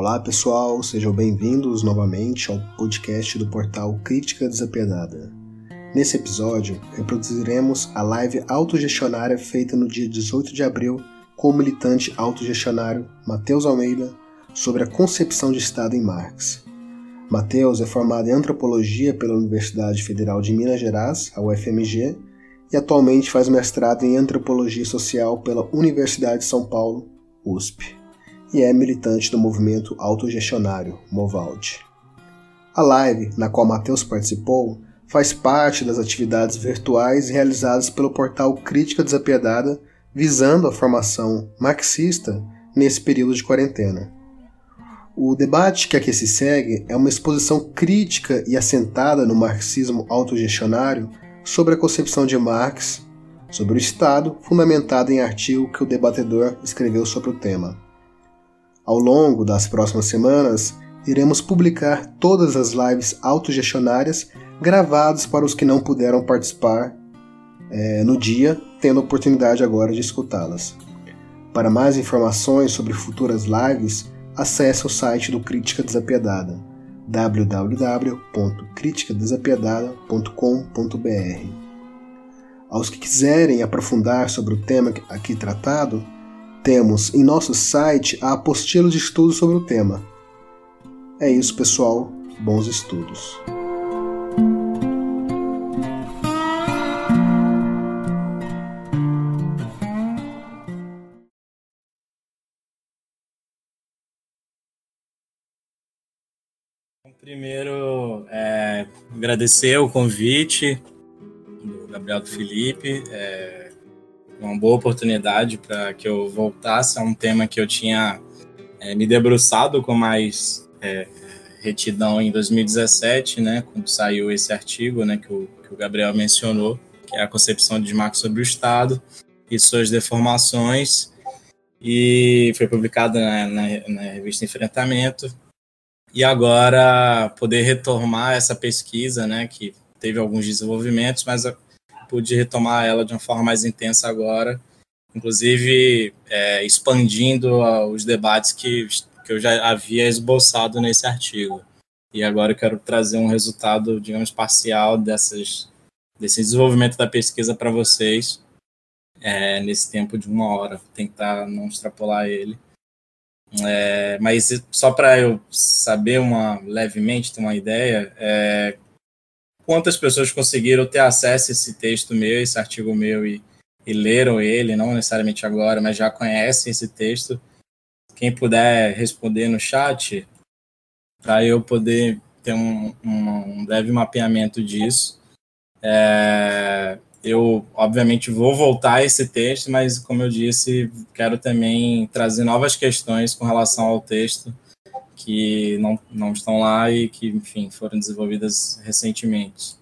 Olá pessoal, sejam bem-vindos novamente ao podcast do portal Crítica Desapiedada. Nesse episódio, reproduziremos a live autogestionária feita no dia 18 de abril com o militante autogestionário Matheus Almeida sobre a concepção de Estado em Marx. Matheus é formado em Antropologia pela Universidade Federal de Minas Gerais, a UFMG, e atualmente faz mestrado em Antropologia Social pela Universidade de São Paulo, USP. E é militante do movimento autogestionário, Movald. A live, na qual Matheus participou, faz parte das atividades virtuais realizadas pelo portal Crítica Desapiedada, visando a formação marxista nesse período de quarentena. O debate que aqui se segue é uma exposição crítica e assentada no marxismo autogestionário sobre a concepção de Marx sobre o Estado, fundamentada em artigo que o debatedor escreveu sobre o tema. Ao longo das próximas semanas, iremos publicar todas as lives autogestionárias gravadas para os que não puderam participar no dia, tendo a oportunidade agora de escutá-las. Para mais informações sobre futuras lives, acesse o site do Crítica Desapiedada, www.criticadesapiedada.com.br. Aos que quiserem aprofundar sobre o tema aqui tratado, temos em nosso site a apostila de estudo sobre o tema. É isso, pessoal. Bons estudos. Primeiro, agradecer o convite do Gabriel do Felipe. Uma boa oportunidade para que eu voltasse a um tema que eu tinha me debruçado com mais retidão em 2017, né, quando saiu esse artigo, né, que o Gabriel mencionou, que é a concepção de Marx sobre o Estado e suas deformações, e foi publicado na revista Enfrentamento. E agora poder retomar essa pesquisa, né, que teve alguns desenvolvimentos, mas pude retomar ela de uma forma mais intensa agora, inclusive expandindo os debates que eu já havia esboçado nesse artigo. E agora eu quero trazer um resultado, digamos, parcial desse desenvolvimento da pesquisa para vocês nesse tempo de 1 hora. Vou tentar não extrapolar ele. Mas só para eu saber levemente, ter uma ideia, quantas pessoas conseguiram ter acesso a esse texto meu, esse artigo meu, e leram ele, não necessariamente agora, mas já conhecem esse texto. Quem puder responder no chat, para eu poder ter um breve mapeamento disso. Eu, obviamente, vou voltar a esse texto, mas, como eu disse, quero também trazer novas questões com relação ao texto que não estão lá e que, enfim, foram desenvolvidas recentemente.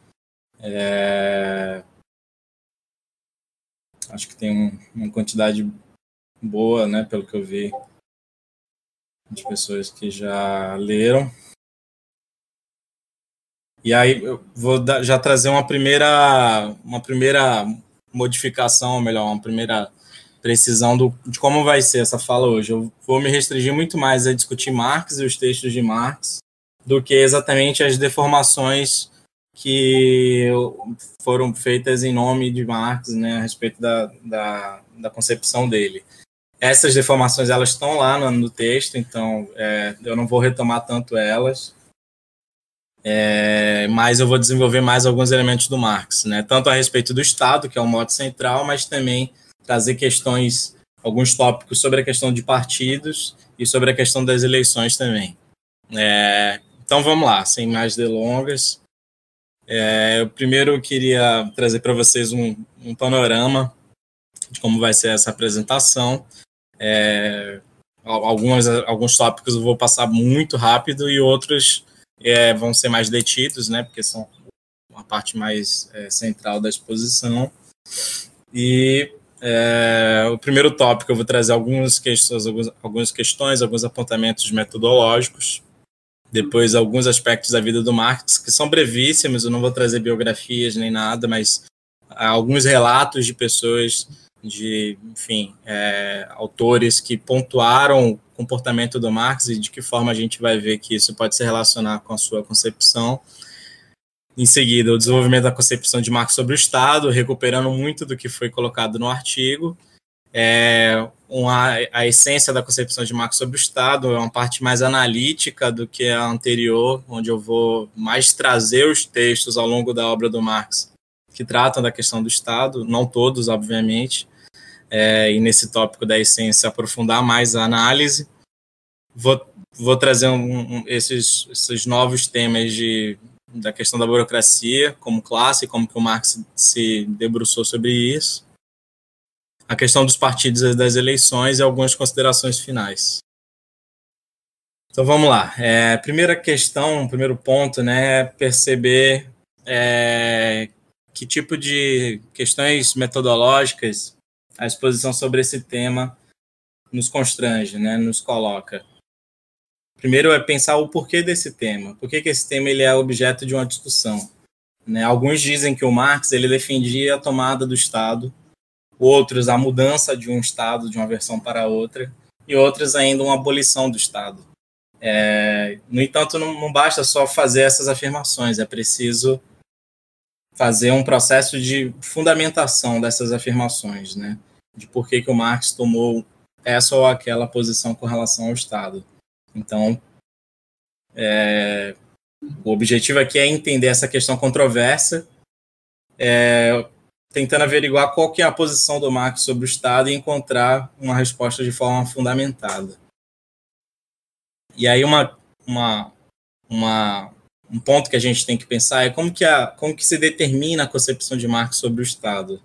Acho que tem uma quantidade boa, né, pelo que eu vi, de pessoas que já leram. E aí eu vou já trazer uma primeira modificação, ou melhor, uma primeira precisão de como vai ser essa fala hoje. Eu vou me restringir muito mais a discutir Marx e os textos de Marx do que exatamente as deformações que foram feitas em nome de Marx, né, a respeito da concepção dele. Essas deformações, elas estão lá no texto, então eu não vou retomar tanto elas, mas eu vou desenvolver mais alguns elementos do Marx, né, tanto a respeito do Estado, que é o mote central, mas também trazer questões, alguns tópicos sobre a questão de partidos e sobre a questão das eleições também. Então vamos lá, sem mais delongas. Eu primeiro queria trazer para vocês um panorama de como vai ser essa apresentação. Alguns tópicos eu vou passar muito rápido e outros vão ser mais detidos, né, porque são uma parte mais central da exposição. E o primeiro tópico eu vou trazer algumas questões, alguns apontamentos metodológicos. Depois, alguns aspectos da vida do Marx, que são brevíssimos, eu não vou trazer biografias nem nada, mas alguns relatos de pessoas, de, enfim, autores que pontuaram comportamento do Marx e de que forma a gente vai ver que isso pode se relacionar com a sua concepção. Em seguida, o desenvolvimento da concepção de Marx sobre o Estado, recuperando muito do que foi colocado no artigo. A essência da concepção de Marx sobre o Estado é uma parte mais analítica do que a anterior, onde eu vou mais trazer os textos ao longo da obra do Marx que tratam da questão do Estado, não todos, obviamente, e nesse tópico da essência aprofundar mais a análise. Vou trazer esses novos temas da questão da burocracia como classe, como que o Marx se debruçou sobre isso, a questão dos partidos e das eleições e algumas considerações finais. Então vamos lá. Primeira questão, primeiro ponto, né, é perceber que tipo de questões metodológicas a exposição sobre esse tema nos constrange, né, nos coloca. Primeiro é pensar o porquê desse tema. Por que esse tema ele é objeto de uma discussão? Né? Alguns dizem que o Marx ele defendia a tomada do Estado, outros a mudança de um Estado, de uma versão para outra, e outros ainda uma abolição do Estado. No entanto, não basta só fazer essas afirmações, é preciso fazer um processo de fundamentação dessas afirmações, né? De por que o Marx tomou essa ou aquela posição com relação ao Estado. Então, o objetivo aqui é entender essa questão controversa, tentando averiguar qual que é a posição do Marx sobre o Estado e encontrar uma resposta de forma fundamentada. E aí um ponto que a gente tem que pensar é como que se determina a concepção de Marx sobre o Estado.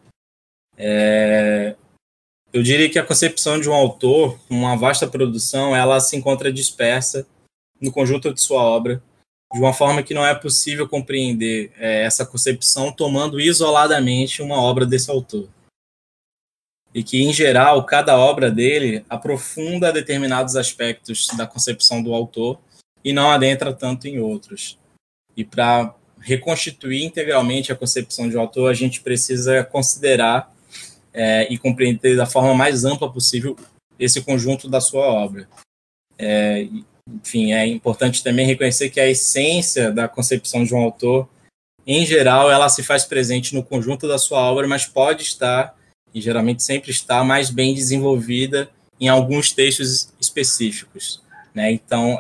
Eu diria que a concepção de um autor, uma vasta produção, ela se encontra dispersa no conjunto de sua obra, de uma forma que não é possível compreender essa concepção tomando isoladamente uma obra desse autor. E que, em geral, cada obra dele aprofunda determinados aspectos da concepção do autor e não adentra tanto em outros. E para reconstituir integralmente a concepção de um autor, a gente precisa considerar e compreender da forma mais ampla possível esse conjunto da sua obra. Enfim, é importante também reconhecer que a essência da concepção de um autor, em geral, ela se faz presente no conjunto da sua obra, mas pode estar, e geralmente sempre está, mais bem desenvolvida em alguns textos específicos. Né? Então,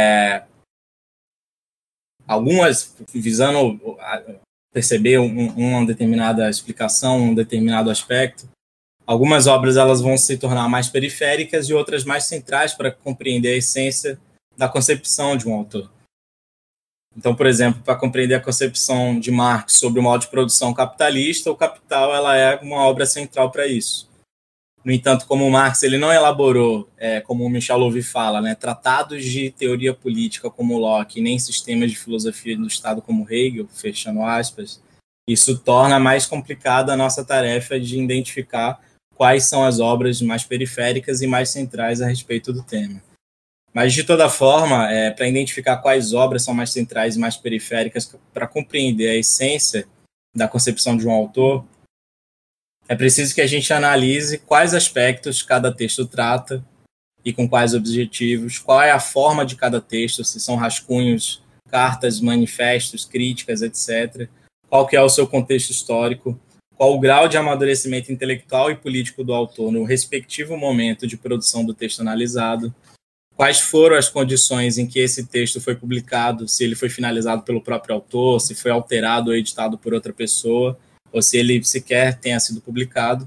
algumas, visando perceber uma determinada explicação, um determinado aspecto, algumas obras elas vão se tornar mais periféricas e outras mais centrais para compreender a essência da concepção de um autor. Então, por exemplo, para compreender a concepção de Marx sobre o modo de produção capitalista, o Capital ela é uma obra central para isso. No entanto, como o Marx ele não elaborou, como o Michel Louvi fala, né, tratados de teoria política como Locke, nem sistemas de filosofia do Estado como Hegel, fechando aspas, isso torna mais complicada a nossa tarefa de identificar quais são as obras mais periféricas e mais centrais a respeito do tema. Mas, de toda forma, para identificar quais obras são mais centrais e mais periféricas, para compreender a essência da concepção de um autor, é preciso que a gente analise quais aspectos cada texto trata e com quais objetivos, qual é a forma de cada texto, se são rascunhos, cartas, manifestos, críticas, etc., qual que é o seu contexto histórico, qual o grau de amadurecimento intelectual e político do autor no respectivo momento de produção do texto analisado, quais foram as condições em que esse texto foi publicado, se ele foi finalizado pelo próprio autor, se foi alterado ou editado por outra pessoa, ou se ele sequer tenha sido publicado,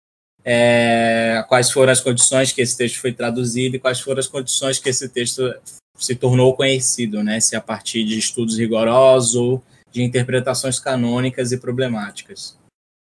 quais foram as condições que esse texto foi traduzido e quais foram as condições que esse texto se tornou conhecido, né? Se a partir de estudos rigorosos ou de interpretações canônicas e problemáticas.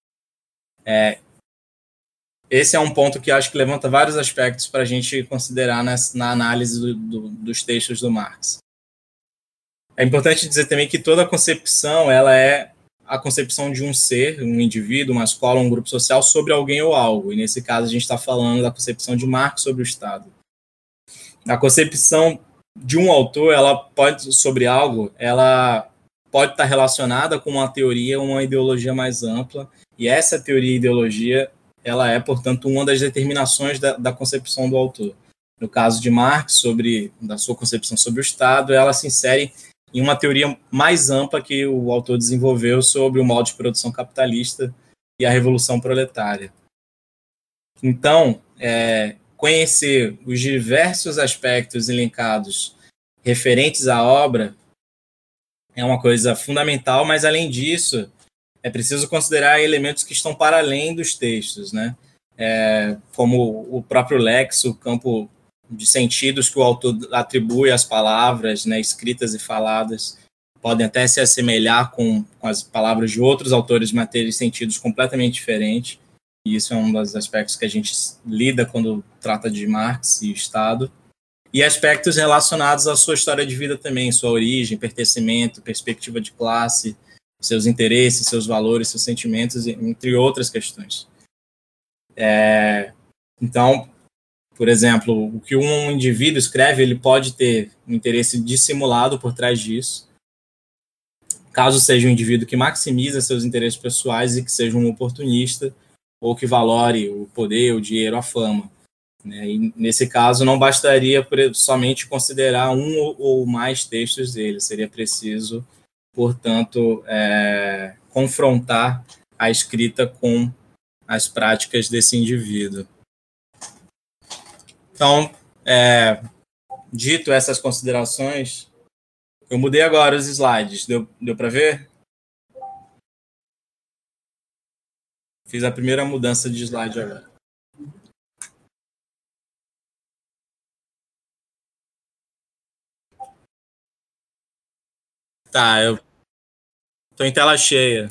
Esse é um ponto que eu acho que levanta vários aspectos para a gente considerar na análise dos textos do Marx. É importante dizer também que toda concepção ela é a concepção de um ser, um indivíduo, uma escola, um grupo social sobre alguém ou algo. E nesse caso a gente está falando da concepção de Marx sobre o Estado. A concepção de um autor, sobre algo, ela pode estar relacionada com uma teoria ou uma ideologia mais ampla. E essa teoria e ideologia, ela é, portanto, uma das determinações da concepção do autor. no caso de Marx, da sua concepção sobre o Estado, ela se insere em uma teoria mais ampla que o autor desenvolveu sobre o modo de produção capitalista e a revolução proletária. Então, conhecer os diversos aspectos elencados referentes à obra é uma coisa fundamental, mas, além disso, é preciso considerar elementos que estão para além dos textos, né? Como o próprio lexo, o campo de sentidos que o autor atribui às palavras, né, escritas e faladas, podem até se assemelhar com as palavras de outros autores, mas terem sentidos completamente diferentes. E isso é um dos aspectos que a gente lida quando trata de Marx e Estado. E aspectos relacionados à sua história de vida também, sua origem, pertencimento, perspectiva de classe, seus interesses, seus valores, seus sentimentos, entre outras questões. Então, por exemplo, o que um indivíduo escreve, ele pode ter um interesse dissimulado por trás disso, caso seja um indivíduo que maximiza seus interesses pessoais e que seja um oportunista, ou que valore o poder, o dinheiro, a fama. E, nesse caso, não bastaria somente considerar um ou mais textos dele, seria preciso, portanto, confrontar a escrita com as práticas desse indivíduo. Então, dito essas considerações, eu mudei agora os slides. Deu para ver? Fiz a primeira mudança de slide agora. Tá, eu tô em tela cheia.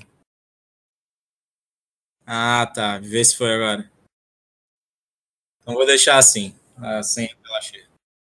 Ah, tá. Vê se foi agora. Então vou deixar assim, sem a tela cheia.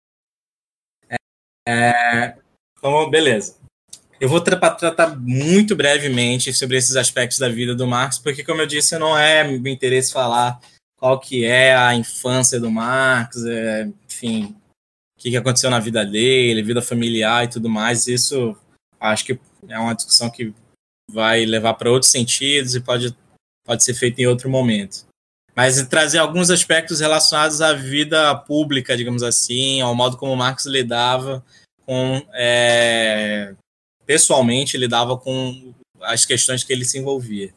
Então, beleza. Eu vou tratar muito brevemente sobre esses aspectos da vida do Marx, porque, como eu disse, não é meu interesse falar qual que é a infância do Marx, enfim, o que aconteceu na vida dele, vida familiar e tudo mais. Isso acho que é uma discussão que vai levar para outros sentidos e pode ser feito em outro momento. Mas trazer alguns aspectos relacionados à vida pública, digamos assim, ao modo como Marx lidava com... pessoalmente, lidava com as questões que ele se envolvia.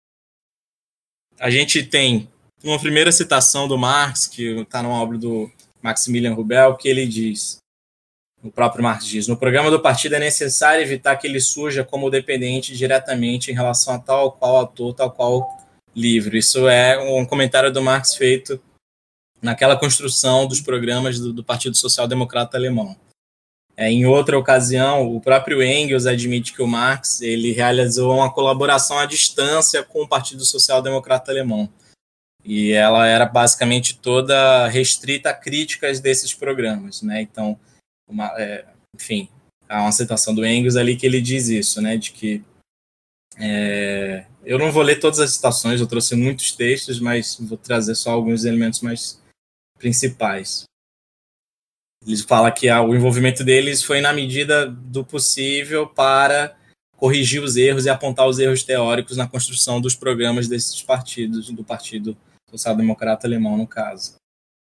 A gente tem uma primeira citação do Marx, que está numa obra do Maximilian Rubel, que ele diz, o próprio Marx diz, no programa do partido é necessário evitar que ele surja como dependente diretamente em relação a tal qual autor, tal qual livro. Isso é um comentário do Marx feito naquela construção dos programas do Partido Social Democrata Alemão. Em outra ocasião, o próprio Engels admite que o Marx ele realizou uma colaboração à distância com o Partido Social Democrata Alemão. E ela era basicamente toda restrita a críticas desses programas, né? Então, enfim, há uma citação do Engels ali que ele diz isso, né? De que eu não vou ler todas as citações, eu trouxe muitos textos, mas vou trazer só alguns elementos mais principais. Ele fala que o envolvimento deles foi na medida do possível para corrigir os erros e apontar os erros teóricos na construção dos programas desses partidos, do Partido Social Democrata Alemão, no caso.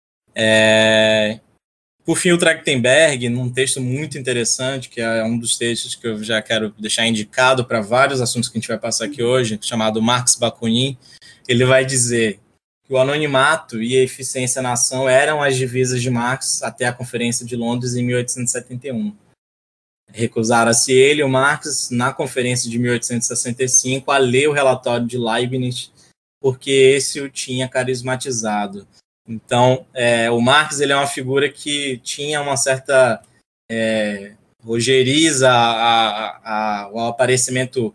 Por fim, o Trachtenberg, num texto muito interessante, que é um dos textos que eu já quero deixar indicado para vários assuntos que a gente vai passar aqui hoje, chamado Marx Bakunin, ele vai dizer que o anonimato e a eficiência na ação eram as divisas de Marx até a Conferência de Londres em 1871. Recusara-se ele, o Marx, na Conferência de 1865, a ler o relatório de Leibniz, porque esse o tinha carismatizado. Então, o Marx ele é uma figura que tinha uma certa ojeriza ao aparecimento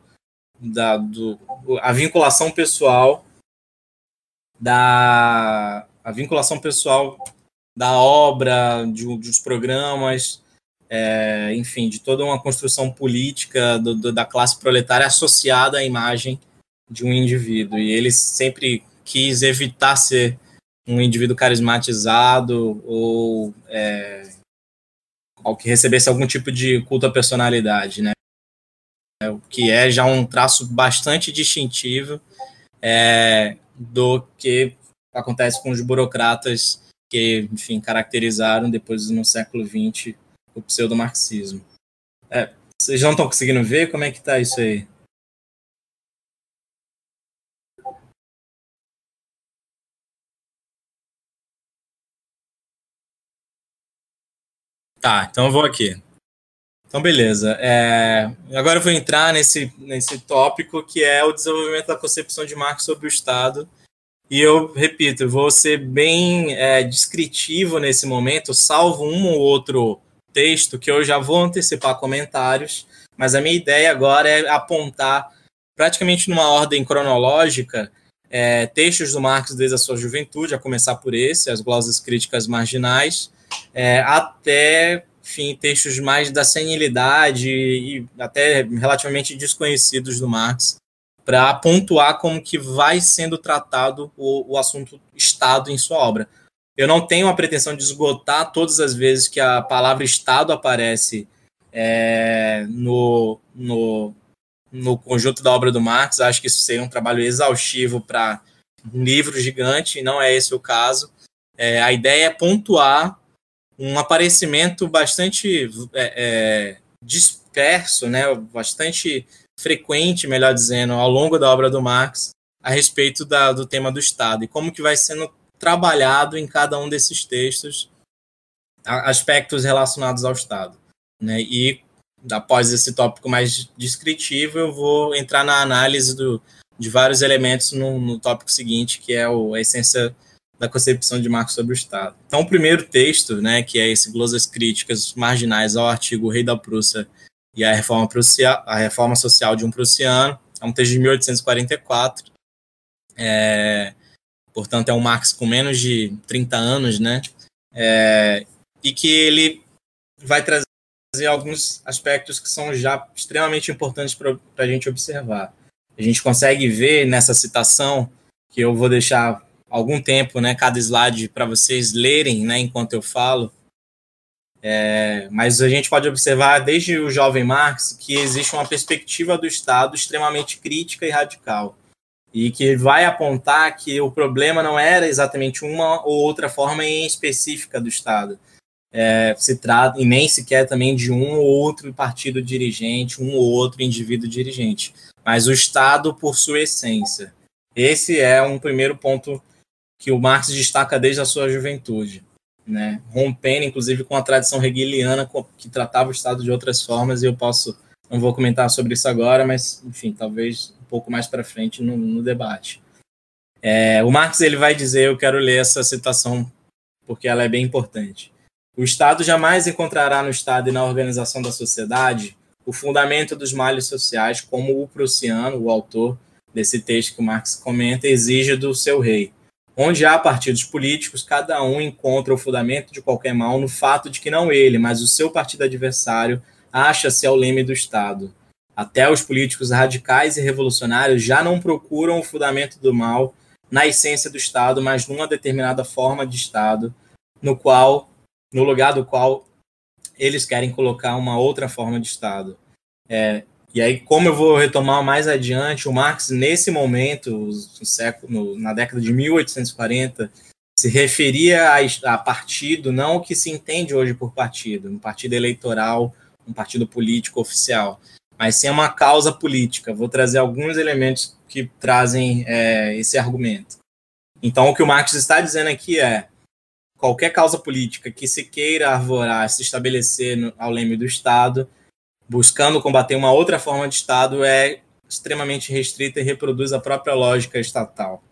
a vinculação pessoal da obra, dos programas, enfim, de toda uma construção política da classe proletária associada à imagem de um indivíduo. E ele sempre quis evitar ser um indivíduo carismatizado ou que recebesse algum tipo de culto à personalidade, né? O que é já um traço bastante distintivo do que acontece com os burocratas que, enfim, caracterizaram depois no século XX o pseudo-marxismo. Vocês não estão conseguindo ver? Como é que está isso aí? Tá, então eu vou aqui. Então, beleza. Agora eu vou entrar nesse tópico que é o desenvolvimento da concepção de Marx sobre o Estado. E eu repito, vou ser bem descritivo nesse momento, salvo um ou outro texto que eu já vou antecipar comentários, mas a minha ideia agora é apontar praticamente numa ordem cronológica textos do Marx desde a sua juventude, a começar por esse, as glosas críticas marginais, até, enfim, textos mais da senilidade e até relativamente desconhecidos do Marx, para pontuar como que vai sendo tratado o assunto Estado em sua obra. Eu não tenho a pretensão de esgotar todas as vezes que a palavra Estado aparece no conjunto da obra do Marx. Acho que isso seria um trabalho exaustivo para um livro gigante, e não é esse o caso. A ideia é pontuar um aparecimento bastante disperso, né, bastante frequente, melhor dizendo, ao longo da obra do Marx, a respeito do tema do Estado, e como que vai sendo trabalhado em cada um desses textos aspectos relacionados ao Estado, né? E após esse tópico mais descritivo, eu vou entrar na análise de vários elementos no tópico seguinte, que é a essência da concepção de Marx sobre o Estado. Então, o primeiro texto, né, que é esse Glosas Críticas Marginais ao artigo O Rei da Prússia e a Reforma Social de um Prussiano, é um texto de 1844, portanto é um Marx com menos de 30 anos, né, e que ele vai trazer alguns aspectos que são já extremamente importantes para a gente observar. A gente consegue ver nessa citação, que eu vou deixar algum tempo, né, cada slide para vocês lerem, né, enquanto eu falo, mas a gente pode observar desde o jovem Marx que existe uma perspectiva do Estado extremamente crítica e radical, e que vai apontar que o problema não era exatamente uma ou outra forma em específica do Estado, se trata, e nem sequer também de um ou outro partido dirigente, um ou outro indivíduo dirigente, mas o Estado por sua essência. Esse é um primeiro ponto que o Marx destaca desde a sua juventude, né? Rompendo, inclusive, com a tradição hegeliana, que tratava o Estado de outras formas, e não vou comentar sobre isso agora, mas, enfim, talvez um pouco mais para frente no debate. O Marx ele vai dizer, eu quero ler essa citação porque ela é bem importante. O Estado jamais encontrará no Estado e na organização da sociedade o fundamento dos males sociais, como o prussiano, o autor desse texto que o Marx comenta, exige do seu rei. Onde há partidos políticos, cada um encontra o fundamento de qualquer mal no fato de que não ele, mas o seu partido adversário acha-se ao leme do Estado. Até os políticos radicais e revolucionários já não procuram o fundamento do mal na essência do Estado, mas numa determinada forma de Estado, no lugar do qual eles querem colocar uma outra forma de Estado. E aí, como eu vou retomar mais adiante, o Marx, nesse momento, na década de 1840, se referia a partido, não o que se entende hoje por partido, um partido eleitoral, um partido político oficial, mas sim uma causa política. Vou trazer alguns elementos que trazem esse argumento. Então, o que o Marx está dizendo aqui é: qualquer causa política que se queira arvorar, se estabelecer ao leme do Estado, buscando combater uma outra forma de Estado, é extremamente restrita e reproduz a própria lógica estatal.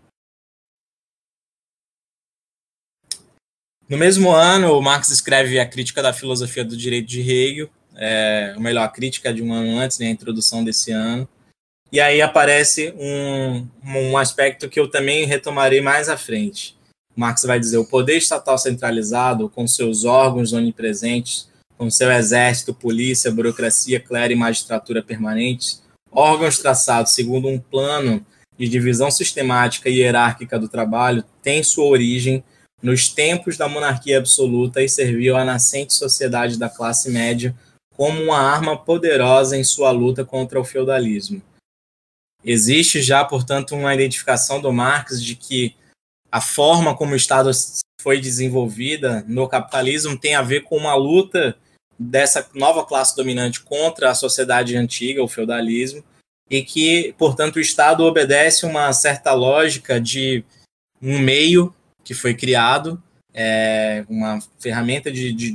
No mesmo ano, o Marx escreve a Crítica da Filosofia do Direito de Hegel, ou melhor, a crítica de um ano antes, né, a introdução desse ano. E aí aparece um aspecto que eu também retomarei mais à frente. O Marx vai dizer: o poder estatal centralizado, com seus órgãos onipresentes, com seu exército, polícia, burocracia, clero e magistratura permanentes, órgãos traçados segundo um plano de divisão sistemática e hierárquica do trabalho, tem sua origem nos tempos da monarquia absoluta e serviu à nascente sociedade da classe média como uma arma poderosa em sua luta contra o feudalismo. Existe já, portanto, uma identificação do Marx de que a forma como o Estado foi desenvolvida no capitalismo tem a ver com uma luta dessa nova classe dominante contra a sociedade antiga, o feudalismo, e que, portanto, o Estado obedece uma certa lógica de um meio que foi criado, uma ferramenta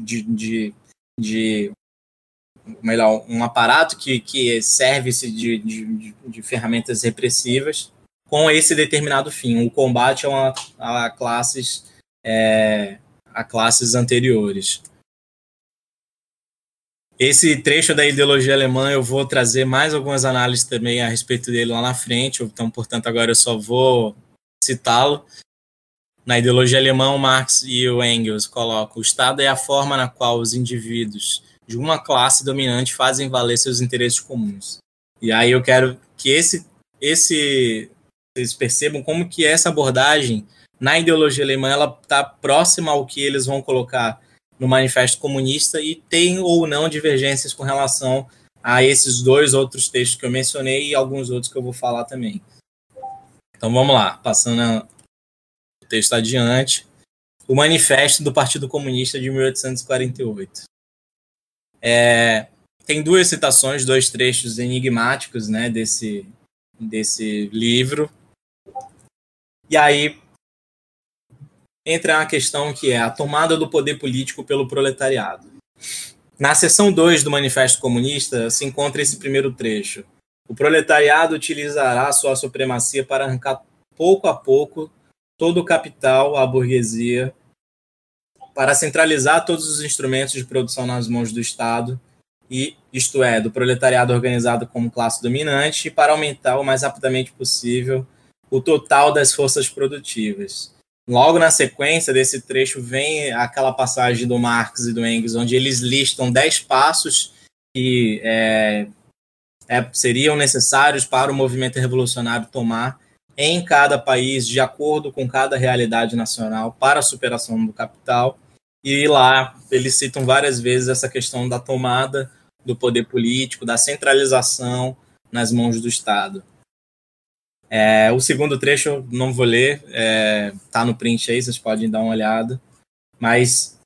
melhor, um aparato que serve-se de ferramentas repressivas com esse determinado fim, o combate a classes anteriores. Esse trecho da ideologia alemã eu vou trazer mais algumas análises também a respeito dele lá na frente, então, portanto, agora eu só vou citá-lo. Na ideologia alemã, o Marx e o Engels colocam: o Estado é a forma na qual os indivíduos de uma classe dominante fazem valer seus interesses comuns. E aí eu quero que vocês percebam como que essa abordagem na ideologia alemã ela está próxima ao que eles vão colocar no Manifesto Comunista e tem ou não divergências com relação a esses dois outros textos que eu mencionei e alguns outros que eu vou falar também. Então vamos lá, passando o texto adiante. O Manifesto do Partido Comunista de 1848. Tem duas citações, dois trechos enigmáticos, né, desse livro. E aí entra a questão que é a tomada do poder político pelo proletariado. Na seção 2 do Manifesto Comunista se encontra esse primeiro trecho. O proletariado utilizará sua supremacia para arrancar pouco a pouco todo o capital à burguesia, para centralizar todos os instrumentos de produção nas mãos do Estado, isto é, do proletariado organizado como classe dominante, e para aumentar o mais rapidamente possível o total das forças produtivas. Logo na sequência desse trecho vem aquela passagem do Marx e do Engels, onde eles listam 10 passos que seriam necessários para o movimento revolucionário tomar em cada país, de acordo com cada realidade nacional, para a superação do capital. E lá eles citam várias vezes essa questão da tomada do poder político, da centralização nas mãos do Estado. O segundo trecho eu não vou ler, está no print aí, vocês podem dar uma olhada, mas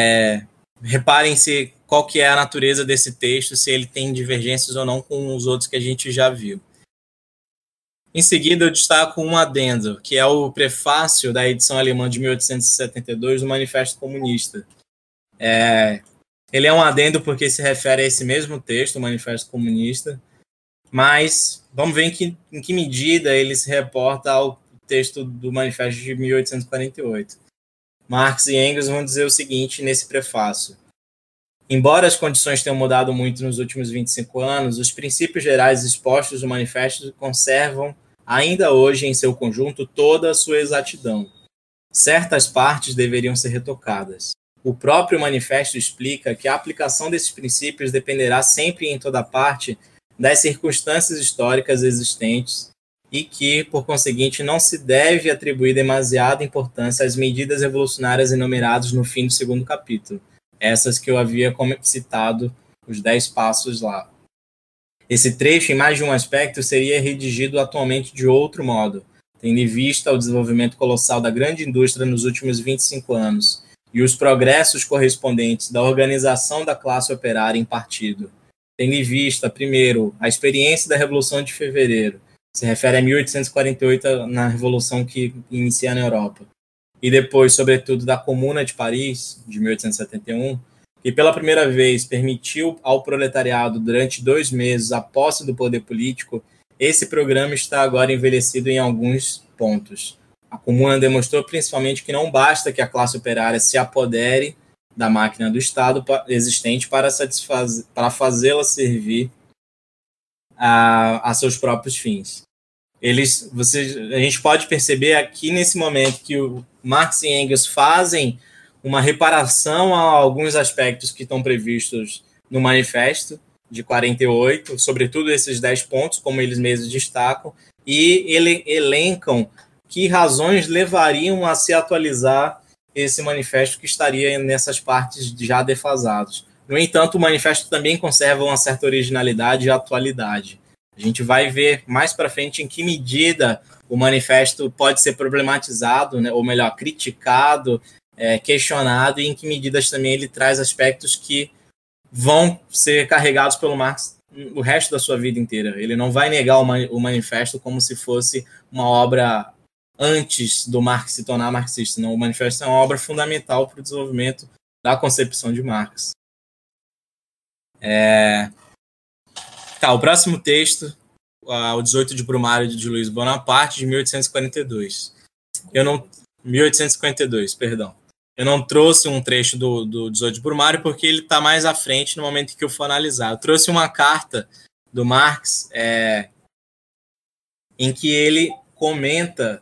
reparem-se qual que é a natureza desse texto, se ele tem divergências ou não com os outros que a gente já viu. Em seguida, eu destaco um adendo, que é o prefácio da edição alemã de 1872 do Manifesto Comunista. Ele é um adendo porque se refere a esse mesmo texto, o Manifesto Comunista, mas vamos ver em que medida ele se reporta ao texto do Manifesto de 1848. Marx e Engels vão dizer o seguinte nesse prefácio: embora as condições tenham mudado muito nos últimos 25 anos, os princípios gerais expostos no Manifesto conservam, ainda hoje em seu conjunto, toda a sua exatidão. Certas partes deveriam ser retocadas. O próprio Manifesto explica que a aplicação desses princípios dependerá sempre e em toda parte das circunstâncias históricas existentes e que, por conseguinte, não se deve atribuir demasiada importância às medidas revolucionárias enumeradas no fim do segundo capítulo. Essas que eu havia citado, os 10 passos lá. Esse trecho, em mais de um aspecto, seria redigido atualmente de outro modo, tendo em vista o desenvolvimento colossal da grande indústria nos últimos 25 anos e os progressos correspondentes da organização da classe operária em partido. Tendo em vista, primeiro, a experiência da Revolução de Fevereiro, se refere a 1848, na Revolução que inicia na Europa, e depois, sobretudo, da Comuna de Paris, de 1871, que pela primeira vez permitiu ao proletariado, durante 2 meses, a posse do poder político, esse programa está agora envelhecido em alguns pontos. A Comuna demonstrou principalmente que não basta que a classe operária se apodere da máquina do Estado existente para fazê-la servir a seus próprios fins. A gente pode perceber aqui nesse momento que o Marx e Engels fazem uma reparação a alguns aspectos que estão previstos no Manifesto de 48, sobretudo esses 10 pontos, como eles mesmos destacam, e elencam que razões levariam a se atualizar esse manifesto que estaria nessas partes já defasadas. No entanto, o manifesto também conserva uma certa originalidade e atualidade. A gente vai ver mais para frente em que medida o manifesto pode ser problematizado, né, ou melhor, criticado, questionado, e em que medidas também ele traz aspectos que vão ser carregados pelo Marx o resto da sua vida inteira. Ele não vai negar o manifesto como se fosse uma obra antes do Marx se tornar marxista. Não, o manifesto é uma obra fundamental para o desenvolvimento da concepção de Marx. O próximo texto, o 18 de Brumário de Luiz Bonaparte, de 1842. 1852, perdão. Eu não trouxe um trecho do 18 de Brumário porque ele está mais à frente no momento em que eu for analisar. Eu trouxe uma carta do Marx em que ele comenta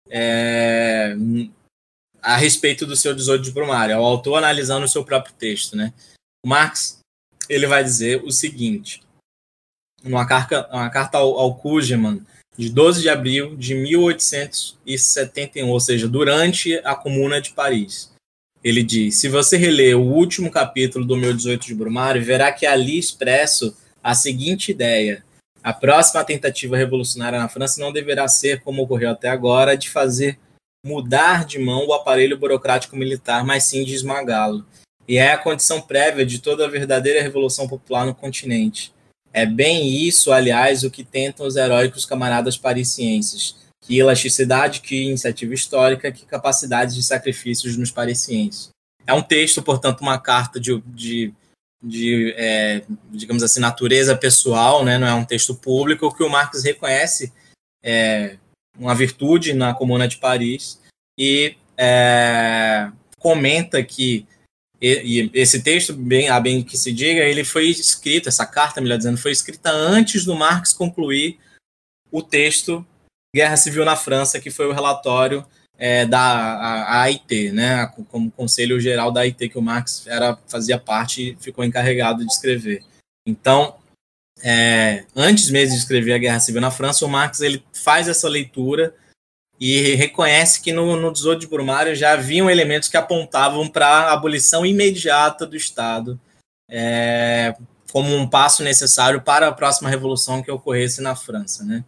a respeito do seu 18 de Brumário, é o autor analisando o seu próprio texto, né? O Marx, ele vai dizer o seguinte, uma carta ao Kugelmann, de 12 de abril de 1871, ou seja, durante a Comuna de Paris. Ele diz: se você reler o último capítulo do meu 18 de Brumário, verá que ali expresso a seguinte ideia: a próxima tentativa revolucionária na França não deverá ser, como ocorreu até agora, de fazer mudar de mão o aparelho burocrático militar, mas sim de esmagá-lo. E é a condição prévia de toda a verdadeira revolução popular no continente. É bem isso, aliás, o que tentam os heróicos camaradas parisienses. Que elasticidade, que iniciativa histórica, que capacidade de sacrifícios nos parisienses. É um texto, portanto, uma carta de digamos assim, natureza pessoal, né? Não é um texto público, que o Marx reconhece uma virtude na Comuna de Paris e comenta que esse texto, bem que se diga, ele foi escrito, essa carta, melhor dizendo, foi escrita antes do Marx concluir o texto Guerra Civil na França, que foi o relatório da AIT, né, como Conselho Geral da AIT, que o Marx fazia parte e ficou encarregado de escrever. Então, antes mesmo de escrever a Guerra Civil na França, o Marx ele faz essa leitura e reconhece que no 18 de Brumário já haviam elementos que apontavam para a abolição imediata do Estado, como um passo necessário para a próxima revolução que ocorresse na França, né?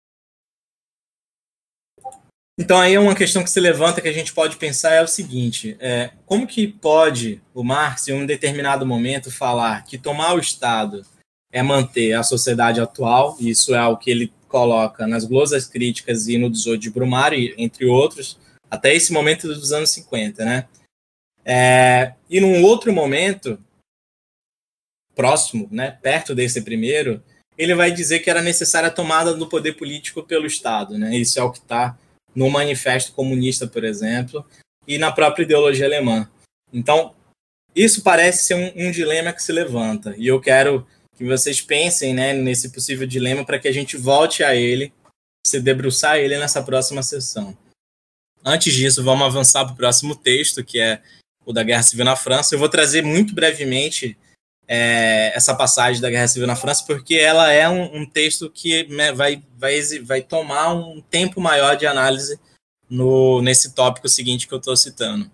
Então, aí é uma questão que se levanta, que a gente pode pensar, é o seguinte: como que pode o Marx, em um determinado momento, falar que tomar o Estado é manter a sociedade atual? Isso é o que ele coloca nas glosas críticas e no 18 de Brumário, entre outros, até esse momento dos anos 50, né? E num outro momento, próximo, né, perto desse primeiro, ele vai dizer que era necessária a tomada do poder político pelo Estado, né? Isso é o que está no Manifesto Comunista, por exemplo, e na própria ideologia alemã. Então, isso parece ser um dilema que se levanta, e eu quero que vocês pensem, né, nesse possível dilema para que a gente volte a ele, se debruçar ele nessa próxima sessão. Antes disso, vamos avançar para o próximo texto, que é o da Guerra Civil na França. Eu vou trazer muito brevemente essa passagem da Guerra Civil na França, porque ela é um texto que, né, vai tomar um tempo maior de análise nesse tópico seguinte que eu estou citando.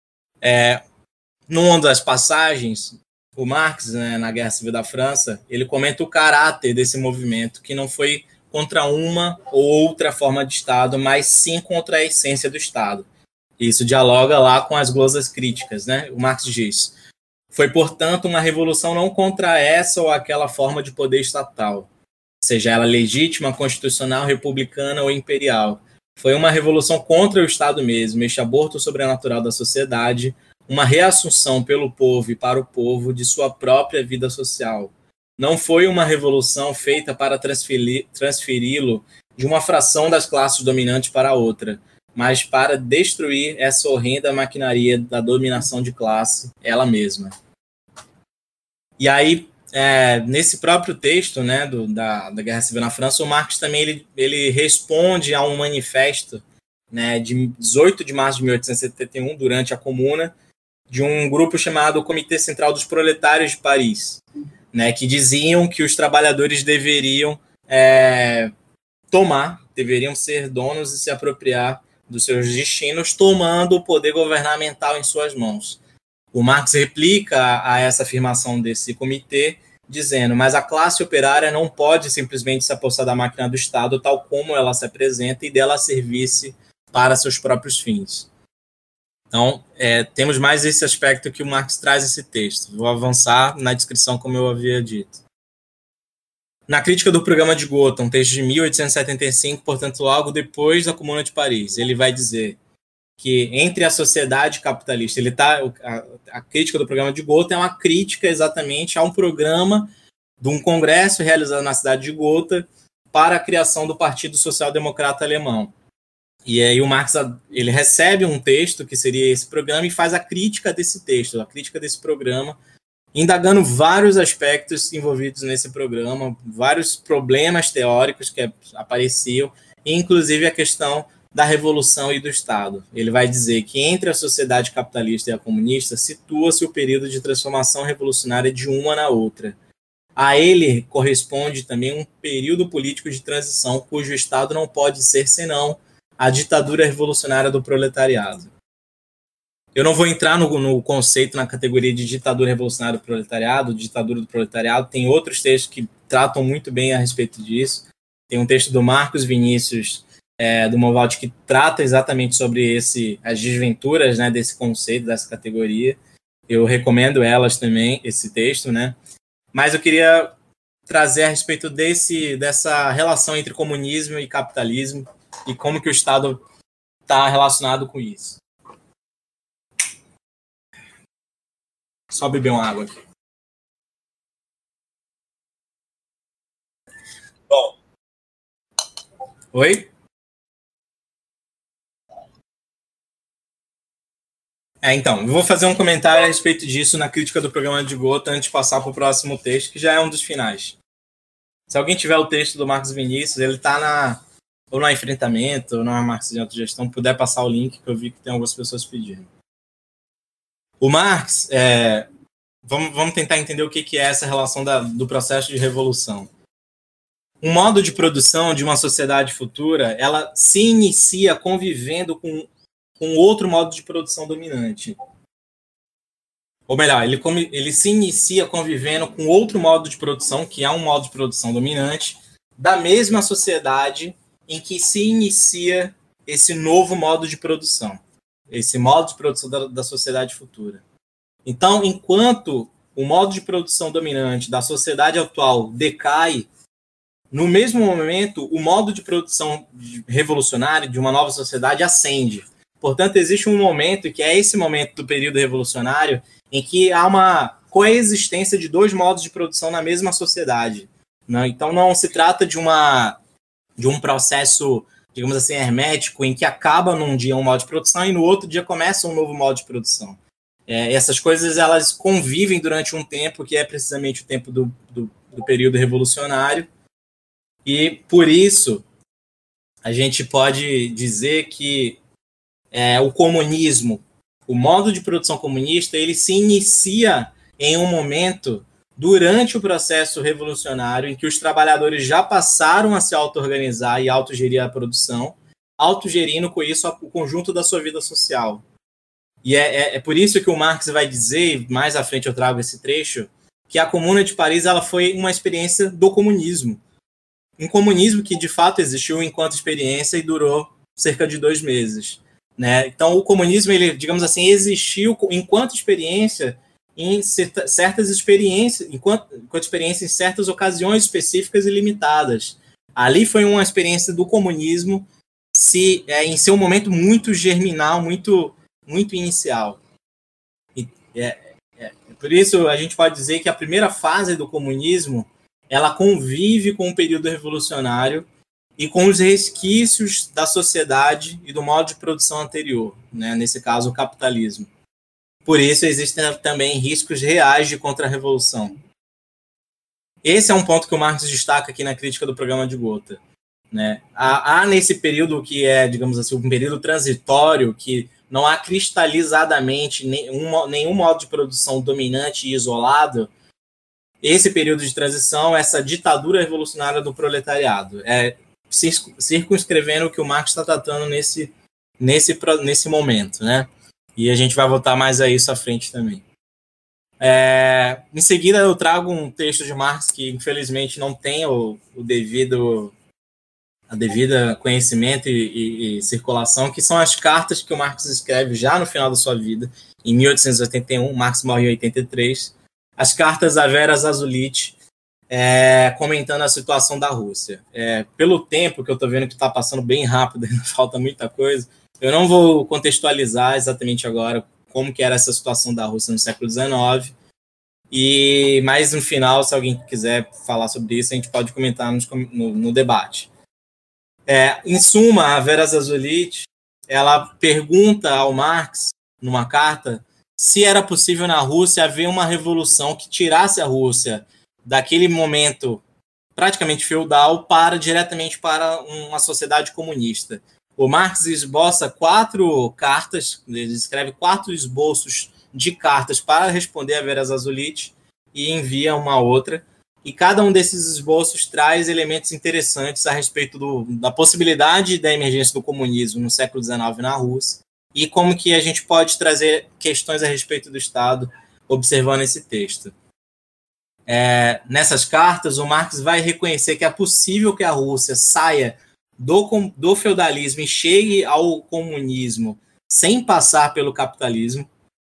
Numa das passagens, o Marx, né, na Guerra Civil da França, ele comenta o caráter desse movimento, que não foi contra uma ou outra forma de Estado, mas sim contra a essência do Estado. Isso dialoga lá com as glosas críticas, né? O Marx diz: foi, portanto, uma revolução não contra essa ou aquela forma de poder estatal, seja ela legítima, constitucional, republicana ou imperial. Foi uma revolução contra o Estado mesmo, este aborto sobrenatural da sociedade, uma reassunção pelo povo e para o povo de sua própria vida social. Não foi uma revolução feita para transferi-lo de uma fração das classes dominantes para outra, mas para destruir essa horrenda maquinaria da dominação de classe, ela mesma. E aí, nesse próprio texto, né, da Guerra Civil na França, o Marx também ele responde a um manifesto, né, de 18 de março de 1871, durante a Comuna, de um grupo chamado Comitê Central dos Proletários de Paris, né, que diziam que os trabalhadores deveriam deveriam ser donos e se apropriar dos seus destinos, tomando o poder governamental em suas mãos. O Marx replica a essa afirmação desse comitê dizendo, mas a classe operária não pode simplesmente se apossar da máquina do Estado tal como ela se apresenta e dela servir-se para seus próprios fins. Então, temos mais esse aspecto que o Marx traz esse texto. Vou avançar na descrição, como eu havia dito. Na crítica do programa de Gotha, um texto de 1875, portanto, logo depois da Comuna de Paris, ele vai dizer que entre a sociedade capitalista, a crítica do programa de Gotha é uma crítica exatamente a um programa de um congresso realizado na cidade de Gotha para a criação do Partido Social Democrata Alemão. E aí o Marx ele recebe um texto que seria esse programa e faz a crítica desse texto, a crítica desse programa, indagando vários aspectos envolvidos nesse programa, vários problemas teóricos que apareciam, inclusive a questão da revolução e do Estado. Ele vai dizer que entre a sociedade capitalista e a comunista situa-se o período de transformação revolucionária de uma na outra. A ele corresponde também um período político de transição cujo Estado não pode ser senão a ditadura revolucionária do proletariado. Eu não vou entrar no conceito, na categoria de ditadura revolucionária do proletariado, ditadura do proletariado. Tem outros textos que tratam muito bem a respeito disso. Tem um texto do Marcos Vinícius, do Movaldi, que trata exatamente sobre as desventuras, né, desse conceito, dessa categoria. Eu recomendo elas também, esse texto, né? Mas eu queria trazer a respeito dessa relação entre comunismo e capitalismo e como que o Estado está relacionado com isso. Só beber uma água aqui. Bom. Oi? Então, eu vou fazer um comentário a respeito disso na crítica do programa de Gotha antes de passar para o próximo texto, que já é um dos finais. Se alguém tiver o texto do Marcos Vinícius, ele está ou no Enfrentamento, ou na Marx de Autogestão, puder passar o link, que eu vi que tem algumas pessoas pedindo. O Marx, vamos tentar entender o que é essa relação do processo de revolução. Um modo de produção de uma sociedade futura, ela se inicia convivendo com outro modo de produção dominante. Ou melhor, ele se inicia convivendo com outro modo de produção, que é um modo de produção dominante, da mesma sociedade em que se inicia esse novo modo de produção, esse modo de produção da sociedade futura. Então, enquanto o modo de produção dominante da sociedade atual decai, no mesmo momento, o modo de produção revolucionário de uma nova sociedade ascende. Portanto, existe um momento, que é esse momento do período revolucionário, em que há uma coexistência de dois modos de produção na mesma sociedade. Né? Então, não se trata de um processo, digamos assim, hermético, em que acaba num dia um modo de produção e no outro dia começa um novo modo de produção. Essas coisas elas convivem durante um tempo, que é precisamente o tempo do período revolucionário, e por isso a gente pode dizer que o comunismo, o modo de produção comunista, ele se inicia em um momento durante o processo revolucionário em que os trabalhadores já passaram a se auto-organizar e autogerir a produção, autogerindo com isso o conjunto da sua vida social. E é por isso que o Marx vai dizer, mais à frente eu trago esse trecho, que a Comuna de Paris ela foi uma experiência do comunismo. Um comunismo que, de fato, existiu enquanto experiência e durou cerca de 2 meses. Né? Então, o comunismo, ele, digamos assim, existiu enquanto experiência em certas experiências, enquanto experiência em certas ocasiões específicas e limitadas. Ali foi uma experiência do comunismo em seu momento muito germinal, muito inicial. Por isso, a gente pode dizer que a primeira fase do comunismo ela convive com o período revolucionário e com os resquícios da sociedade e do modo de produção anterior, né? Nesse caso, o capitalismo. Por isso, existem também riscos reais de contra-revolução. Esse é um ponto que o Marx destaca aqui na crítica do programa de Gotha. Né? Há nesse período que é, digamos assim, um período transitório, que não há cristalizadamente nenhum modo de produção dominante e isolado, esse período de transição, essa ditadura revolucionária do proletariado, circunscrevendo o que o Marx está tratando nesse momento, né? E a gente vai voltar mais a isso à frente também. Em seguida, eu trago um texto de Marx que, infelizmente, não tem a devida conhecimento e circulação, que são as cartas que o Marx escreve já no final da sua vida, em 1881. Marx morre em 83. As cartas a Vera Zasulich, comentando a situação da Rússia. Pelo tempo que eu estou vendo que está passando bem rápido, ainda falta muita coisa, eu não vou contextualizar exatamente agora como que era essa situação da Rússia no século XIX, mas no final, se alguém quiser falar sobre isso, a gente pode comentar no debate. Em suma, a Vera Zasulich, ela pergunta ao Marx, numa carta, se era possível na Rússia haver uma revolução que tirasse a Rússia daquele momento praticamente feudal diretamente para uma sociedade comunista. O Marx esboça 4 cartas, ele escreve 4 esboços de cartas para responder a Vera Zasulich e envia uma outra. E cada um desses esboços traz elementos interessantes a respeito da possibilidade da emergência do comunismo no século XIX na Rússia e como que a gente pode trazer questões a respeito do Estado observando esse texto. Nessas cartas, o Marx vai reconhecer que é possível que a Rússia saia do feudalismo e chegue ao comunismo sem passar pelo capitalismo.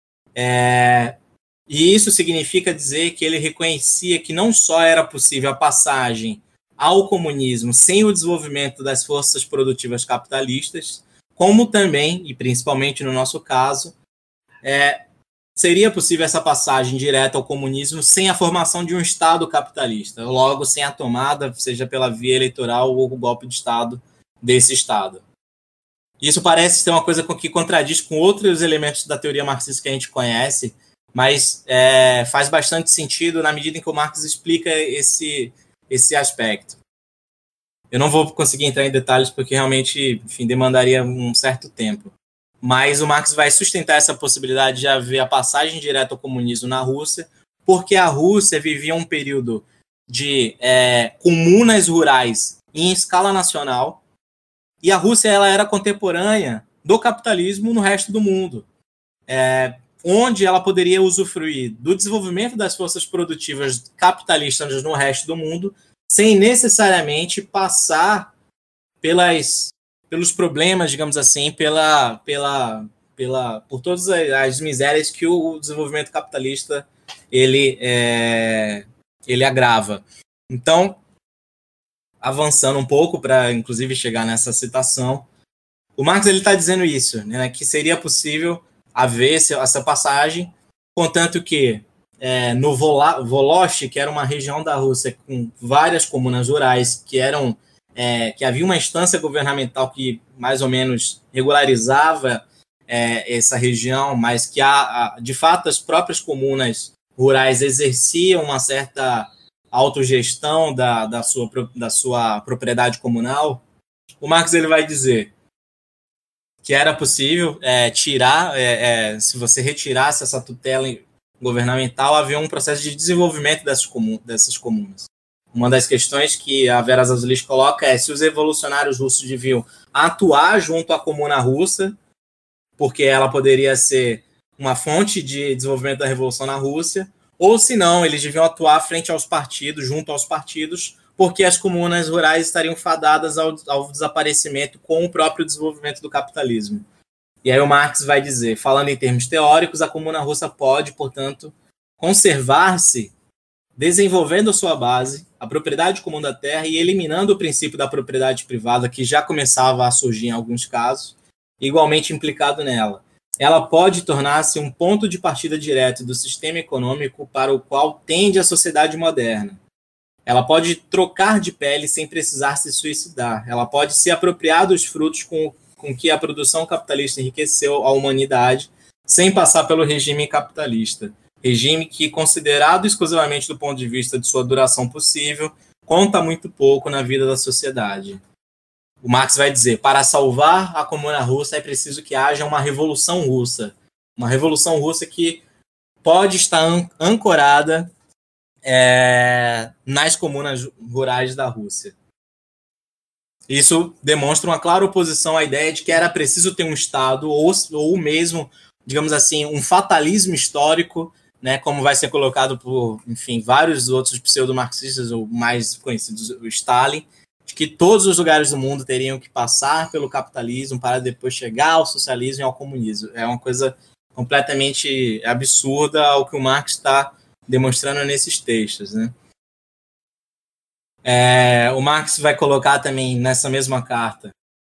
E isso significa dizer que ele reconhecia que não só era possível a passagem ao comunismo sem o desenvolvimento das forças produtivas capitalistas, como também, e principalmente no nosso caso, seria possível essa passagem direta ao comunismo sem a formação de um Estado capitalista, logo sem a tomada, seja pela via eleitoral ou o golpe de Estado desse Estado. Isso parece ser uma coisa que contradiz com outros elementos da teoria marxista que a gente conhece, mas faz bastante sentido na medida em que o Marx explica esse aspecto. Eu não vou conseguir entrar em detalhes porque realmente, enfim, demandaria um certo tempo. Mas o Marx vai sustentar essa possibilidade de haver a passagem direta ao comunismo na Rússia, porque a Rússia vivia um período de comunas rurais em escala nacional, e a Rússia ela era contemporânea do capitalismo no resto do mundo, onde ela poderia usufruir do desenvolvimento das forças produtivas capitalistas no resto do mundo, sem necessariamente passar pelos problemas, digamos assim, por todas as misérias que o desenvolvimento capitalista ele agrava. Então, avançando um pouco para, inclusive, chegar nessa citação, o Marx está dizendo isso, né, que seria possível haver essa passagem, contanto que no Voloche, que era uma região da Rússia com várias comunas rurais que havia uma instância governamental que mais ou menos regularizava essa região, mas que de fato as próprias comunas rurais exerciam uma certa autogestão da sua propriedade comunal. O Marx ele vai dizer que era possível tirar, se você retirasse essa tutela governamental, havia um processo de desenvolvimento dessas comunas. Uma das questões que a Vera Zasulich coloca é se os revolucionários russos deviam atuar junto à comuna russa, porque ela poderia ser uma fonte de desenvolvimento da revolução na Rússia, ou se não, eles deviam atuar frente aos partidos, junto aos partidos, porque as comunas rurais estariam fadadas ao desaparecimento com o próprio desenvolvimento do capitalismo. E aí o Marx vai dizer, falando em termos teóricos, a comuna russa pode, portanto, conservar-se desenvolvendo sua base, a propriedade comum da terra e eliminando o princípio da propriedade privada que já começava a surgir em alguns casos, igualmente implicado nela. Ela pode tornar-se um ponto de partida direto do sistema econômico para o qual tende a sociedade moderna. Ela pode trocar de pele sem precisar se suicidar. Ela pode se apropriar dos frutos com que a produção capitalista enriqueceu a humanidade sem passar pelo regime capitalista. Regime que, considerado exclusivamente do ponto de vista de sua duração possível, conta muito pouco na vida da sociedade. O Marx vai dizer, para salvar a comuna russa é preciso que haja uma revolução russa que pode estar ancorada nas comunas rurais da Rússia. Isso demonstra uma clara oposição à ideia de que era preciso ter um Estado ou mesmo, digamos assim, um fatalismo histórico né, como vai ser colocado por, enfim, vários outros pseudo-marxistas, ou mais conhecidos, o Stalin, de que todos os lugares do mundo teriam que passar pelo capitalismo para depois chegar ao socialismo e ao comunismo. É uma coisa completamente absurda ao que o Marx está demonstrando nesses textos, né? O Marx vai colocar também nessa mesma carta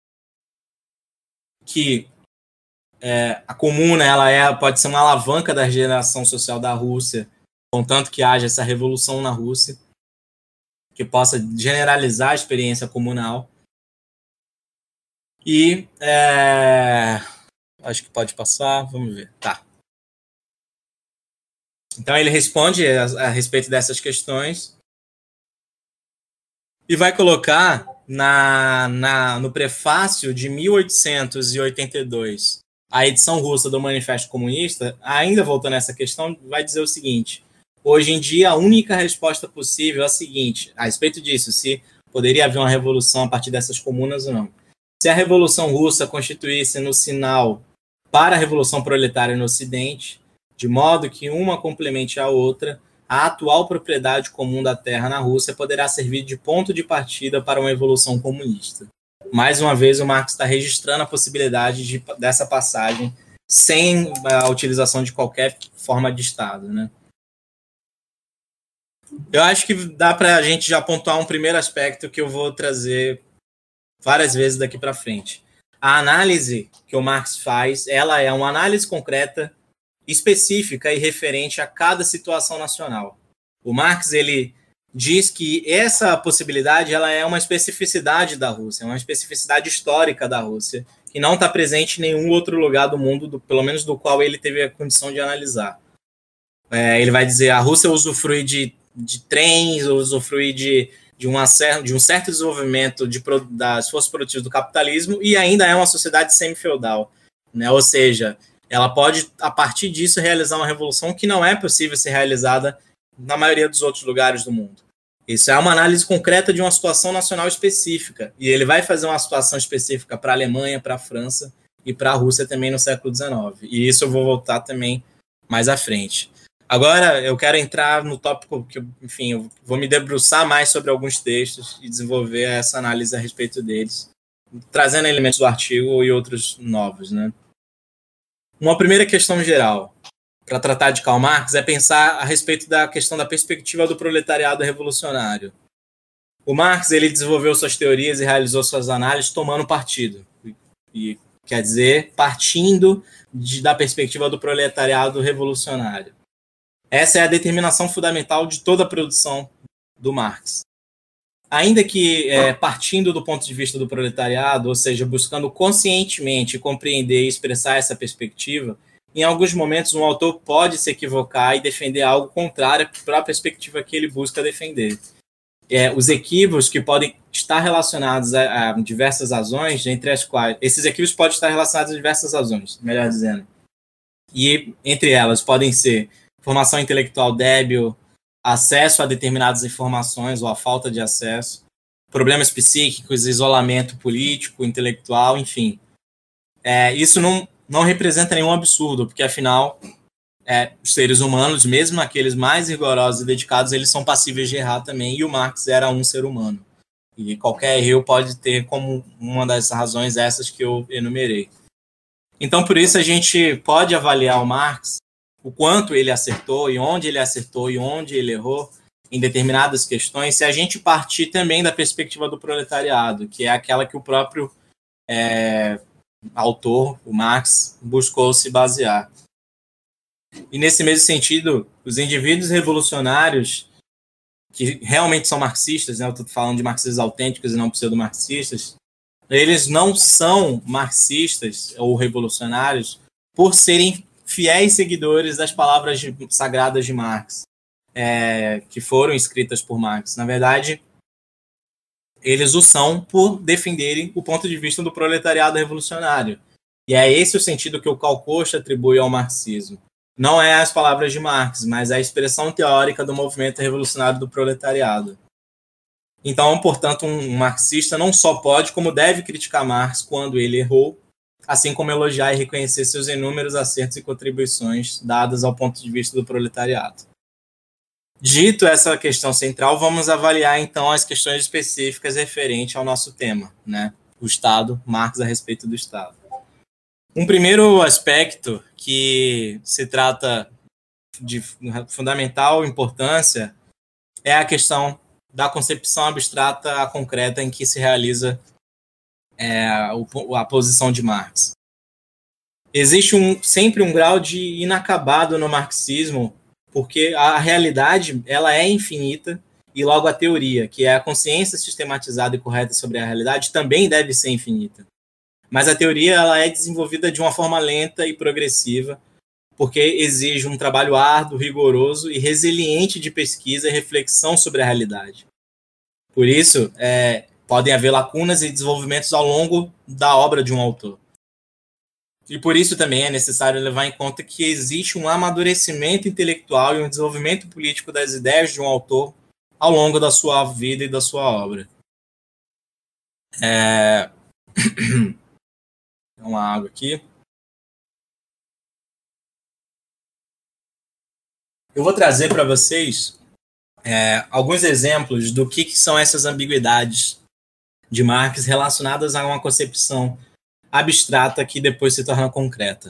que a comuna pode ser uma alavanca da regeneração social da Rússia, contanto que haja essa revolução na Rússia, que possa generalizar a experiência comunal. E acho que pode passar, vamos ver. Tá. Então ele responde a respeito dessas questões e vai colocar no prefácio de 1882, a edição russa do Manifesto Comunista, ainda voltando a essa questão, vai dizer o seguinte: hoje em dia, a única resposta possível é a seguinte, a respeito disso, se poderia haver uma revolução a partir dessas comunas ou não. Se a Revolução Russa constituísse no sinal para a Revolução Proletária no Ocidente, de modo que uma complemente a outra, a atual propriedade comum da terra na Rússia poderá servir de ponto de partida para uma evolução comunista. Mais uma vez, o Marx está registrando a possibilidade dessa passagem sem a utilização de qualquer forma de Estado, né? Eu acho que dá para a gente já pontuar um primeiro aspecto que eu vou trazer várias vezes daqui para frente. A análise que o Marx faz, ela é uma análise concreta, específica e referente a cada situação nacional. O Marx, ele diz que essa possibilidade ela é uma especificidade da Rússia, uma especificidade histórica da Rússia, que não está presente em nenhum outro lugar do mundo, pelo menos do qual ele teve a condição de analisar. Ele vai dizer a Rússia usufrui de trens, usufrui de um certo desenvolvimento das forças produtivas do capitalismo e ainda é uma sociedade semi-feudal, né? Ou seja, ela pode, a partir disso, realizar uma revolução que não é possível ser realizada na maioria dos outros lugares do mundo. Isso é uma análise concreta de uma situação nacional específica. E ele vai fazer uma situação específica para a Alemanha, para a França e para a Rússia também no século XIX. E isso eu vou voltar também mais à frente. Agora, eu quero entrar no tópico que, enfim, eu vou me debruçar mais sobre alguns textos e desenvolver essa análise a respeito deles, trazendo elementos do artigo e outros novos, né? Uma primeira questão geral para tratar de Karl Marx é pensar a respeito da questão da perspectiva do proletariado revolucionário. O Marx, ele desenvolveu suas teorias e realizou suas análises tomando partido. E quer dizer, partindo da perspectiva do proletariado revolucionário. Essa é a determinação fundamental de toda a produção do Marx. Ainda que partindo do ponto de vista do proletariado, ou seja, buscando conscientemente compreender e expressar essa perspectiva, em alguns momentos um autor pode se equivocar e defender algo contrário para a perspectiva que ele busca defender. Os equívocos que podem estar relacionados a diversas razões, entre as quais esses equívocos podem estar relacionados a diversas razões, melhor dizendo. E entre elas podem ser formação intelectual débil, acesso a determinadas informações ou a falta de acesso, problemas psíquicos, isolamento político, intelectual, enfim. Isso não representa nenhum absurdo, porque, afinal, os seres humanos, mesmo aqueles mais rigorosos e dedicados, eles são passíveis de errar também, e o Marx era um ser humano. E qualquer erro pode ter como uma das razões essas que eu enumerei. Então, por isso, a gente pode avaliar o Marx, o quanto ele acertou e onde ele errou em determinadas questões, se a gente partir também da perspectiva do proletariado, que é aquela que o próprio autor, o Marx, buscou se basear. E nesse mesmo sentido, os indivíduos revolucionários, que realmente são marxistas, né, eu estou falando de marxistas autênticos e não pseudo-marxistas, eles não são marxistas ou revolucionários por serem fiéis seguidores das palavras sagradas de Marx, que foram escritas por Marx. Na verdade, eles o são por defenderem o ponto de vista do proletariado revolucionário. E é esse o sentido que o Karl Koch atribui ao marxismo. Não é as palavras de Marx, mas a expressão teórica do movimento revolucionário do proletariado. Então, portanto, um marxista não só pode, como deve criticar Marx quando ele errou, assim como elogiar e reconhecer seus inúmeros acertos e contribuições dadas ao ponto de vista do proletariado. Dito essa questão central, vamos avaliar então as questões específicas referentes ao nosso tema, né? O Estado, Marx a respeito do Estado. Um primeiro aspecto que se trata de fundamental importância é a questão da concepção abstrata a concreta em que se realiza a posição de Marx. Existe sempre um grau de inacabado no marxismo, porque a realidade ela é infinita e logo a teoria, que é a consciência sistematizada e correta sobre a realidade, também deve ser infinita. Mas a teoria ela é desenvolvida de uma forma lenta e progressiva, porque exige um trabalho árduo, rigoroso e resiliente de pesquisa e reflexão sobre a realidade. Por isso, podem haver lacunas e desenvolvimentos ao longo da obra de um autor. E por isso também é necessário levar em conta que existe um amadurecimento intelectual e um desenvolvimento político das ideias de um autor ao longo da sua vida e da sua obra. Uma água aqui. Eu vou trazer para vocês alguns exemplos do que são essas ambiguidades de Marx relacionadas a uma concepção abstrata que depois se torna concreta.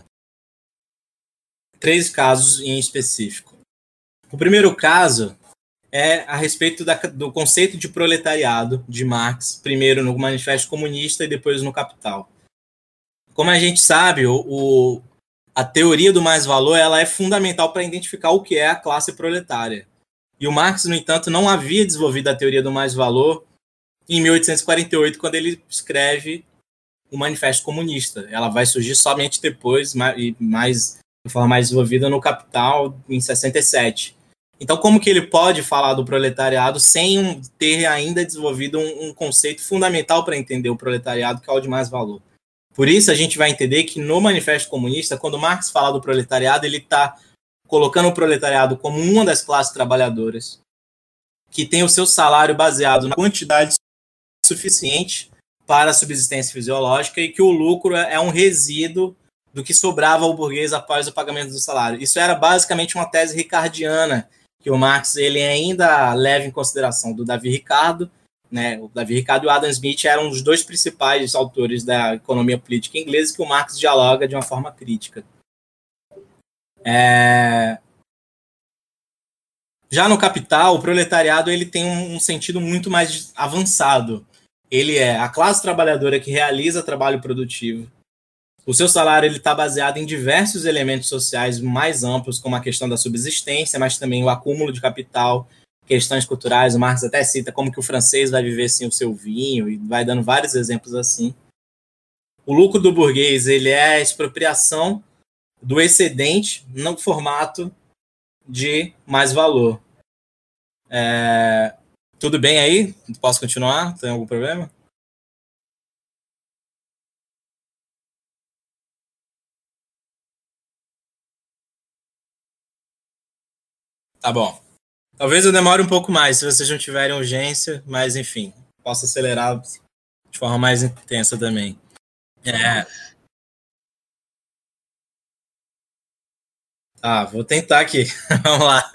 3 casos em específico. O primeiro caso é a respeito do conceito de proletariado de Marx, primeiro no Manifesto Comunista e depois no Capital. Como a gente sabe, a teoria do mais-valor ela é fundamental para identificar o que é a classe proletária. E o Marx, no entanto, não havia desenvolvido a teoria do mais-valor em 1848, quando ele escreve o Manifesto Comunista. Ela vai surgir somente depois, de forma mais desenvolvida, no Capital, em 67. Então, como que ele pode falar do proletariado sem ter ainda desenvolvido um conceito fundamental para entender o proletariado, que é o de mais-valor? Por isso, a gente vai entender que no Manifesto Comunista, quando Marx fala do proletariado, ele está colocando o proletariado como uma das classes trabalhadoras que tem o seu salário baseado na quantidade suficiente para a subsistência fisiológica e que o lucro é um resíduo do que sobrava ao burguês após o pagamento do salário. Isso era basicamente uma tese ricardiana, que o Marx ele ainda leva em consideração do Davi Ricardo, né? O Davi Ricardo e o Adam Smith eram os 2 principais autores da economia política inglesa que o Marx dialoga de uma forma crítica. Já no Capital, o proletariado ele tem um sentido muito mais avançado. Ele é a classe trabalhadora que realiza trabalho produtivo. O seu salário está baseado em diversos elementos sociais mais amplos, como a questão da subsistência, mas também o acúmulo de capital, questões culturais. O Marx até cita como que o francês vai viver sem o seu vinho, e vai dando vários exemplos assim. O lucro do burguês ele é a expropriação do excedente no formato de mais-valor. Tudo bem aí? Posso continuar? Tem algum problema? Tá bom. Talvez eu demore um pouco mais, se vocês não tiverem urgência, mas enfim, posso acelerar de forma mais intensa também. Vou tentar aqui. Vamos lá.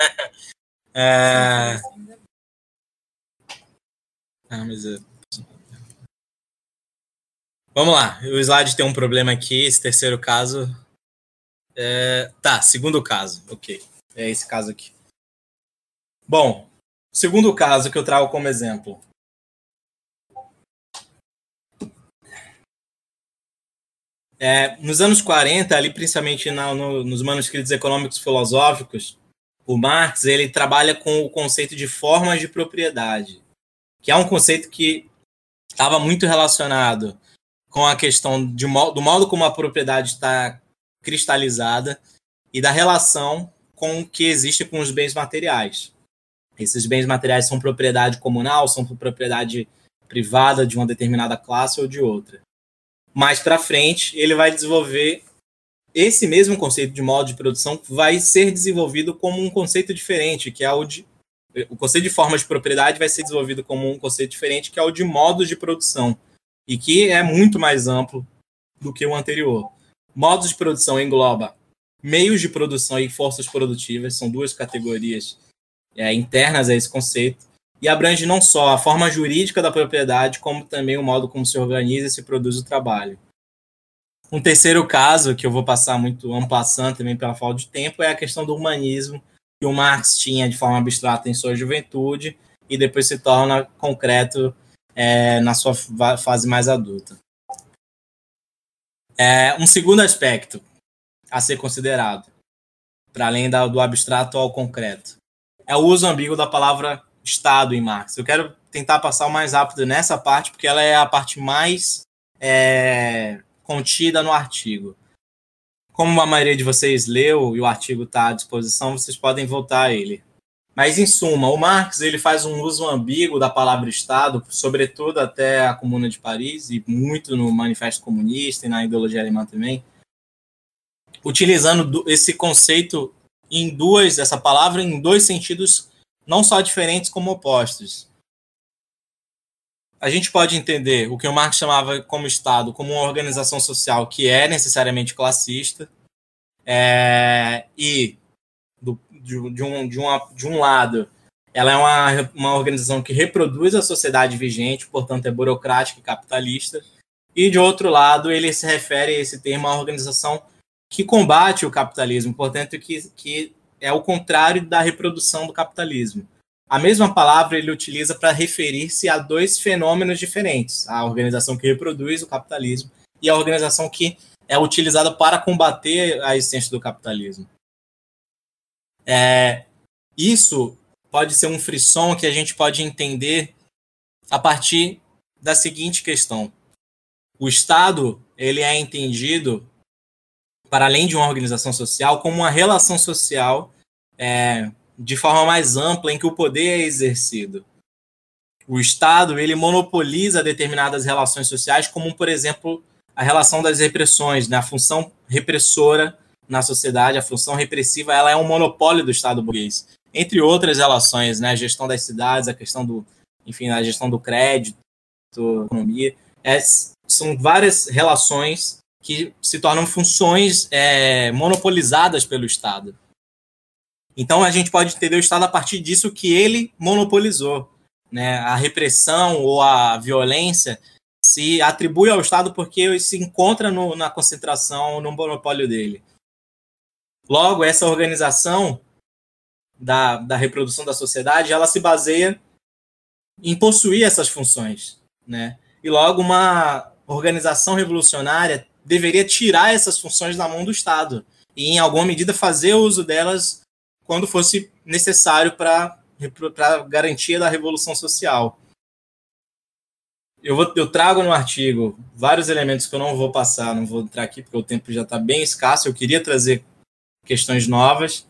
Vamos lá. O slide tem um problema aqui. Esse terceiro caso. Segundo caso. Ok. É esse caso aqui. Bom, segundo caso que eu trago como exemplo. Nos anos 40, ali principalmente nos manuscritos econômicos filosóficos, o Marx ele trabalha com o conceito de formas de propriedade, que é um conceito que estava muito relacionado com a questão do modo como a propriedade está cristalizada e da relação com o que existe com os bens materiais. Esses bens materiais são propriedade comunal, são propriedade privada de uma determinada classe ou de outra. Mais para frente, ele vai desenvolver esse mesmo conceito de modo de produção, que vai ser desenvolvido como um conceito diferente, que é o conceito de forma de propriedade vai ser desenvolvido como um conceito diferente, que é o de modos de produção, e que é muito mais amplo do que o anterior. Modos de produção engloba meios de produção e forças produtivas, são duas categorias internas a esse conceito, e abrange não só a forma jurídica da propriedade, como também o modo como se organiza e se produz o trabalho. Um terceiro caso, que eu vou passar muito en passant também pela falta de tempo, é a questão do humanismo, que o Marx tinha de forma abstrata em sua juventude e depois se torna concreto na sua fase mais adulta. Um segundo aspecto a ser considerado, para além do abstrato ao concreto, é o uso ambíguo da palavra Estado em Marx. Eu quero tentar passar o mais rápido nessa parte, porque ela é a parte mais contida no artigo. Como a maioria de vocês leu e o artigo está à disposição, vocês podem voltar a ele. Mas, em suma, o Marx ele faz um uso ambíguo da palavra Estado, sobretudo até a Comuna de Paris, e muito no Manifesto Comunista e na ideologia alemã também, utilizando esse conceito essa palavra em dois sentidos não só diferentes como opostos. A gente pode entender o que o Marx chamava como Estado como uma organização social que é necessariamente classista e de um lado ela é uma organização que reproduz a sociedade vigente, portanto é burocrática e capitalista, e de outro lado ele se refere a esse termo a uma organização que combate o capitalismo, portanto que é o contrário da reprodução do capitalismo. A mesma palavra ele utiliza para referir-se a dois fenômenos diferentes, a organização que reproduz o capitalismo e a organização que é utilizada para combater a existência do capitalismo. Isso pode ser um frisson que a gente pode entender a partir da seguinte questão. O Estado ele é entendido, para além de uma organização social, como uma relação social de forma mais ampla em que o poder é exercido. O Estado ele monopoliza determinadas relações sociais, como, por exemplo, a relação das repressões, né? A função repressora na sociedade, a função repressiva, ela é um monopólio do Estado burguês. Entre outras relações, né? A gestão das cidades, a questão a gestão do crédito, economia, são várias relações que se tornam funções monopolizadas pelo Estado. Então, a gente pode entender o Estado a partir disso que ele monopolizou, né? A repressão ou a violência se atribui ao Estado porque se encontra na concentração, no monopólio dele. Logo, essa organização da reprodução da sociedade, ela se baseia em possuir essas funções, né? E logo, uma organização revolucionária deveria tirar essas funções da mão do Estado e, em alguma medida, fazer uso delas quando fosse necessário para a garantia da revolução social. Eu trago no artigo vários elementos que eu não vou passar, não vou entrar aqui porque o tempo já está bem escasso. Eu queria trazer questões novas,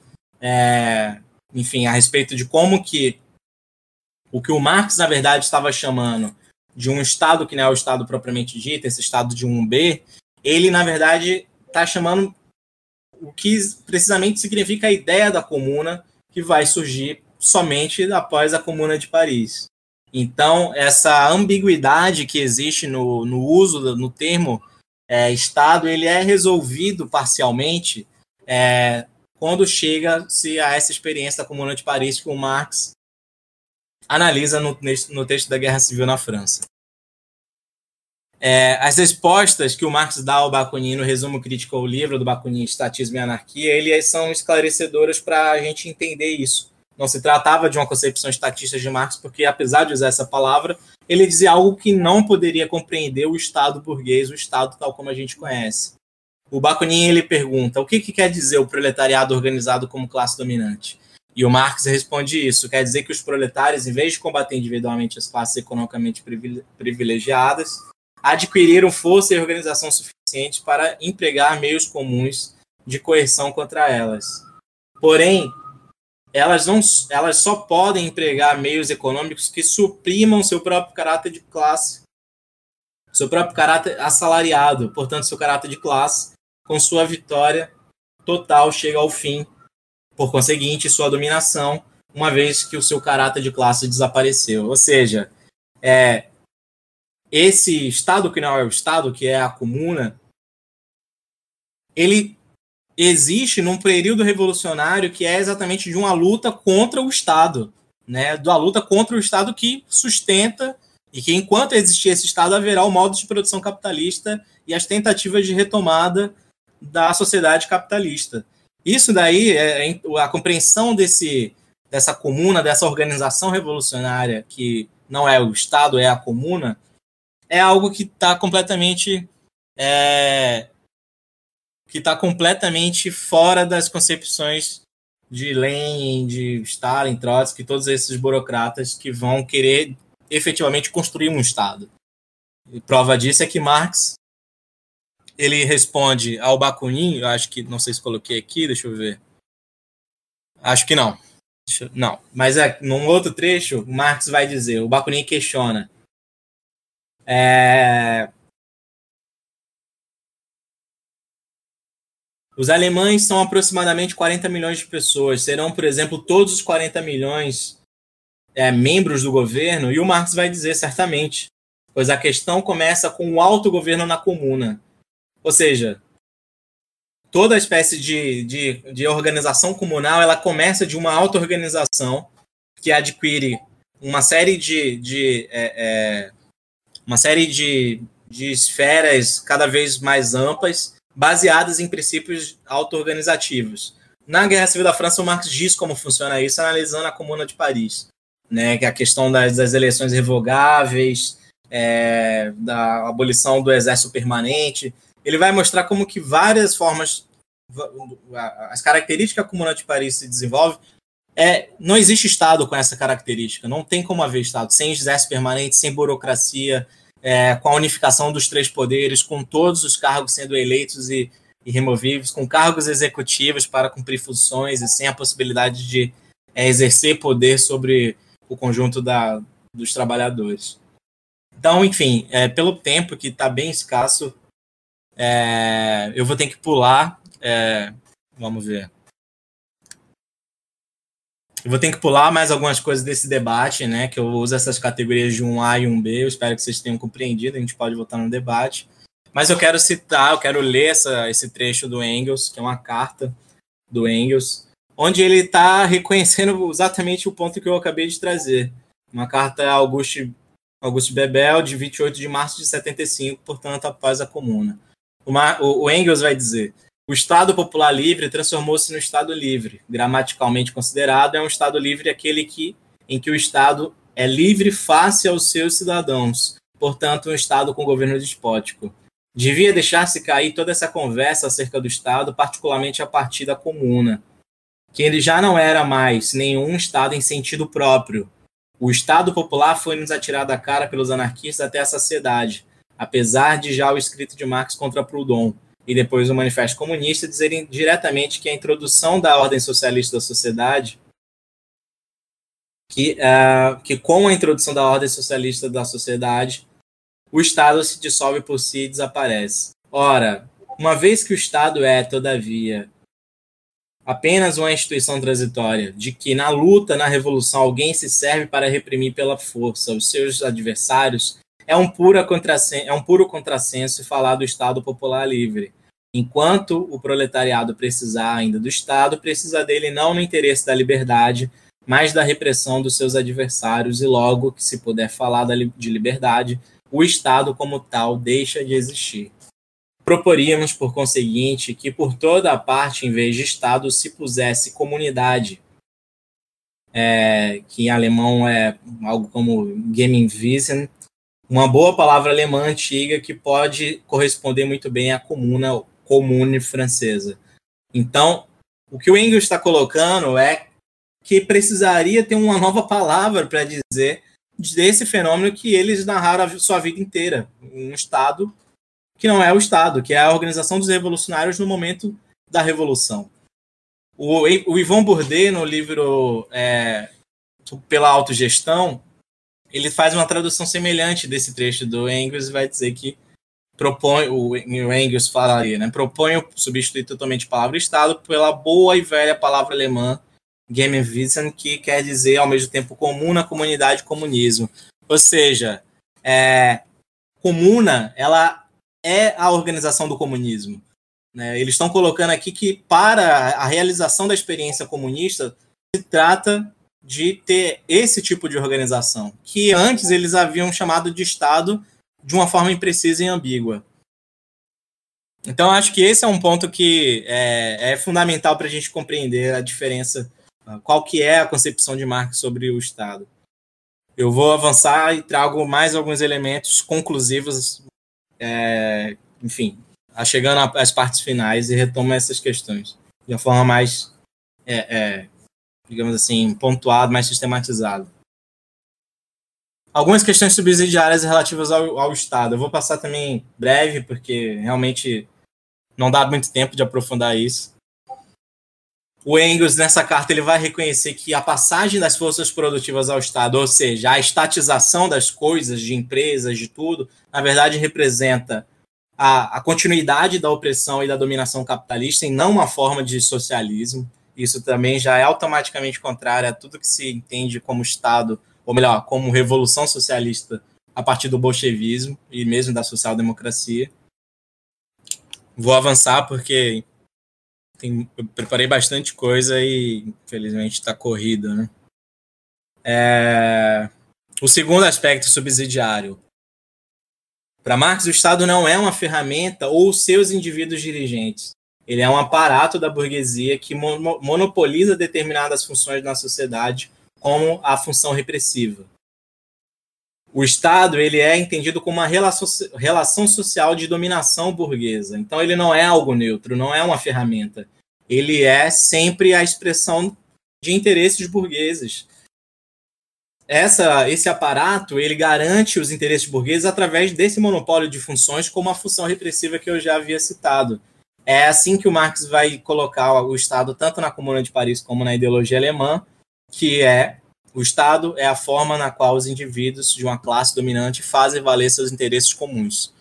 a respeito de como que o que o Marx, na verdade, estava chamando de um Estado que não é o Estado propriamente dito, esse Estado de 1B, ele, na verdade, está chamando o que precisamente significa a ideia da comuna, que vai surgir somente após a Comuna de Paris. Então, essa ambiguidade que existe no uso, no termo Estado, ele é resolvido parcialmente quando chega-se a essa experiência da Comuna de Paris que o Marx analisa no texto da Guerra Civil na França. As respostas que o Marx dá ao Bakunin no resumo crítico ao livro do Bakunin, Estatismo e Anarquia, eles são esclarecedoras para a gente entender isso. Não se tratava de uma concepção estatista de Marx, porque, apesar de usar essa palavra, ele dizia algo que não poderia compreender o Estado burguês, o Estado tal como a gente conhece. O Bakunin ele pergunta, o que quer dizer o proletariado organizado como classe dominante? E o Marx responde isso, quer dizer que os proletários, em vez de combater individualmente as classes economicamente privilegiadas, adquiriram força e organização suficiente para empregar meios comuns de coerção contra elas. Porém, elas só podem empregar meios econômicos que suprimam seu próprio caráter de classe, seu próprio caráter assalariado, portanto, seu caráter de classe, com sua vitória total chega ao fim, por conseguinte, sua dominação, uma vez que o seu caráter de classe desapareceu. Ou seja, esse Estado que não é o Estado, que é a comuna, ele existe num período revolucionário que é exatamente de uma luta contra o Estado, né? Da luta contra o Estado que sustenta e que, enquanto existir esse Estado, haverá o modo de produção capitalista e as tentativas de retomada da sociedade capitalista. Isso daí, a compreensão dessa comuna, dessa organização revolucionária, que não é o Estado, é a comuna, é algo que está completamente fora das concepções de Lenin, de Stalin, Trotsky, todos esses burocratas que vão querer efetivamente construir um Estado. E prova disso é que Marx, ele responde ao Bakunin, eu acho que, não sei se coloquei aqui, deixa eu ver. Acho que não. Não, mas num outro trecho, Marx vai dizer, o Bakunin questiona. Os alemães são aproximadamente 40 milhões de pessoas. Serão, por exemplo, todos os 40 milhões membros do governo? E o Marx vai dizer certamente, pois a questão começa com o autogoverno na comuna. Ou seja, toda espécie de organização comunal, ela começa de uma auto-organização que adquire uma série de esferas cada vez mais amplas, baseadas em princípios auto-organizativos. Na Guerra Civil da França, o Marx diz como funciona isso, analisando a Comuna de Paris, né, que é a questão das eleições revogáveis, da abolição do exército permanente. Ele vai mostrar como que várias formas, as características que a Comuna de Paris se desenvolve, não existe Estado com essa característica, não tem como haver Estado sem exército permanente, sem burocracia, com a unificação dos três poderes, com todos os cargos sendo eleitos e removíveis, com cargos executivos para cumprir funções e sem a possibilidade de exercer poder sobre o conjunto dos trabalhadores. Então, enfim, pelo tempo que está bem escasso, eu vou ter que pular. Vamos ver. Eu vou ter que pular mais algumas coisas desse debate, né? Que eu uso essas categorias de 1A e 1B. Eu espero que vocês tenham compreendido. A gente pode voltar no debate. Mas eu quero ler esse trecho do Engels, que é uma carta do Engels, onde ele está reconhecendo exatamente o ponto que eu acabei de trazer. Uma carta a Auguste Bebel, de 28 de março de 75, portanto, após a Comuna. O Engels vai dizer: o Estado Popular Livre transformou-se no Estado Livre. Gramaticalmente considerado, é um Estado livre aquele em que o Estado é livre face aos seus cidadãos, portanto, um Estado com governo despótico. Devia deixar-se cair toda essa conversa acerca do Estado, particularmente a partir da Comuna, que ele já não era mais nenhum Estado em sentido próprio. O Estado Popular foi-nos atirado à cara pelos anarquistas até a saciedade, apesar de já o escrito de Marx contra Proudhon e depois o Manifesto Comunista dizerem diretamente que a introdução da ordem socialista da sociedade, que com a introdução da ordem socialista da sociedade, o Estado se dissolve por si e desaparece. Ora, uma vez que o Estado é, todavia, apenas uma instituição transitória, de que na luta, na revolução, alguém se serve para reprimir pela força os seus adversários, é um puro contrassenso falar do Estado Popular Livre. Enquanto o proletariado precisar ainda do Estado, precisa dele não no interesse da liberdade, mas da repressão dos seus adversários, e logo que se puder falar de liberdade, o Estado como tal deixa de existir. Proporíamos, por conseguinte, que por toda a parte, em vez de Estado, se pusesse comunidade, que em alemão é algo como Gemeinwesen, uma boa palavra alemã antiga que pode corresponder muito bem à comune francesa. Então, o que o Engels está colocando é que precisaria ter uma nova palavra para dizer desse fenômeno que eles narraram a sua vida inteira. Um Estado que não é o Estado, que é a organização dos revolucionários no momento da Revolução. O Yvon Bourdieu, no livro Pela Autogestão, ele faz uma tradução semelhante desse trecho do Engels e vai dizer que o Engels falaria, né, propõe substituir totalmente a palavra Estado pela boa e velha palavra alemã Gemeinwesen, que quer dizer ao mesmo tempo comuna, comunidade, comunismo. Ou seja, comuna, ela é a organização do comunismo. né? Eles estão colocando aqui que para a realização da experiência comunista se trata de ter esse tipo de organização, que antes eles haviam chamado de Estado de uma forma imprecisa e ambígua. Então, acho que esse é um ponto que é fundamental para a gente compreender a diferença, qual que é a concepção de Marx sobre o Estado. Eu vou avançar e trago mais alguns elementos conclusivos, enfim, chegando às partes finais e retomo essas questões de uma forma mais, digamos assim, pontuada, mais sistematizada. Algumas questões subsidiárias relativas ao Estado. Eu vou passar também breve, porque realmente não dá muito tempo de aprofundar isso. O Engels, nessa carta, ele vai reconhecer que a passagem das forças produtivas ao Estado, ou seja, a estatização das coisas, de empresas, de tudo, na verdade representa a continuidade da opressão e da dominação capitalista e não uma forma de socialismo. Isso também já é automaticamente contrário a tudo que se entende como Estado, ou melhor, como revolução socialista a partir do bolchevismo e mesmo da social-democracia. Vou avançar porque eu preparei bastante coisa e, infelizmente, está corrido, né? O segundo aspecto subsidiário. Para Marx, o Estado não é uma ferramenta ou seus indivíduos dirigentes. Ele é um aparato da burguesia que monopoliza determinadas funções na sociedade, como a função repressiva. O Estado ele é entendido como uma relação social de dominação burguesa. Então, ele não é algo neutro, não é uma ferramenta. Ele é sempre a expressão de interesses burgueses. Esse aparato ele garante os interesses burgueses através desse monopólio de funções, como a função repressiva que eu já havia citado. É assim que o Marx vai colocar o Estado tanto na Comuna de Paris como na ideologia alemã, que o Estado é a forma na qual os indivíduos de uma classe dominante fazem valer seus interesses comuns.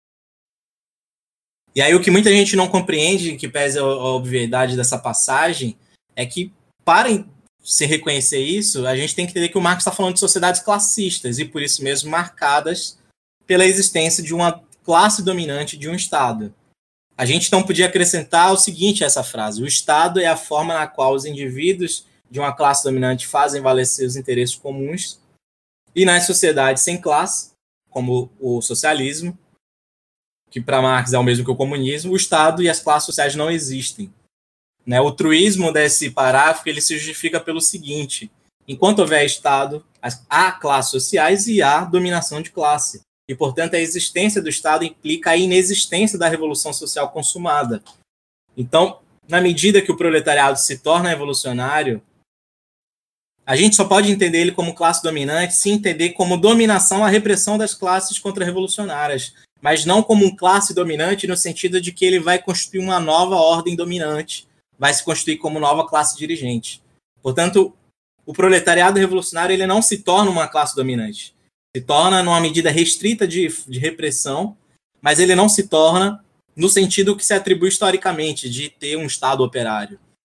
E aí o que muita gente não compreende, que pese a obviedade dessa passagem, é que para se reconhecer isso, a gente tem que entender que o Marx está falando de sociedades classistas e por isso mesmo marcadas pela existência de uma classe dominante de um Estado. A gente não podia acrescentar o seguinte a essa frase: o Estado é a forma na qual os indivíduos de uma classe dominante fazem valer seus interesses comuns, e nas sociedades sem classe, como o socialismo, que para Marx é o mesmo que o comunismo, o Estado e as classes sociais não existem. O truísmo desse parágrafo ele se justifica pelo seguinte: enquanto houver Estado, há classes sociais e há dominação de classe. E, portanto, a existência do Estado implica a inexistência da revolução social consumada. Então, na medida que o proletariado se torna revolucionário, a gente só pode entender ele como classe dominante se entender como dominação a repressão das classes contra-revolucionárias, mas não como um classe dominante no sentido de que ele vai constituir uma nova ordem dominante, vai se constituir como nova classe dirigente. Portanto, o proletariado revolucionário ele não se torna uma classe dominante. Se torna numa medida restrita de repressão, mas ele não se torna no sentido que se atribui historicamente, de ter um Estado operário.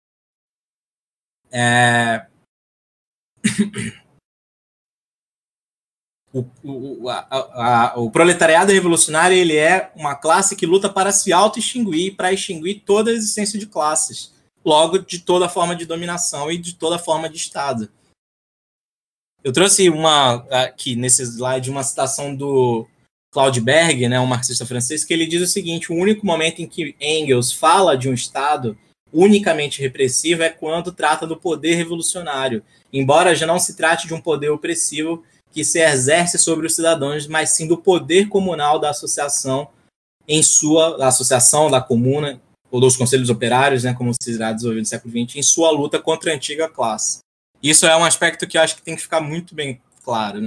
O proletariado revolucionário ele é uma classe que luta para se auto-extinguir, para extinguir toda a existência de classes, logo de toda forma de dominação e de toda forma de Estado. Eu trouxe aqui nesse slide uma citação do Claude Berg, um marxista francês, que ele diz o seguinte: o único momento em que Engels fala de um Estado unicamente repressivo é quando trata do poder revolucionário, embora já não se trate de um poder opressivo que se exerce sobre os cidadãos, mas sim do poder comunal da associação, da associação da comuna, ou dos conselhos operários, como se irá desenvolver no século XX, em sua luta contra a antiga classe. Isso é um aspecto que eu acho que tem que ficar muito bem claro.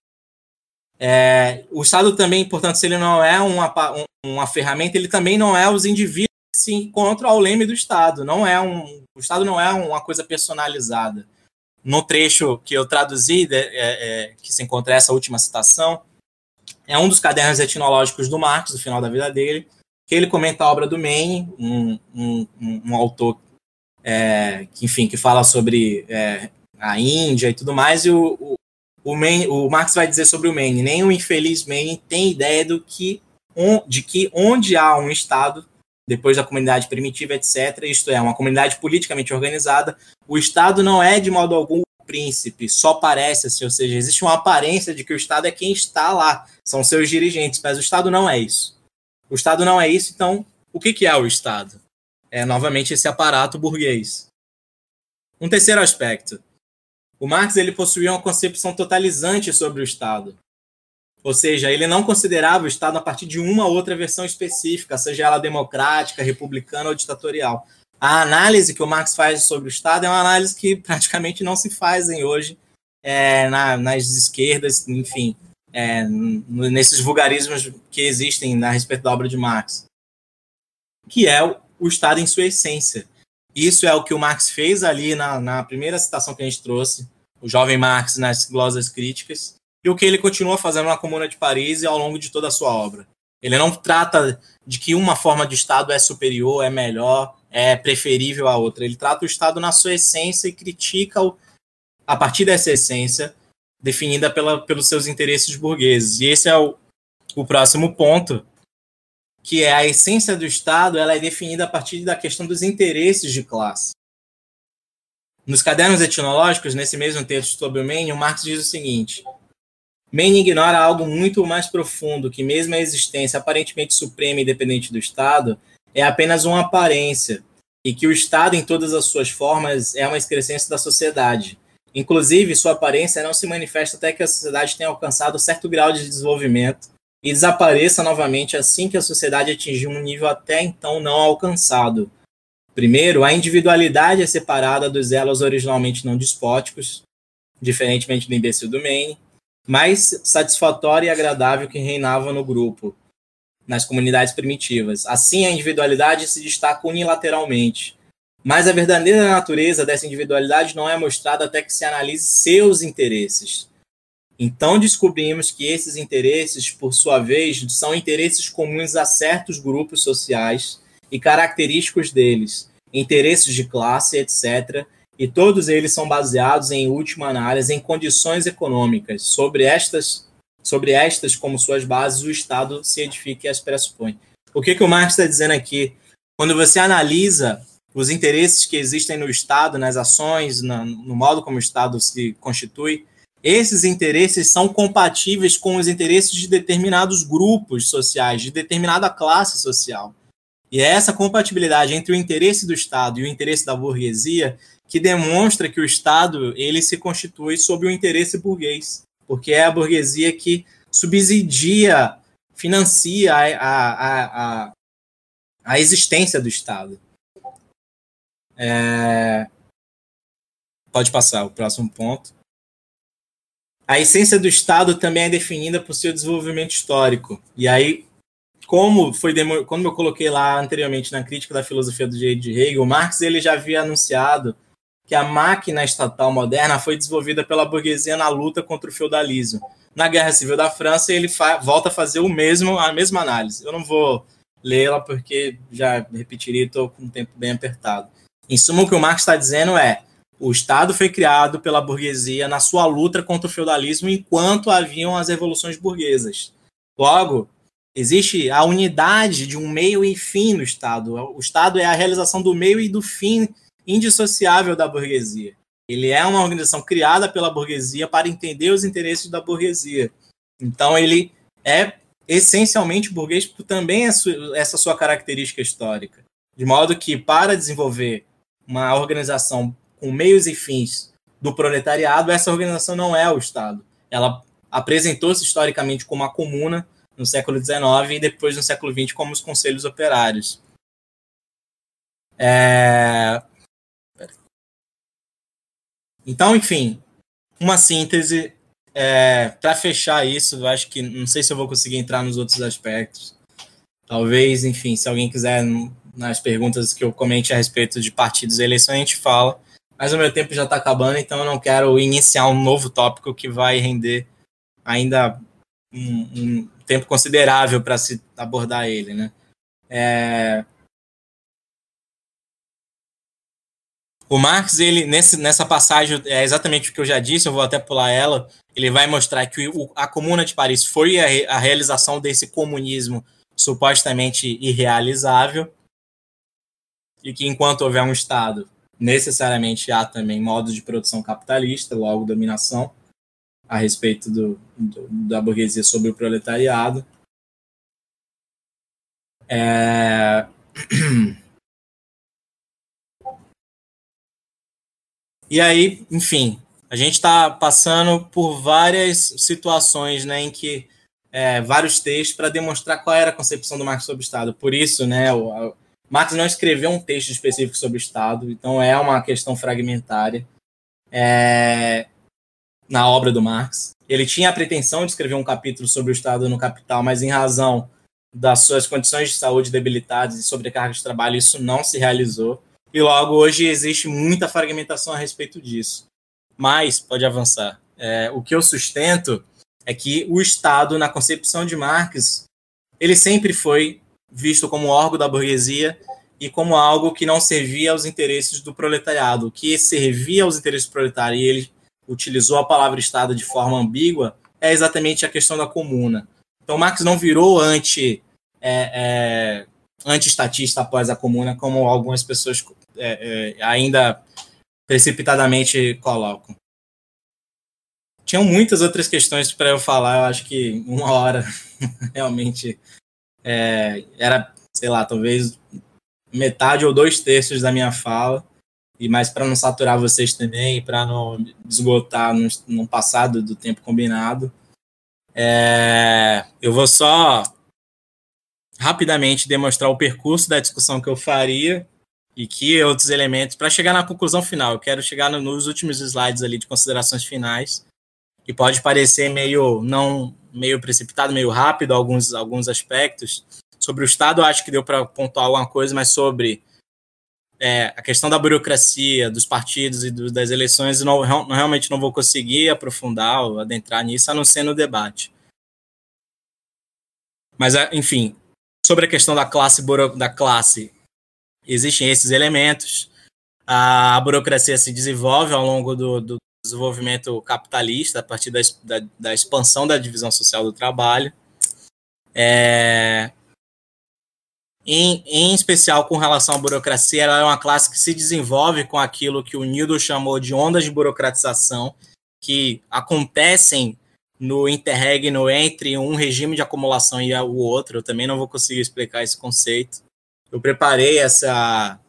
O Estado também, portanto, se ele não é uma ferramenta, ele também não é os indivíduos que se encontram ao leme do Estado. O Estado não é uma coisa personalizada. No trecho que eu traduzi, que se encontra essa última citação, é um dos cadernos etnológicos do Marx, do final da vida dele, que ele comenta a obra do Maine, um autor que fala sobre a Índia e tudo mais, e o Marx vai dizer sobre o Maine: nem o infeliz Maine tem ideia de que onde há um Estado, depois da comunidade primitiva, etc. Isto é, uma comunidade politicamente organizada. O Estado não é, de modo algum, o príncipe, só parece-se, ou seja, existe uma aparência de que o Estado é quem está lá, são seus dirigentes, mas o Estado não é isso. O Estado não é isso, então, o que é o Estado? É, novamente, esse aparato burguês. Um terceiro aspecto. O Marx ele possuía uma concepção totalizante sobre o Estado. Ou seja, ele não considerava o Estado a partir de uma ou outra versão específica, seja ela democrática, republicana ou ditatorial. A análise que o Marx faz sobre o Estado é uma análise que praticamente não se fazem hoje nas esquerdas, enfim, nesses vulgarismos que existem a respeito da obra de Marx, que é o Estado em sua essência. Isso é o que o Marx fez ali na primeira citação que a gente trouxe, o jovem Marx nas glosas críticas, e o que ele continua fazendo na Comuna de Paris e ao longo de toda a sua obra. Ele não trata de que uma forma de Estado é superior, é melhor, é preferível à outra. Ele trata o Estado na sua essência e critica a partir dessa essência definida pelos seus interesses burgueses. E esse é o próximo ponto, que é a essência do Estado, ela é definida a partir da questão dos interesses de classe. Nos cadernos etnológicos, nesse mesmo texto sobre o Menem, o Marx diz o seguinte: Menem ignora algo muito mais profundo, que mesmo a existência aparentemente suprema e independente do Estado é apenas uma aparência, e que o Estado, em todas as suas formas, é uma excrescência da sociedade. Inclusive, sua aparência não se manifesta até que a sociedade tenha alcançado certo grau de desenvolvimento e desapareça novamente assim que a sociedade atingir um nível até então não alcançado. Primeiro, a individualidade é separada dos elos originalmente não despóticos, diferentemente do imbecil do Menem, mais satisfatória e agradável que reinava no grupo, nas comunidades primitivas. Assim, a individualidade se destaca unilateralmente. Mas a verdadeira natureza dessa individualidade não é mostrada até que se analise seus interesses. Então, descobrimos que esses interesses, por sua vez, são interesses comuns a certos grupos sociais e característicos deles, interesses de classe, etc., e todos eles são baseados, em última análise, em condições econômicas. Sobre estas, como suas bases, o Estado se edifica e as pressupõe. O que o Marx está dizendo aqui? Quando você analisa os interesses que existem no Estado, nas ações, no modo como o Estado se constitui, esses interesses são compatíveis com os interesses de determinados grupos sociais, de determinada classe social. E é essa compatibilidade entre o interesse do Estado e o interesse da burguesia que demonstra que o Estado ele se constitui sob o interesse burguês, porque é a burguesia que subsidia, financia a existência do Estado. Pode passar o próximo ponto. A essência do Estado também é definida por seu desenvolvimento histórico. E aí, como eu coloquei lá anteriormente na crítica da filosofia do direito de Hegel, Marx ele já havia anunciado que a máquina estatal moderna foi desenvolvida pela burguesia na luta contra o feudalismo. Na Guerra Civil da França, ele volta a fazer a mesma análise. Eu não vou lê-la porque já repetiria e estou com o tempo bem apertado. Em suma, o que o Marx está dizendo é: o Estado foi criado pela burguesia na sua luta contra o feudalismo enquanto haviam as revoluções burguesas. Logo, existe a unidade de um meio e fim no Estado. O Estado é a realização do meio e do fim indissociável da burguesia. Ele é uma organização criada pela burguesia para entender os interesses da burguesia. Então, ele é essencialmente burguês por também essa sua característica histórica. De modo que, para desenvolver uma organização com meios e fins do proletariado, essa organização não é o Estado. Ela apresentou-se historicamente como a comuna no século XIX e depois no século XX como os conselhos operários. Então, enfim, uma síntese para fechar isso. Eu acho que não sei se eu vou conseguir entrar nos outros aspectos. Talvez, enfim, se alguém quiser nas perguntas que eu comente a respeito de partidos e eleições, a gente fala. Mas o meu tempo já está acabando, então eu não quero iniciar um novo tópico que vai render ainda um tempo considerável para se abordar ele, né? O Marx, ele, nessa passagem, é exatamente o que eu já disse, eu vou até pular ela, ele vai mostrar que a Comuna de Paris foi a realização desse comunismo supostamente irrealizável, e que enquanto houver um Estado, necessariamente há também modos de produção capitalista, logo dominação, a respeito da burguesia sobre o proletariado. E aí, enfim, a gente está passando por várias situações, né, em que vários textos para demonstrar qual era a concepção do Marx sobre o Estado. Por isso, né, o Marx não escreveu um texto específico sobre o Estado, então é uma questão fragmentária na obra do Marx. Ele tinha a pretensão de escrever um capítulo sobre o Estado no Capital, mas em razão das suas condições de saúde debilitadas e sobrecarga de trabalho, isso não se realizou. E logo hoje existe muita fragmentação a respeito disso. Mas, pode avançar. O que eu sustento é que o Estado, na concepção de Marx, ele sempre foi visto como órgão da burguesia e como algo que não servia aos interesses do proletariado. O que servia aos interesses do proletário, e ele utilizou a palavra Estado de forma ambígua, é exatamente a questão da comuna. Então, Marx não virou anti-estatista após a comuna, como algumas pessoas ainda precipitadamente colocam. Tinham muitas outras questões para eu falar, eu acho que uma hora realmente era, sei lá, talvez metade ou 2/3 da minha fala, mas para não saturar vocês também, para não esgotar no passado do tempo combinado, eu vou só rapidamente demonstrar o percurso da discussão que eu faria e que outros elementos, para chegar na conclusão final. Eu quero chegar nos últimos slides ali de considerações finais, que pode parecer meio precipitado, meio rápido alguns aspectos. Sobre o Estado, eu acho que deu para pontuar alguma coisa, mas sobre a questão da burocracia, dos partidos e das eleições, realmente não vou conseguir aprofundar ou adentrar nisso, a não ser no debate. Mas, enfim, sobre a questão da classe, existem esses elementos. A burocracia se desenvolve ao longo do desenvolvimento capitalista, a partir da expansão da divisão social do trabalho. Em especial com relação à burocracia, ela é uma classe que se desenvolve com aquilo que o Nildo chamou de ondas de burocratização, que acontecem no interregno entre um regime de acumulação e o outro. Eu também não vou conseguir explicar esse conceito. Eu preparei essa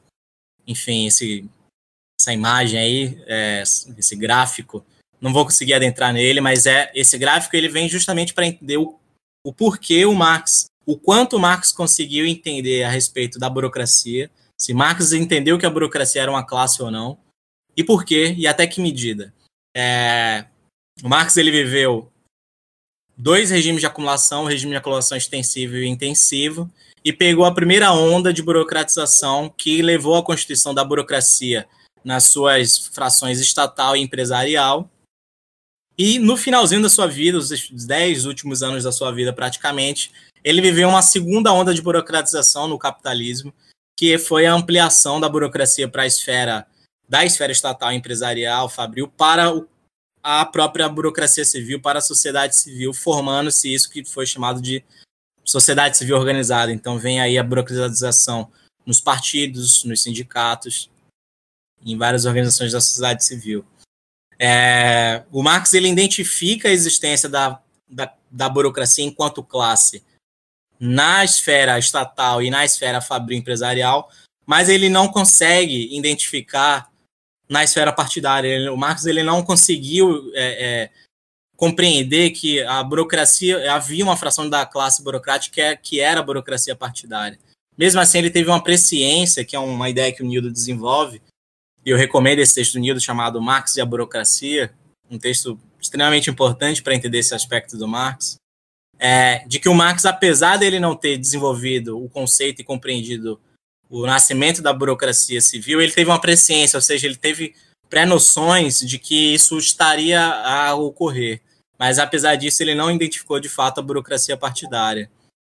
imagem aí, esse gráfico. Não vou conseguir adentrar nele, mas esse gráfico ele vem justamente para entender o porquê o quanto Marx conseguiu entender a respeito da burocracia, se Marx entendeu que a burocracia era uma classe ou não, e por quê, e até que medida. O Marx ele viveu 2 regimes de acumulação, o regime de acumulação extensivo e intensivo, e pegou a primeira onda de burocratização que levou à constituição da burocracia nas suas frações estatal e empresarial. E no finalzinho da sua vida, os 10 últimos anos da sua vida praticamente, ele viveu uma segunda onda de burocratização no capitalismo, que foi a ampliação da burocracia para da esfera estatal e empresarial, fabril, para a própria burocracia civil, para a sociedade civil, formando-se isso que foi chamado de sociedade civil organizada. Então vem aí a burocratização nos partidos, nos sindicatos, em várias organizações da sociedade civil. O Marx ele identifica a existência da burocracia enquanto classe na esfera estatal e na esfera fabril empresarial, mas ele não consegue identificar na esfera partidária. O Marx ele não conseguiu compreender que a burocracia, havia uma fração da classe burocrática que era a burocracia partidária. Mesmo assim, ele teve uma presciência, que é uma ideia que o Nildo desenvolve, e eu recomendo esse texto do Nildo chamado Marx e a Burocracia, um texto extremamente importante para entender esse aspecto do Marx, de que o Marx, apesar dele não ter desenvolvido o conceito e compreendido o nascimento da burocracia civil, ele teve uma presciência, ou seja, ele teve pré-noções de que isso estaria a ocorrer. Mas, apesar disso, ele não identificou, de fato, a burocracia partidária.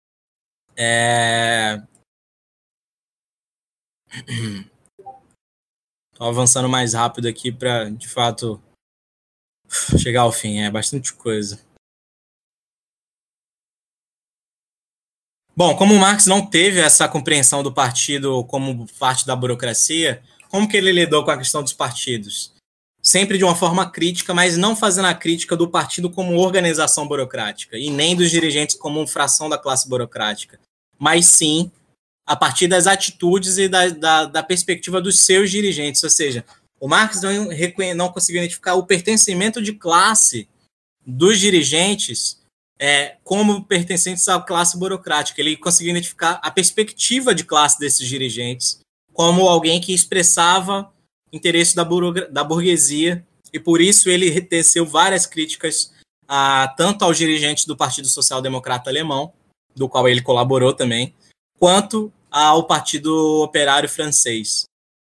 Estou avançando mais rápido aqui para, de fato, chegar ao fim. É bastante coisa. Bom, como Marx não teve essa compreensão do partido como parte da burocracia, como que ele lidou com a questão dos partidos? Sempre de uma forma crítica, mas não fazendo a crítica do partido como organização burocrática, e nem dos dirigentes como fração da classe burocrática, mas sim a partir das atitudes e da perspectiva dos seus dirigentes. Ou seja, o Marx não conseguiu identificar o pertencimento de classe dos dirigentes como pertencentes à classe burocrática. Ele conseguiu identificar a perspectiva de classe desses dirigentes como alguém que expressava interesse da burguesia, e por isso ele teceu várias críticas tanto aos dirigentes do Partido Social Democrata Alemão, do qual ele colaborou também, quanto ao Partido Operário Francês.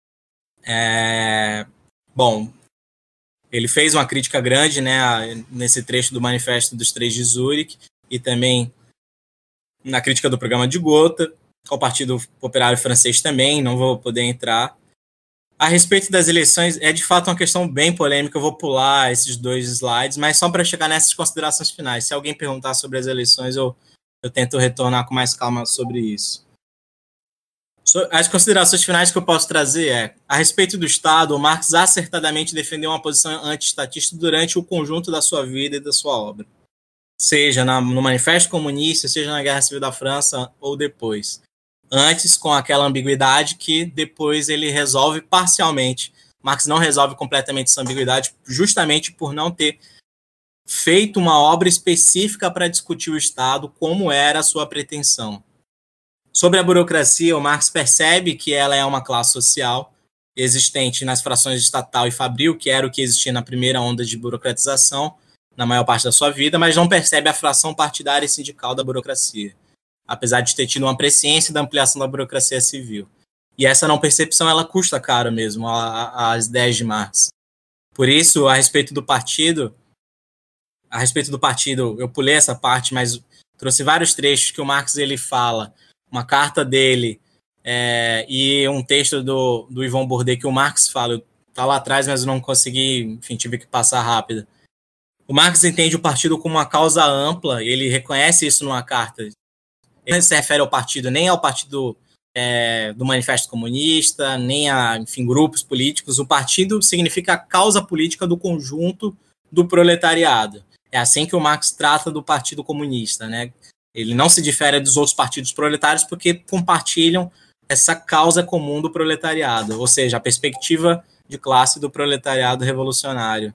Bom, ele fez uma crítica grande, né, nesse trecho do Manifesto dos Três de Zurique, e também na crítica do programa de Gotha, ao Partido Operário Francês também, não vou poder entrar. A respeito das eleições, é de fato uma questão bem polêmica, eu vou pular esses 2 slides, mas só para chegar nessas considerações finais. Se alguém perguntar sobre as eleições, eu tento retornar com mais calma sobre isso. As considerações finais que eu posso trazer a respeito do Estado, o Marx acertadamente defendeu uma posição antiestatista durante o conjunto da sua vida e da sua obra, seja no Manifesto Comunista, seja na Guerra Civil da França ou depois. Antes, com aquela ambiguidade que depois ele resolve parcialmente. Marx não resolve completamente essa ambiguidade justamente por não ter feito uma obra específica para discutir o Estado, como era a sua pretensão. Sobre a burocracia, o Marx percebe que ela é uma classe social existente nas frações estatal e fabril, que era o que existia na primeira onda de burocratização, na maior parte da sua vida, mas não percebe a fração partidária e sindical da burocracia, apesar de ter tido uma presciência da ampliação da burocracia civil. E essa não percepção, ela custa caro mesmo às ideias de Marx. Por isso, a respeito do partido, eu pulei essa parte, mas trouxe vários trechos que o Marx ele fala, uma carta dele e um texto do Yvon Bourdet que o Marx fala. Está lá atrás, mas eu não consegui, enfim, tive que passar rápido. O Marx entende o partido como uma causa ampla, ele reconhece isso numa carta. Ele não se refere ao partido, nem ao partido do Manifesto Comunista, nem a, enfim, grupos políticos. O partido significa a causa política do conjunto do proletariado. É assim que o Marx trata do Partido Comunista, né? Ele não se difere dos outros partidos proletários porque compartilham essa causa comum do proletariado, ou seja, a perspectiva de classe do proletariado revolucionário.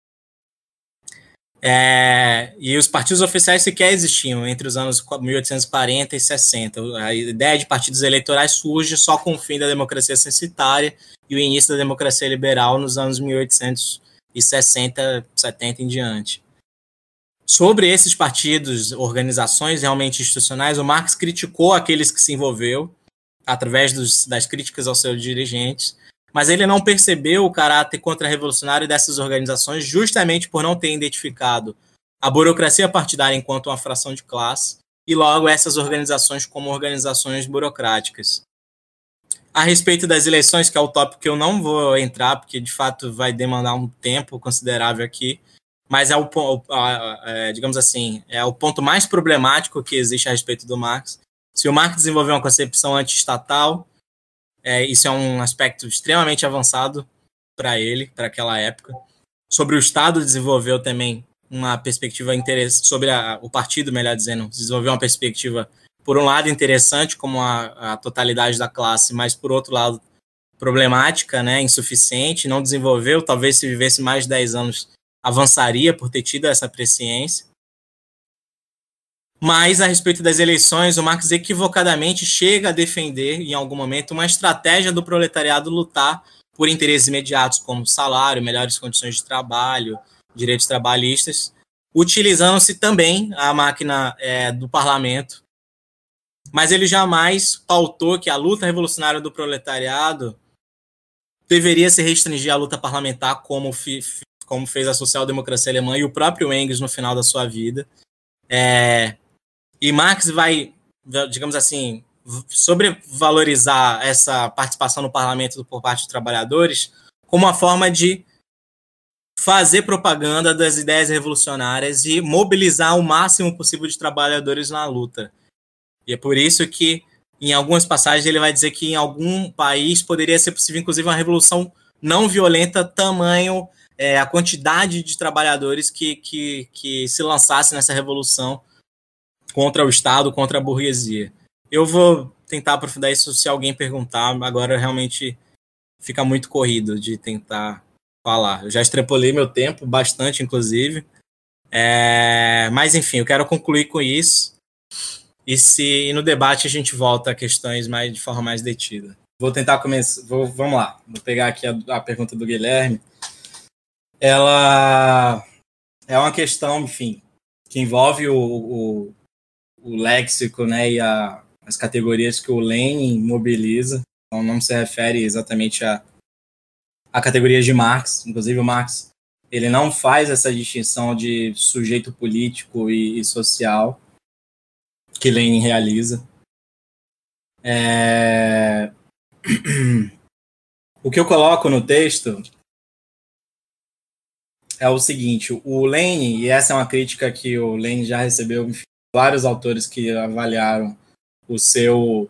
E os partidos oficiais sequer existiam entre os anos 1840 e 60. A ideia de partidos eleitorais surge só com o fim da democracia censitária e o início da democracia liberal nos anos 1860, 70 em diante. Sobre esses partidos, organizações realmente institucionais, o Marx criticou aqueles que se envolveu através das críticas aos seus dirigentes, mas ele não percebeu o caráter contra-revolucionário dessas organizações justamente por não ter identificado a burocracia partidária enquanto uma fração de classe e logo essas organizações como organizações burocráticas. A respeito das eleições, que é o tópico que eu não vou entrar, porque de fato vai demandar um tempo considerável aqui, mas digamos assim, é o ponto mais problemático que existe a respeito do Marx. Se o Marx desenvolveu uma concepção anti-estatal, isso é um aspecto extremamente avançado para ele, para aquela época. Sobre o Estado, desenvolveu também uma perspectiva interessante, sobre o partido, melhor dizendo, desenvolveu uma perspectiva, por um lado, interessante, como a totalidade da classe, mas, por outro lado, problemática, né, insuficiente, não desenvolveu, talvez se vivesse mais de 10 anos, avançaria por ter tido essa presciência. Mas, a respeito das eleições, o Marx equivocadamente chega a defender, em algum momento, uma estratégia do proletariado lutar por interesses imediatos, como salário, melhores condições de trabalho, direitos trabalhistas, utilizando-se também a máquina do parlamento. Mas ele jamais pautou que a luta revolucionária do proletariado deveria se restringir à luta parlamentar, como fez a social-democracia alemã e o próprio Engels no final da sua vida. E Marx vai, digamos assim, sobrevalorizar essa participação no parlamento por parte dos trabalhadores como uma forma de fazer propaganda das ideias revolucionárias e mobilizar o máximo possível de trabalhadores na luta. E é por isso que, em algumas passagens, ele vai dizer que em algum país poderia ser possível, inclusive, uma revolução não violenta, tamanho a quantidade de trabalhadores que se lançasse nessa revolução contra o Estado, contra a burguesia. Eu vou tentar aprofundar isso se alguém perguntar, agora realmente fica muito corrido de tentar falar. Eu já extrapolei meu tempo, bastante, inclusive. Mas, enfim, eu quero concluir com isso. E no debate a gente volta a questões de forma mais detida. Vou tentar começar. Vamos lá. Vou pegar aqui a pergunta do Guilherme. Ela é uma questão, enfim, que envolve o léxico, né, e as categorias que o Lenin mobiliza. Então não se refere exatamente a categorias de Marx. Inclusive o Marx ele não faz essa distinção de sujeito político e social que Lenin realiza. O que eu coloco no texto é o seguinte: o Lenin, e essa é uma crítica que o Lenin já recebeu, enfim, vários autores que avaliaram o seu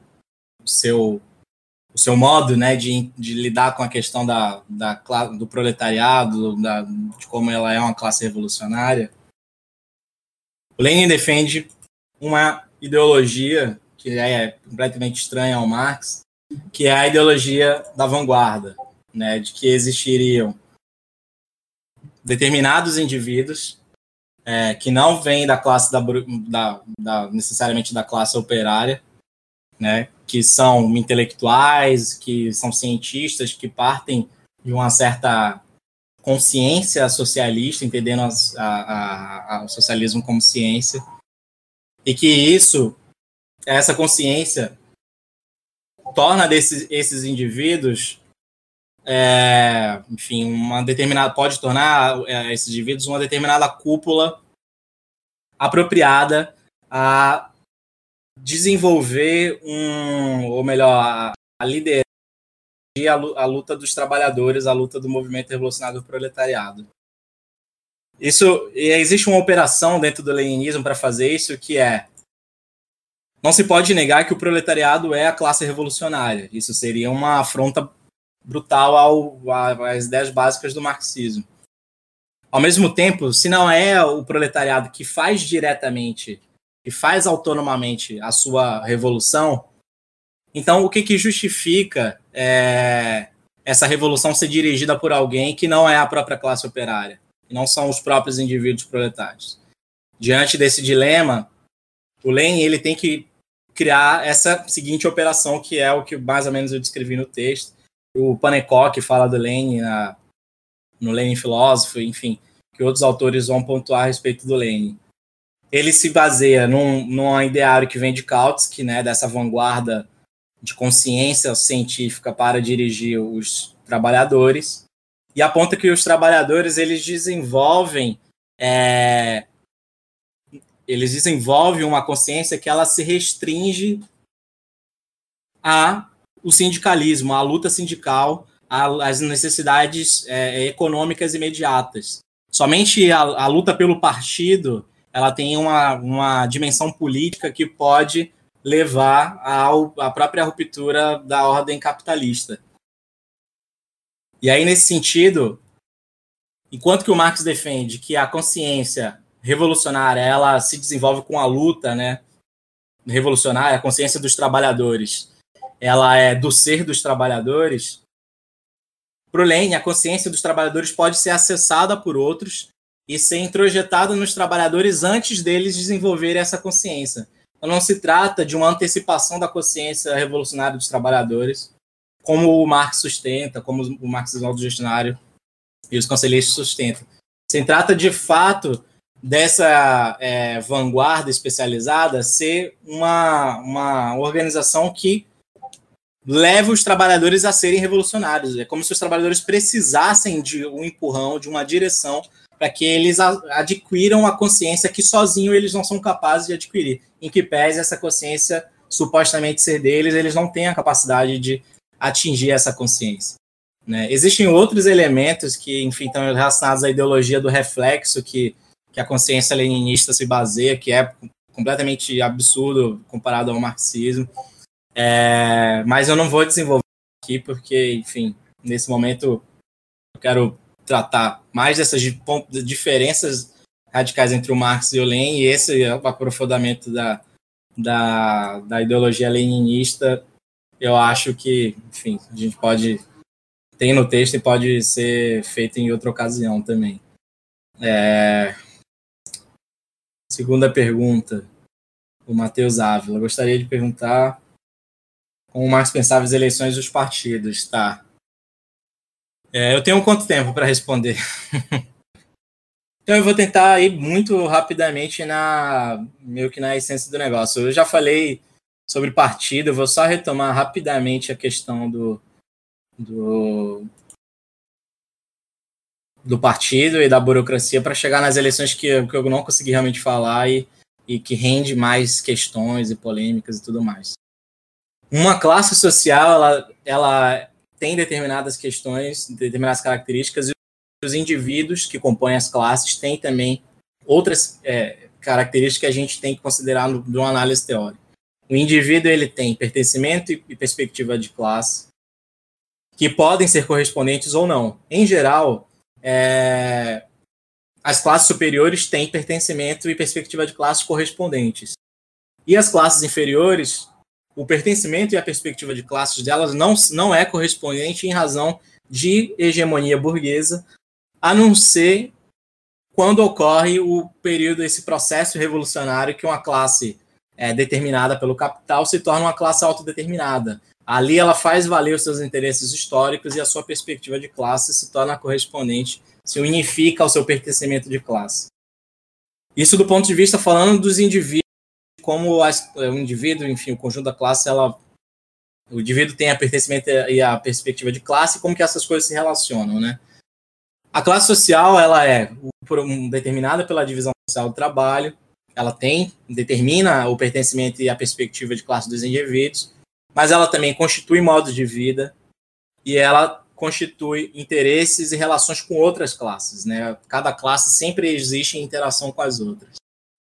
modo, né, de lidar com a questão do proletariado, de como ela é uma classe revolucionária. O Lenin defende uma ideologia que é completamente estranha ao Marx, que é a ideologia da vanguarda, né, de que existiriam determinados indivíduos que não vêm da classe necessariamente da classe operária, né, que são intelectuais, que são cientistas, que partem de uma certa consciência socialista, entendendo o socialismo como ciência, e que essa consciência torna esses indivíduos, enfim, pode tornar esses indivíduos uma determinada cúpula apropriada a desenvolver a liderar a luta dos trabalhadores, a luta do movimento revolucionário do proletariado. Existe uma operação dentro do leninismo para fazer isso, que não se pode negar que o proletariado é a classe revolucionária. Isso seria uma afronta brutal às ideias básicas do marxismo. Ao mesmo tempo, se não é o proletariado que faz diretamente, que faz autonomamente a sua revolução, então o que justifica essa revolução ser dirigida por alguém que não é a própria classe operária, que não são os próprios indivíduos proletários? Diante desse dilema, o Lenin ele tem que criar essa seguinte operação, que é o que mais ou menos eu descrevi no texto. O Pannekoek fala do Lenin no Lenin Filósofo, enfim, que outros autores vão pontuar a respeito do Lenin. Ele se baseia num ideário que vem de Kautsky, né, dessa vanguarda de consciência científica para dirigir os trabalhadores, e aponta que os trabalhadores eles desenvolvem uma consciência que ela se restringe ao sindicalismo, à luta sindical, às necessidades econômicas imediatas. Somente a luta pelo partido ela tem uma dimensão política que pode levar à própria ruptura da ordem capitalista. E aí, nesse sentido, enquanto que o Marx defende que a consciência revolucionária ela se desenvolve com a luta, né, revolucionária, a consciência dos trabalhadores, ela é do ser dos trabalhadores, para o Lenin, a consciência dos trabalhadores pode ser acessada por outros e ser introjetada nos trabalhadores antes deles desenvolverem essa consciência. Então, não se trata de uma antecipação da consciência revolucionária dos trabalhadores, como o Marx sustenta, como o marxismo autogestionário e os conselheiros sustentam. Se trata, de fato, dessa vanguarda especializada ser uma organização que leva os trabalhadores a serem revolucionários. É como se os trabalhadores precisassem de um empurrão, de uma direção, para que eles adquiram a consciência que sozinhos eles não são capazes de adquirir. Em que pese essa consciência supostamente ser deles, eles não têm a capacidade de atingir essa consciência, né? Existem outros elementos que, enfim, estão relacionados à ideologia do reflexo que a consciência leninista se baseia, que é completamente absurdo comparado ao marxismo. Mas eu não vou desenvolver aqui porque, enfim, nesse momento eu quero tratar mais dessas diferenças radicais entre o Marx e o Lenin, e esse é o aprofundamento da ideologia leninista. Eu acho que, enfim, a gente tem no texto e pode ser feito em outra ocasião também. Segunda pergunta, o Matheus Ávila. Gostaria de perguntar como o Marx pensava as eleições dos partidos. Tá. Eu tenho quanto tempo para responder? Então eu vou tentar ir muito rapidamente meio que na essência do negócio. Eu já falei sobre partido, eu vou só retomar rapidamente a questão do partido e da burocracia para chegar nas eleições que eu não consegui realmente falar e que rende mais questões e polêmicas e tudo mais. Uma classe social, ela tem determinadas questões, determinadas características, e os indivíduos que compõem as classes têm também outras características que a gente tem que considerar de uma análise teórica. O indivíduo ele tem pertencimento e perspectiva de classe, que podem ser correspondentes ou não. Em geral, as classes superiores têm pertencimento e perspectiva de classe correspondentes. E as classes inferiores, o pertencimento e a perspectiva de classes delas não é correspondente em razão de hegemonia burguesa, a não ser quando ocorre esse processo revolucionário que uma classe determinada pelo capital se torna uma classe autodeterminada. Ali ela faz valer os seus interesses históricos e a sua perspectiva de classe se torna correspondente, se unifica ao seu pertencimento de classe. Isso do ponto de vista falando dos indivíduos, como o indivíduo, enfim, o conjunto da classe, o indivíduo tem a pertencimento e a perspectiva de classe, como que essas coisas se relacionam, né? A classe social, ela é determinada pela divisão social do trabalho, ela determina o pertencimento e a perspectiva de classe dos indivíduos, mas ela também constitui modos de vida e ela constitui interesses e relações com outras classes, né? Cada classe sempre existe em interação com as outras.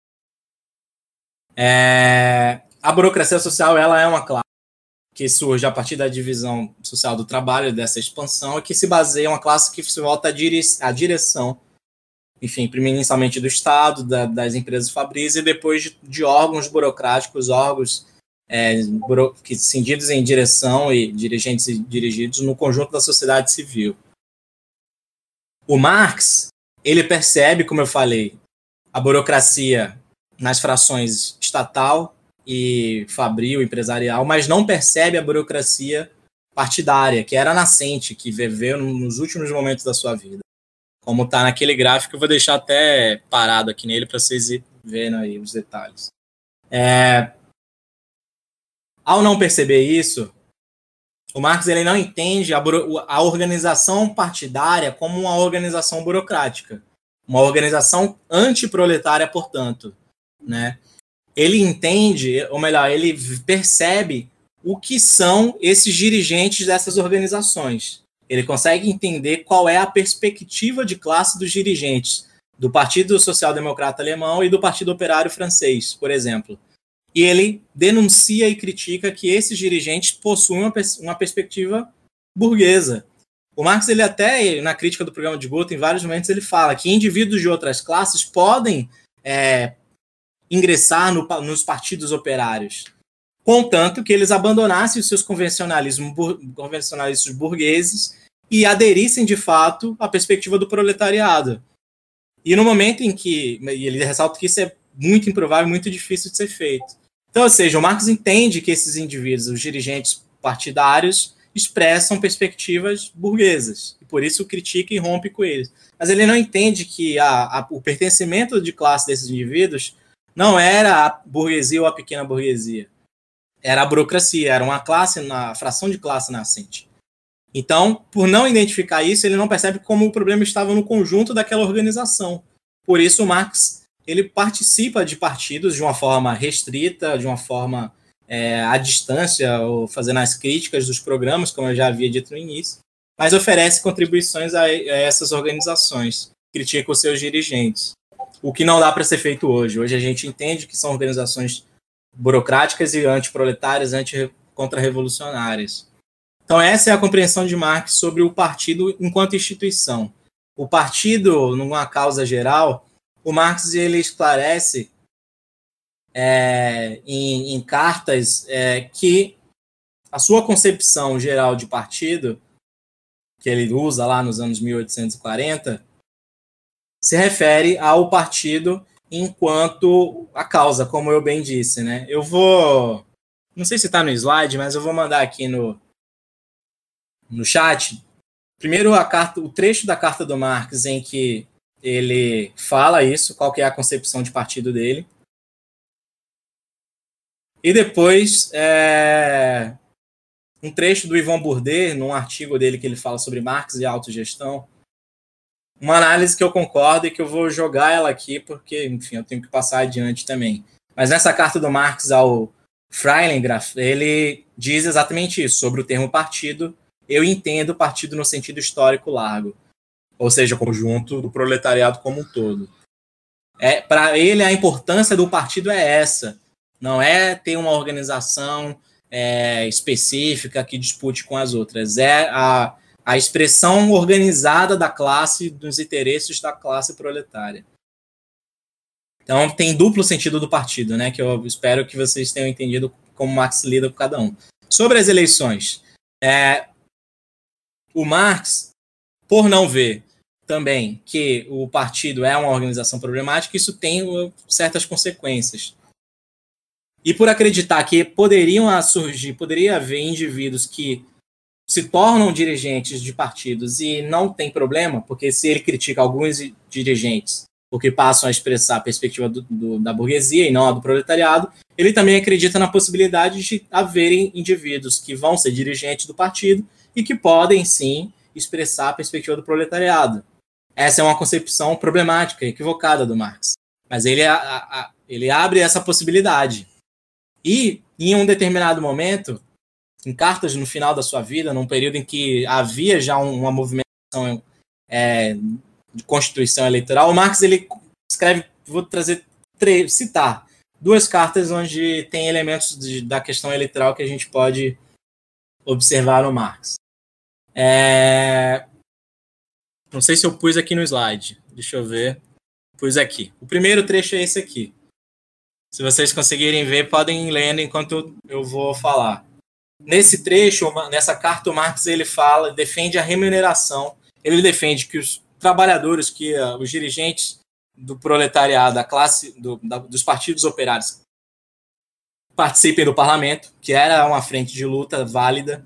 A burocracia social, ela é uma classe que surge a partir da divisão social do trabalho, dessa expansão, e que se baseia em uma classe que se volta à direção, enfim, primeiramente do Estado, das empresas fabris, e depois de órgãos burocráticos, órgãos cindidos em direção e dirigentes e dirigidos no conjunto da sociedade civil. O Marx, ele percebe, como eu falei, a burocracia nas frações estatal e fabril, empresarial, mas não percebe a burocracia partidária, que era nascente, que viveu nos últimos momentos da sua vida. Como está naquele gráfico, eu vou deixar até parado aqui nele para vocês verem aí os detalhes. Ao não perceber isso, o Marx ele não entende a organização partidária como uma organização burocrática, uma organização antiproletária, portanto, né? Ele entende, ou melhor, ele percebe o que são esses dirigentes dessas organizações. Ele consegue entender qual é a perspectiva de classe dos dirigentes do Partido Social Democrata Alemão e do Partido Operário Francês, por exemplo. E ele denuncia e critica que esses dirigentes possuem uma perspectiva burguesa. O Marx, ele até, na crítica do programa de Gotha, em vários momentos, ele fala que indivíduos de outras classes podem ingressar nos partidos operários, contanto que eles abandonassem os seus convencionalismos burgueses e aderissem, de fato, à perspectiva do proletariado. E no momento em que... E ele ressalta que isso é muito improvável, muito difícil de ser feito. Então, ou seja, o Marx entende que esses indivíduos, os dirigentes partidários, expressam perspectivas burguesas, e por isso critica e rompe com eles. Mas ele não entende que o pertencimento de classe desses indivíduos não era a burguesia ou a pequena burguesia. Era a burocracia, era uma classe, a fração de classe nascente. Então, por não identificar isso, ele não percebe como o problema estava no conjunto daquela organização. Por isso, o Marx ele participa de partidos de uma forma restrita, de uma forma à distância, ou fazendo as críticas dos programas, como eu já havia dito no início, mas oferece contribuições a essas organizações, critica os seus dirigentes. o que não dá para ser feito hoje. Hoje a gente entende que são organizações burocráticas e antiproletárias, contra-revolucionárias. Então essa é a compreensão de Marx sobre o partido enquanto instituição. O partido, numa causa geral, o Marx ele esclarece em cartas que a sua concepção geral de partido, que ele usa lá nos anos 1840, se refere ao partido enquanto a causa, como eu bem disse, né? Eu vou... Não sei se está no slide, mas eu vou mandar aqui no chat. Primeiro, o trecho da carta do Marx em que ele fala isso, qual que é a concepção de partido dele. E depois, um trecho do Yvon Bourdieu, num artigo dele que ele fala sobre Marx e autogestão. Uma análise que eu concordo e que eu vou jogar ela aqui, porque, enfim, eu tenho que passar adiante também. Mas nessa carta do Marx ao Freiligrath, ele diz exatamente isso, sobre o termo partido. Eu entendo partido no sentido histórico largo, ou seja, conjunto do proletariado como um todo. Para ele, a importância do partido é essa, não é ter uma organização específica que dispute com as outras, é a expressão organizada da classe, dos interesses da classe proletária. Então, tem duplo sentido do partido, né, que eu espero que vocês tenham entendido como Marx lida com cada um. Sobre as eleições, o Marx, por não ver também que o partido é uma organização problemática, isso tem certas consequências. E por acreditar que poderia haver indivíduos que se tornam dirigentes de partidos e não tem problema, porque se ele critica alguns dirigentes porque passam a expressar a perspectiva da burguesia e não a do proletariado, ele também acredita na possibilidade de haverem indivíduos que vão ser dirigentes do partido e que podem, sim, expressar a perspectiva do proletariado. Essa é uma concepção problemática, equivocada do Marx. Mas ele abre essa possibilidade. E, em um determinado momento, em cartas no final da sua vida, num período em que havia já uma movimentação de constituição eleitoral, o Marx ele escreve, vou citar duas cartas onde tem elementos da questão eleitoral que a gente pode observar no Marx. Não sei se eu pus aqui no slide, deixa eu ver. Pus aqui. O primeiro trecho é esse aqui. Se vocês conseguirem ver, podem ir lendo enquanto eu vou falar. Nesse trecho, nessa carta, o Marx ele defende a remuneração. Ele defende que os trabalhadores, que os dirigentes do proletariado, da classe, dos partidos operários, participem do parlamento, que era uma frente de luta válida,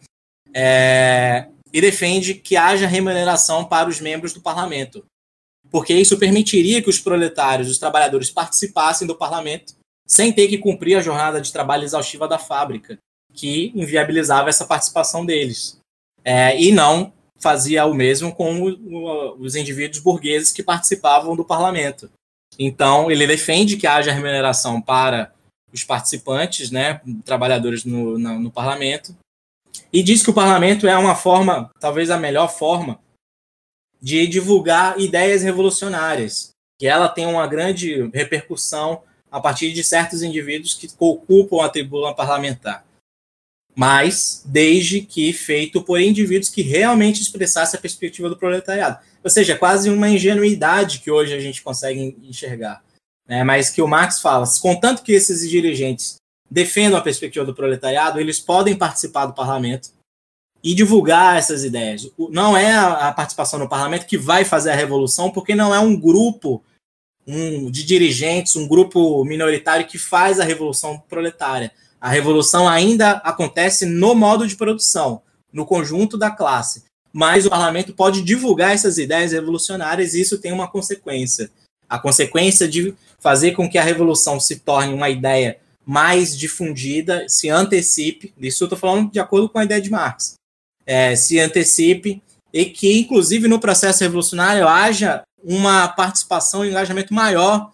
e defende que haja remuneração para os membros do parlamento, porque isso permitiria que os proletários, os trabalhadores, participassem do parlamento sem ter que cumprir a jornada de trabalho exaustiva da fábrica, que inviabilizava essa participação deles. E não fazia o mesmo com os indivíduos burgueses que participavam do parlamento. Então, ele defende que haja remuneração para os participantes, né, trabalhadores no parlamento, e diz que o parlamento é uma forma, talvez a melhor forma, de divulgar ideias revolucionárias, que ela tem uma grande repercussão a partir de certos indivíduos que ocupam a tribuna parlamentar. Mas desde que feito por indivíduos que realmente expressassem a perspectiva do proletariado. Ou seja, quase uma ingenuidade que hoje a gente consegue enxergar. Né? Mas que o Marx fala, contanto que esses dirigentes defendam a perspectiva do proletariado, eles podem participar do parlamento e divulgar essas ideias. Não é a participação no parlamento que vai fazer a revolução, porque não é um grupo de dirigentes, um grupo minoritário que faz a revolução proletária. A revolução ainda acontece no modo de produção, no conjunto da classe. Mas o parlamento pode divulgar essas ideias revolucionárias e isso tem uma consequência. A consequência de fazer com que a revolução se torne uma ideia mais difundida, se antecipe, isso eu estou falando de acordo com a ideia de Marx, se antecipe e que, inclusive, no processo revolucionário haja uma participação e um engajamento maior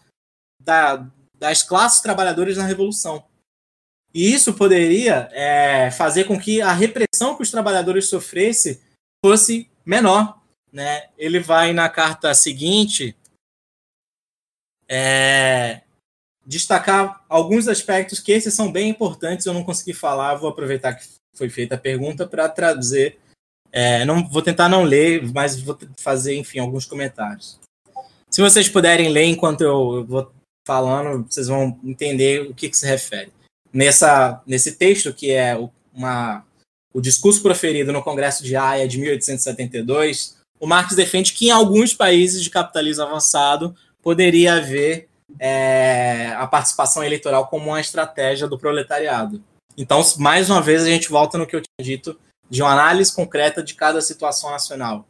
das classes trabalhadoras na revolução. E isso poderia fazer com que a repressão que os trabalhadores sofressem fosse menor. Né? Ele vai na carta seguinte, destacar alguns aspectos que esses são bem importantes. Eu não consegui falar, vou aproveitar que foi feita a pergunta para trazer. Não vou tentar não ler, mas vou fazer, enfim, alguns comentários. Se vocês puderem ler enquanto eu vou falando, vocês vão entender o que se refere. Nesse texto, que é o discurso proferido no Congresso de Haia de 1872, o Marx defende que em alguns países de capitalismo avançado poderia haver a participação eleitoral como uma estratégia do proletariado. Então, mais uma vez, a gente volta no que eu tinha dito de uma análise concreta de cada situação nacional.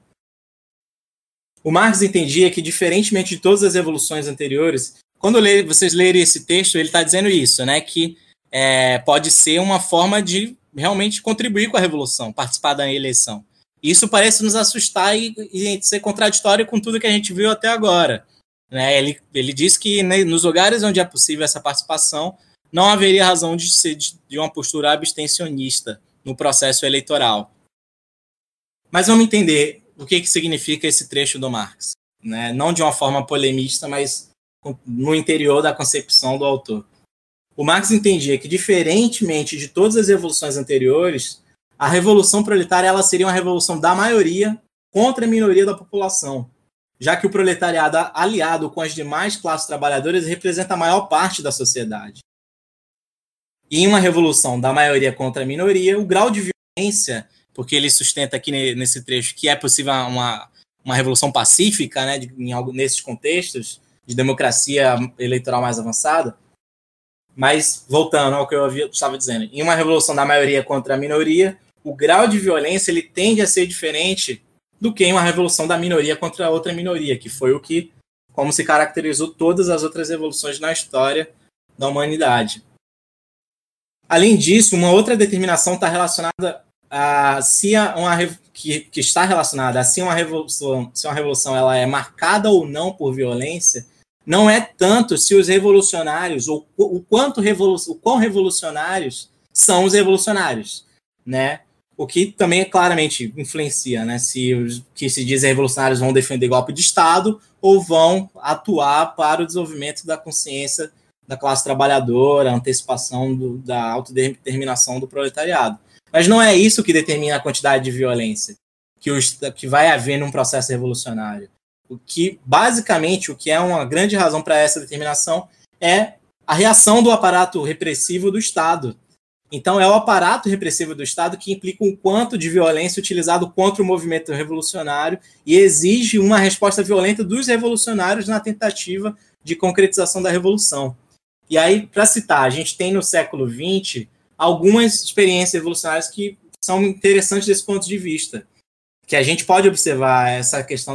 O Marx entendia que, diferentemente de todas as revoluções anteriores, quando vocês lerem esse texto, ele está dizendo isso, né, que pode ser uma forma de realmente contribuir com a revolução, participar da eleição. Isso parece nos assustar e ser contraditório com tudo que a gente viu até agora. Né? Ele diz que, né, nos lugares onde é possível essa participação, não haveria razão de ser de uma postura abstencionista no processo eleitoral. Mas vamos entender o que significa esse trecho do Marx. Né? Não de uma forma polemista, mas no interior da concepção do autor. O Marx entendia que, diferentemente de todas as revoluções anteriores, a revolução proletária ela seria uma revolução da maioria contra a minoria da população, já que o proletariado, aliado com as demais classes trabalhadoras, representa a maior parte da sociedade. E em uma revolução da maioria contra a minoria, o grau de violência, porque ele sustenta aqui nesse trecho que é possível uma revolução pacífica, né, nesses contextos de democracia eleitoral mais avançada. Mas, voltando ao que eu estava dizendo, em uma revolução da maioria contra a minoria, o grau de violência ele tende a ser diferente do que em uma revolução da minoria contra outra minoria, que foi como se caracterizou todas as outras revoluções na história da humanidade. Além disso, uma outra determinação está relacionada a se uma revolução ela é marcada ou não por violência, não é tanto se os revolucionários ou o quão revolucionários são os revolucionários, né? O que também claramente influencia, né? Se os que se dizem revolucionários vão defender golpe de Estado ou vão atuar para o desenvolvimento da consciência da classe trabalhadora, a antecipação da autodeterminação do proletariado. Mas não é isso que determina a quantidade de violência que vai haver num processo revolucionário. Basicamente, o que é uma grande razão para essa determinação é a reação do aparato repressivo do Estado. Então, é o aparato repressivo do Estado que implica um quanto de violência utilizado contra o movimento revolucionário e exige uma resposta violenta dos revolucionários na tentativa de concretização da revolução. E aí, para citar, a gente tem no século XX algumas experiências revolucionárias que são interessantes desse ponto de vista, que a gente pode observar essa questão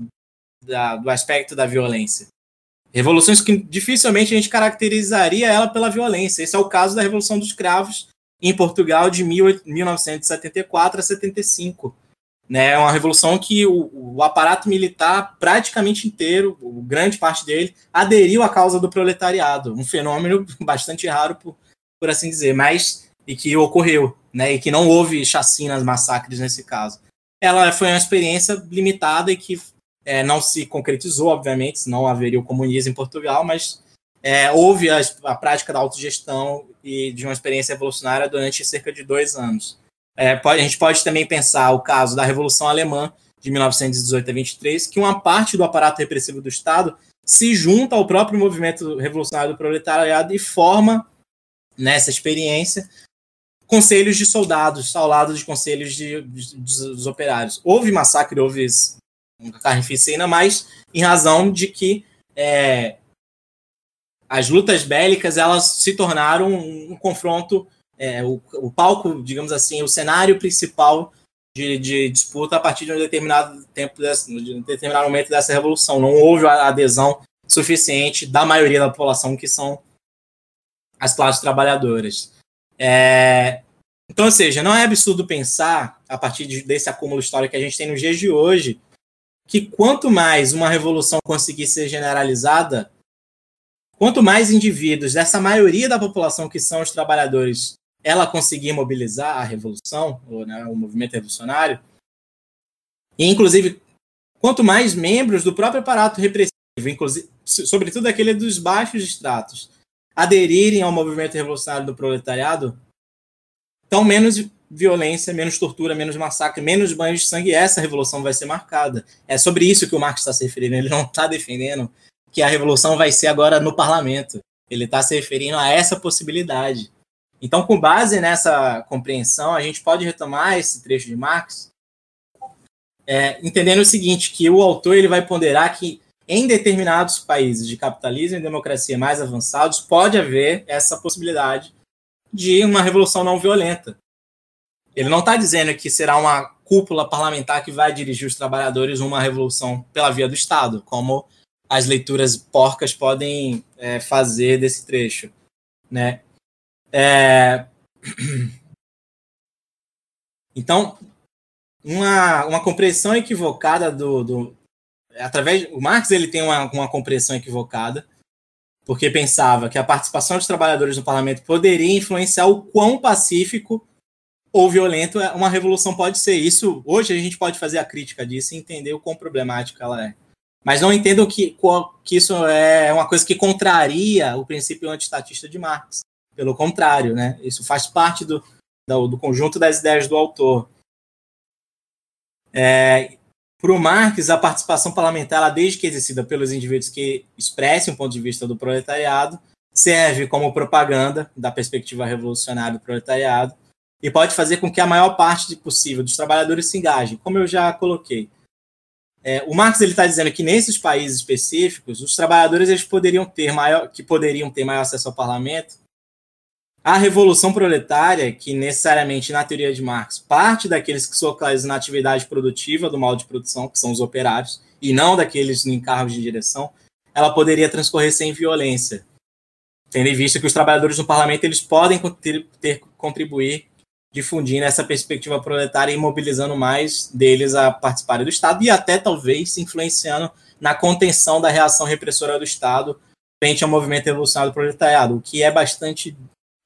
do aspecto da violência. Revoluções que dificilmente a gente caracterizaria ela pela violência. Esse é o caso da Revolução dos Cravos em Portugal de 1974 a 75. É uma revolução que o aparato militar praticamente inteiro, grande parte dele, aderiu à causa do proletariado. Um fenômeno bastante raro, por assim dizer, mas e que ocorreu, né, e que não houve chacinas, massacres nesse caso. Ela foi uma experiência limitada e que não se concretizou, obviamente, senão haveria o comunismo em Portugal, mas houve a prática da autogestão e de uma experiência revolucionária durante cerca de 2 anos. A gente pode também pensar o caso da Revolução Alemã, de 1918 a 23, que uma parte do aparato repressivo do Estado se junta ao próprio movimento revolucionário do proletariado e forma, nessa experiência, conselhos de soldados ao lado de conselhos dos operários. Houve massacre, houve uma carnificina, mas em razão de que as lutas bélicas elas se tornaram um confronto, o palco, digamos assim, o cenário principal de disputa a partir de um determinado momento dessa revolução. Não houve a adesão suficiente da maioria da população, que são as classes trabalhadoras. Então, ou seja, não é absurdo pensar, a partir desse acúmulo histórico que a gente tem nos dias de hoje, que quanto mais uma revolução conseguir ser generalizada, quanto mais indivíduos dessa maioria da população que são os trabalhadores, ela conseguir mobilizar a revolução, ou, né, o movimento revolucionário, e inclusive quanto mais membros do próprio aparato repressivo inclusive, sobretudo aquele dos baixos estratos, aderirem ao movimento revolucionário do proletariado, então menos violência, menos tortura, menos massacre, menos banhos de sangue, e essa revolução vai ser marcada. É sobre isso que o Marx está se referindo. Ele não está defendendo que a revolução vai ser agora no parlamento. Ele está se referindo a essa possibilidade. Então, com base nessa compreensão, a gente pode retomar esse trecho de Marx, entendendo o seguinte, que o autor ele vai ponderar que em determinados países de capitalismo e democracia mais avançados pode haver essa possibilidade de uma revolução não violenta. Ele não está dizendo que será uma cúpula parlamentar que vai dirigir os trabalhadores numa revolução pela via do Estado, como as leituras porcas podem fazer desse trecho, né? Então, uma compreensão equivocada o Marx ele tem uma compreensão equivocada, porque pensava que a participação dos trabalhadores no parlamento poderia influenciar o quão pacífico ou violento uma revolução pode ser. Isso, hoje a gente pode fazer a crítica disso e entender o quão problemática ela é. Mas não entendam que isso é uma coisa que contraria o princípio antistatista de Marx. Pelo contrário, né? Isso faz parte do conjunto das ideias do autor. Para o Marx, a participação parlamentar, ela, desde que exercida pelos indivíduos que expressem o ponto de vista do proletariado, serve como propaganda da perspectiva revolucionária do proletariado e pode fazer com que a maior parte possível dos trabalhadores se engajem, como eu já coloquei. O Marx está dizendo que nesses países específicos, os trabalhadores eles poderiam ter maior acesso ao parlamento. A revolução proletária, que necessariamente, na teoria de Marx, parte daqueles que se localizam na atividade produtiva do modo de produção, que são os operários, e não daqueles em cargos de direção, ela poderia transcorrer sem violência, tendo em vista que os trabalhadores no parlamento eles podem contribuir difundindo essa perspectiva proletária e mobilizando mais deles a participarem do Estado e até, talvez, influenciando na contenção da reação repressora do Estado frente ao movimento revolucionário do proletariado, o que é bastante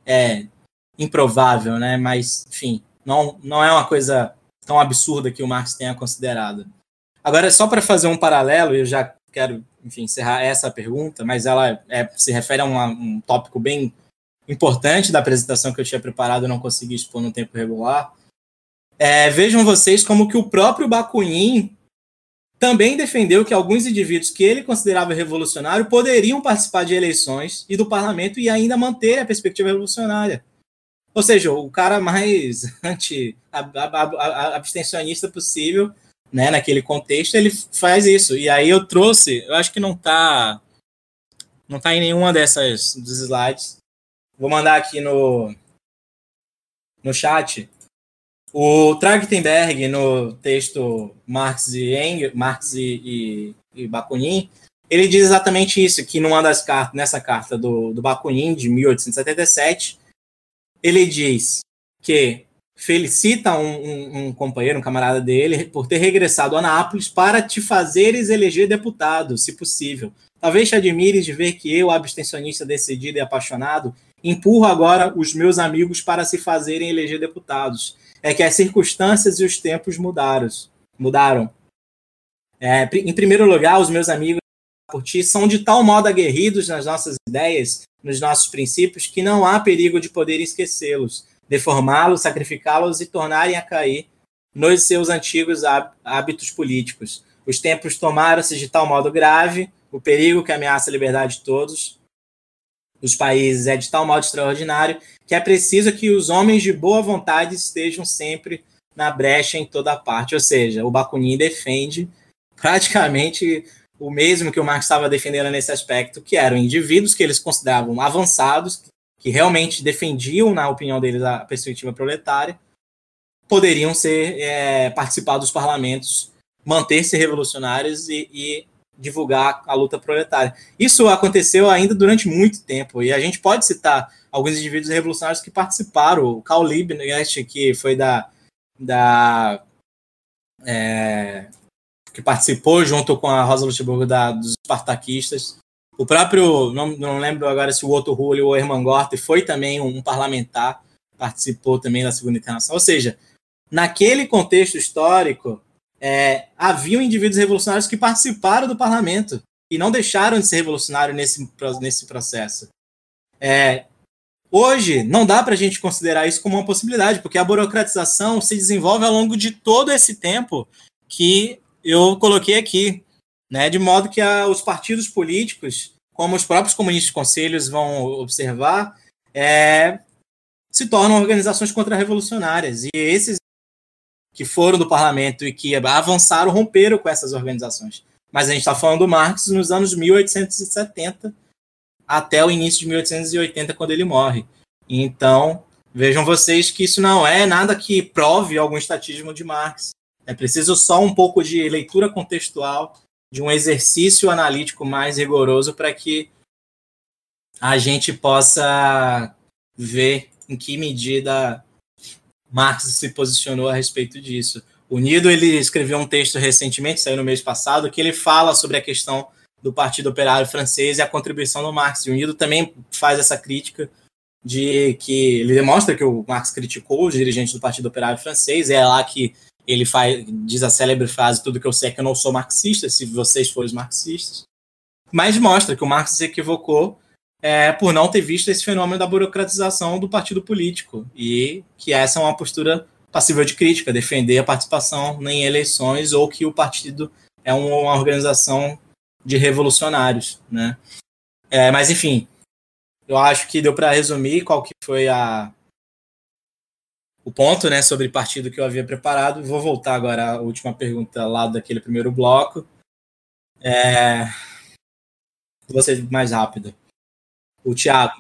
improvável, né? Mas, enfim, não é uma coisa tão absurda que o Marx tenha considerado. Agora, só para fazer um paralelo, eu já quero, enfim, encerrar essa pergunta, mas ela se refere a um tópico bem importante da apresentação que eu tinha preparado e não consegui expor no tempo regular. Vejam vocês como que o próprio Bakunin também defendeu que alguns indivíduos que ele considerava revolucionário poderiam participar de eleições e do parlamento e ainda manter a perspectiva revolucionária. Ou seja, o cara mais abstencionista possível, né, naquele contexto, ele faz isso. E aí eu acho que não está em nenhuma dos slides. Vou mandar aqui no chat. O Trachtenberg, no texto Marx e Bakunin, ele diz exatamente isso, que nessa carta do Bakunin, de 1877, ele diz que felicita um companheiro, um camarada dele, por ter regressado a Nápoles para te fazeres eleger deputado, se possível. Talvez te admires de ver que eu, abstencionista decidido e apaixonado, empurro agora os meus amigos para se fazerem eleger deputados. É que as circunstâncias e os tempos mudaram. Em primeiro lugar, os meus amigos por ti são de tal modo aguerridos nas nossas ideias, nos nossos princípios, que não há perigo de poder esquecê-los, deformá-los, sacrificá-los e tornarem a cair nos seus antigos hábitos políticos. Os tempos tomaram-se de tal modo grave, o perigo que ameaça a liberdade de todos os países é de tal modo extraordinário que é preciso que os homens de boa vontade estejam sempre na brecha em toda parte. Ou seja, o Bakunin defende praticamente o mesmo que o Marx estava defendendo nesse aspecto, que eram indivíduos que eles consideravam avançados, que realmente defendiam, na opinião deles, a perspectiva proletária, poderiam participar dos parlamentos, manter-se revolucionários e divulgar a luta proletária. Isso aconteceu ainda durante muito tempo, e a gente pode citar alguns indivíduos revolucionários que participaram. O Karl Liebknecht, que foi que participou junto com a Rosa Luxemburgo dos espartaquistas. O próprio, não lembro agora se o Otto Ruhle ou o Hermann Gott foi também um parlamentar, participou também da Segunda Internacional. Ou seja, naquele contexto histórico, haviam indivíduos revolucionários que participaram do parlamento, e não deixaram de ser revolucionários nesse processo. Hoje, não dá para a gente considerar isso como uma possibilidade, porque a burocratização se desenvolve ao longo de todo esse tempo que eu coloquei aqui, né? De modo que os partidos políticos, como os próprios comunistas conselhos vão observar, se tornam organizações contra-revolucionárias. E esses que foram do parlamento e que avançaram romperam com essas organizações. Mas a gente está falando do Marx nos anos 1870 até o início de 1880, quando ele morre. Então, vejam vocês que isso não é nada que prove algum estatismo de Marx. É preciso só um pouco de leitura contextual, de um exercício analítico mais rigoroso para que a gente possa ver em que medida Marx se posicionou a respeito disso. O Nido, ele escreveu um texto recentemente, saiu no mês passado, que ele fala sobre a questão do Partido Operário Francês e a contribuição do Marx. E o Nido também faz essa crítica de que ele demonstra que o Marx criticou os dirigentes do Partido Operário Francês, é lá que ele diz a célebre frase: tudo que eu sei é que eu não sou marxista, se vocês forem marxistas. Mas mostra que o Marx se equivocou por não ter visto esse fenômeno da burocratização do partido político, e que essa é uma postura passível de crítica, defender a participação em eleições ou que o partido é uma organização de revolucionários, né? Mas, enfim, eu acho que deu para resumir qual que foi o ponto, né, sobre partido que eu havia preparado. Vou voltar agora à última pergunta lá daquele primeiro bloco. Vou ser mais rápido. O Thiago.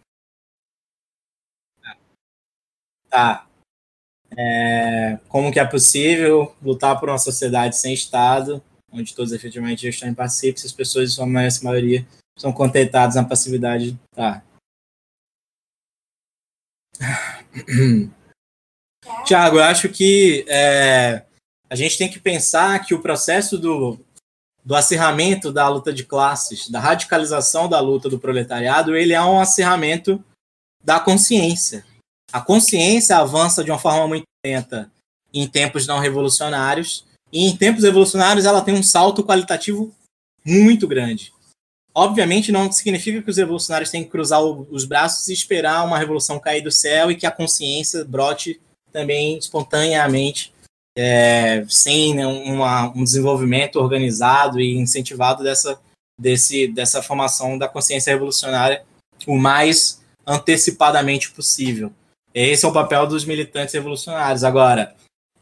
Tá. Como que é possível lutar por uma sociedade sem Estado, onde todos efetivamente já estão em participam, se as pessoas, em sua maioria, são contentadas na passividade? Tá. Tiago, eu acho que a gente tem que pensar que o processo do acirramento da luta de classes, da radicalização da luta do proletariado, ele é um acirramento da consciência. A consciência avança de uma forma muito lenta em tempos não revolucionários, e em tempos revolucionários ela tem um salto qualitativo muito grande. Obviamente não significa que os revolucionários têm que cruzar os braços e esperar uma revolução cair do céu e que a consciência brote também espontaneamente, sem um desenvolvimento organizado e incentivado dessa formação da consciência revolucionária o mais antecipadamente possível. Esse é o papel dos militantes revolucionários. Agora,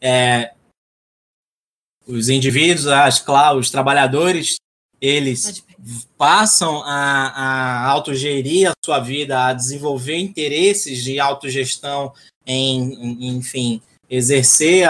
os indivíduos, os trabalhadores, eles passam a autogerir a sua vida, a desenvolver interesses de autogestão, enfim, exercer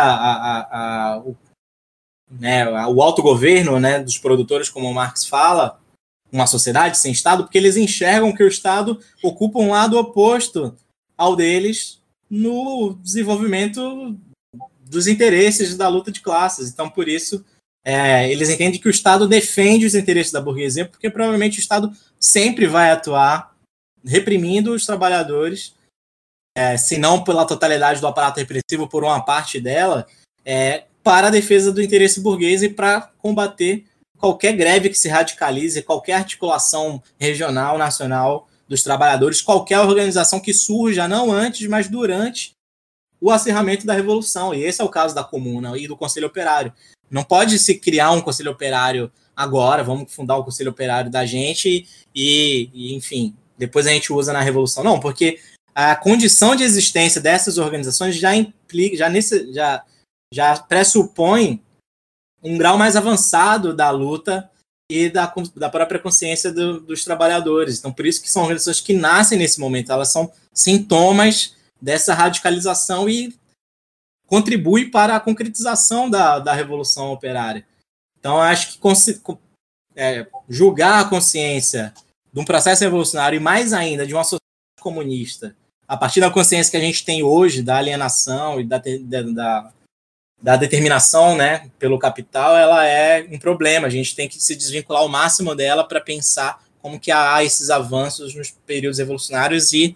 o autogoverno, né, dos produtores, como o Marx fala, uma sociedade sem Estado, porque eles enxergam que o Estado ocupa um lado oposto ao deles no desenvolvimento dos interesses da luta de classes. Então, por isso, eles entendem que o Estado defende os interesses da burguesia, porque provavelmente o Estado sempre vai atuar reprimindo os trabalhadores, se não pela totalidade do aparato repressivo, por uma parte dela, para a defesa do interesse burguês e para combater qualquer greve que se radicalize, qualquer articulação regional, nacional dos trabalhadores, qualquer organização que surja, não antes, mas durante o acirramento da Revolução. E esse é o caso da Comuna e do Conselho Operário. Não pode se criar um Conselho Operário agora, vamos fundar o Conselho Operário da gente e enfim, depois a gente usa na Revolução. Não, porque a condição de existência dessas organizações já implica, já pressupõe um grau mais avançado da luta e da própria consciência dos trabalhadores. Então, por isso que são organizações que nascem nesse momento. Elas são sintomas dessa radicalização e contribuem para a concretização da Revolução Operária. Então, eu acho que julgar a consciência de um processo revolucionário e, mais ainda, de uma sociedade comunista, a partir da consciência que a gente tem hoje da alienação e da determinação, né, pelo capital, ela é um problema. A gente tem que se desvincular ao máximo dela para pensar como que há esses avanços nos períodos revolucionários e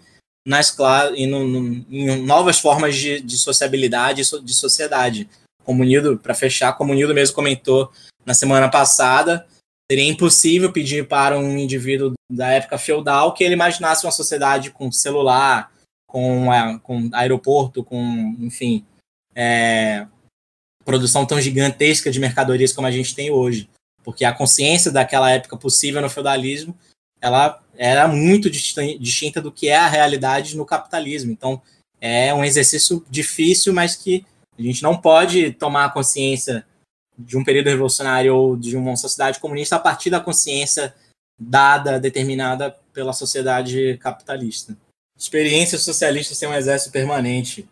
em novas formas de sociabilidade e de sociedade. Como o Nildo, para fechar, como o Nildo mesmo comentou na semana passada, Seria impossível pedir para um indivíduo da época feudal que ele imaginasse uma sociedade com celular, com aeroporto, com, enfim, produção tão gigantesca de mercadorias como a gente tem hoje. Porque a consciência daquela época possível no feudalismo, ela era muito distinta do que é a realidade no capitalismo. Então, é um exercício difícil, mas que a gente não pode tomar consciência de um período revolucionário ou de uma sociedade comunista a partir da consciência dada, determinada pela sociedade capitalista. Experiência socialista sem um exército permanente.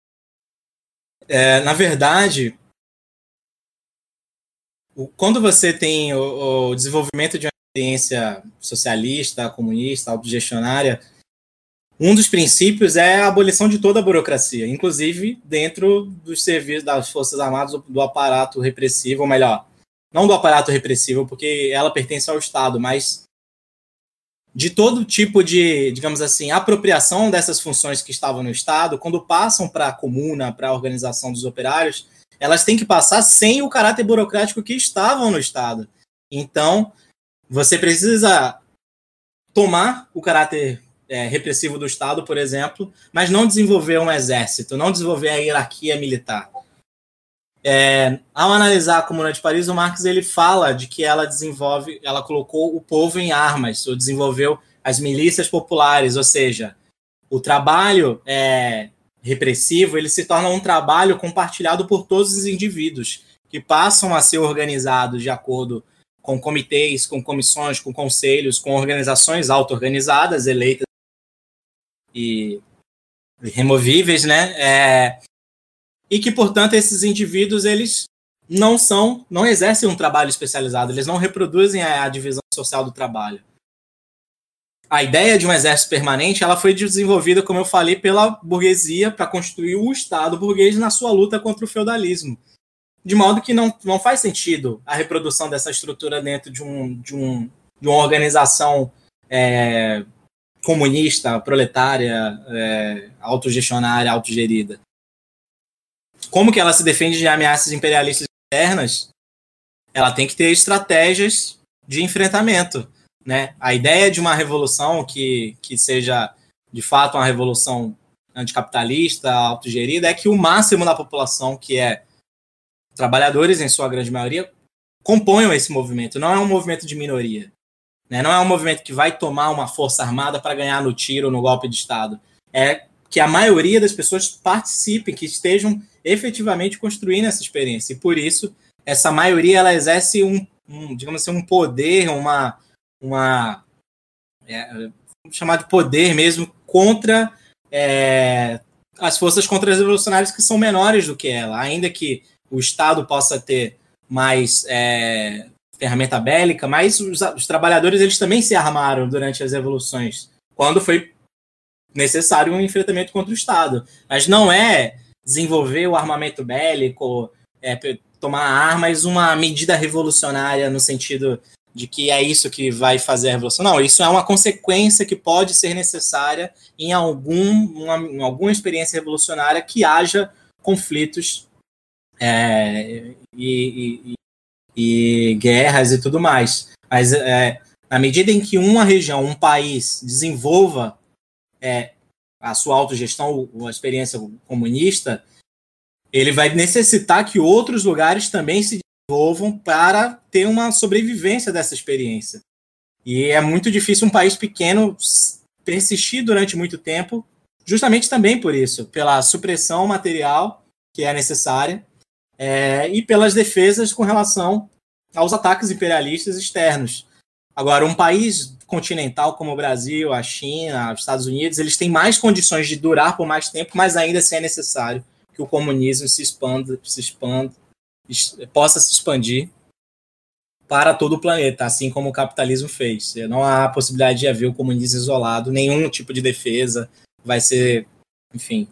Na verdade, quando você tem o desenvolvimento de uma experiência socialista, comunista, autogestionária, um dos princípios é a abolição de toda a burocracia, inclusive dentro dos serviços das Forças Armadas, do aparato repressivo, ou melhor, não do aparato repressivo, porque ela pertence ao Estado, mas de todo tipo de, digamos assim, apropriação dessas funções que estavam no Estado, quando passam para a comuna, para a organização dos operários, elas têm que passar sem o caráter burocrático que estavam no Estado. Então, você precisa tomar o caráter repressivo do Estado, por exemplo, mas não desenvolver um exército, não desenvolver a hierarquia militar. Ao analisar a Comuna de Paris, o Marx ele fala de que ela colocou o povo em armas, ou desenvolveu as milícias populares, ou seja, o trabalho repressivo ele se torna um trabalho compartilhado por todos os indivíduos, que passam a ser organizados de acordo com comitês, com comissões, com conselhos, com organizações auto-organizadas, eleitas e removíveis, né? E que, portanto, esses indivíduos eles não exercem um trabalho especializado, eles não reproduzem a divisão social do trabalho. A ideia de um exército permanente ela foi desenvolvida, como eu falei, pela burguesia para construir o Estado burguês na sua luta contra o feudalismo. De modo que não faz sentido a reprodução dessa estrutura dentro de uma organização comunista, proletária, autogestionária, autogerida. Como que ela se defende de ameaças imperialistas externas? Ela tem que ter estratégias de enfrentamento, né? A ideia de uma revolução que seja, de fato, uma revolução anticapitalista, autogerida, é que o máximo da população, que é trabalhadores, em sua grande maioria, componham esse movimento. Não é um movimento de minoria. Né? Não é um movimento que vai tomar uma força armada para ganhar no tiro, no golpe de Estado. É que a maioria das pessoas participem, que estejam efetivamente construindo essa experiência. E por isso, essa maioria ela exerce digamos assim, um poder, vamos chamar de poder mesmo, contra as forças contra-revolucionárias que são menores do que ela. Ainda que o Estado possa ter mais ferramenta bélica, mas os trabalhadores eles também se armaram durante as revoluções, quando foi necessário um enfrentamento contra o Estado. Mas não é desenvolver o armamento bélico, tomar armas, uma medida revolucionária no sentido de que é isso que vai fazer a revolução. Não, isso é uma consequência que pode ser necessária em alguma experiência revolucionária que haja conflitos e guerras e tudo mais. Mas na medida em que uma região, um país desenvolva a sua autogestão, a experiência comunista, ele vai necessitar que outros lugares também se desenvolvam para ter uma sobrevivência dessa experiência. E é muito difícil um país pequeno persistir durante muito tempo, justamente também por isso, pela supressão material que é necessária, e pelas defesas com relação aos ataques imperialistas externos. Agora, um país continental como o Brasil, a China, os Estados Unidos, eles têm mais condições de durar por mais tempo, mas ainda assim é necessário que o comunismo possa se expandir para todo o planeta, assim como o capitalismo fez. Não há possibilidade de haver o comunismo isolado, nenhum tipo de defesa vai ser, enfim,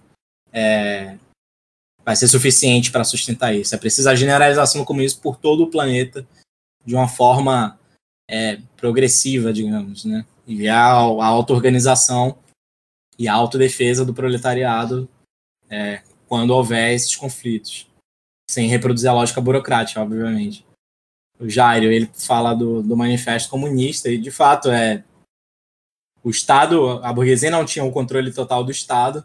vai ser suficiente para sustentar isso. É preciso a generalização do comunismo por todo o planeta de uma forma progressiva, digamos, né? E a auto-organização e a autodefesa do proletariado quando houver esses conflitos, sem reproduzir a lógica burocrática, obviamente. o Jairo, ele fala do Manifesto Comunista, e de fato o Estado, a burguesia não tinha o controle total do Estado.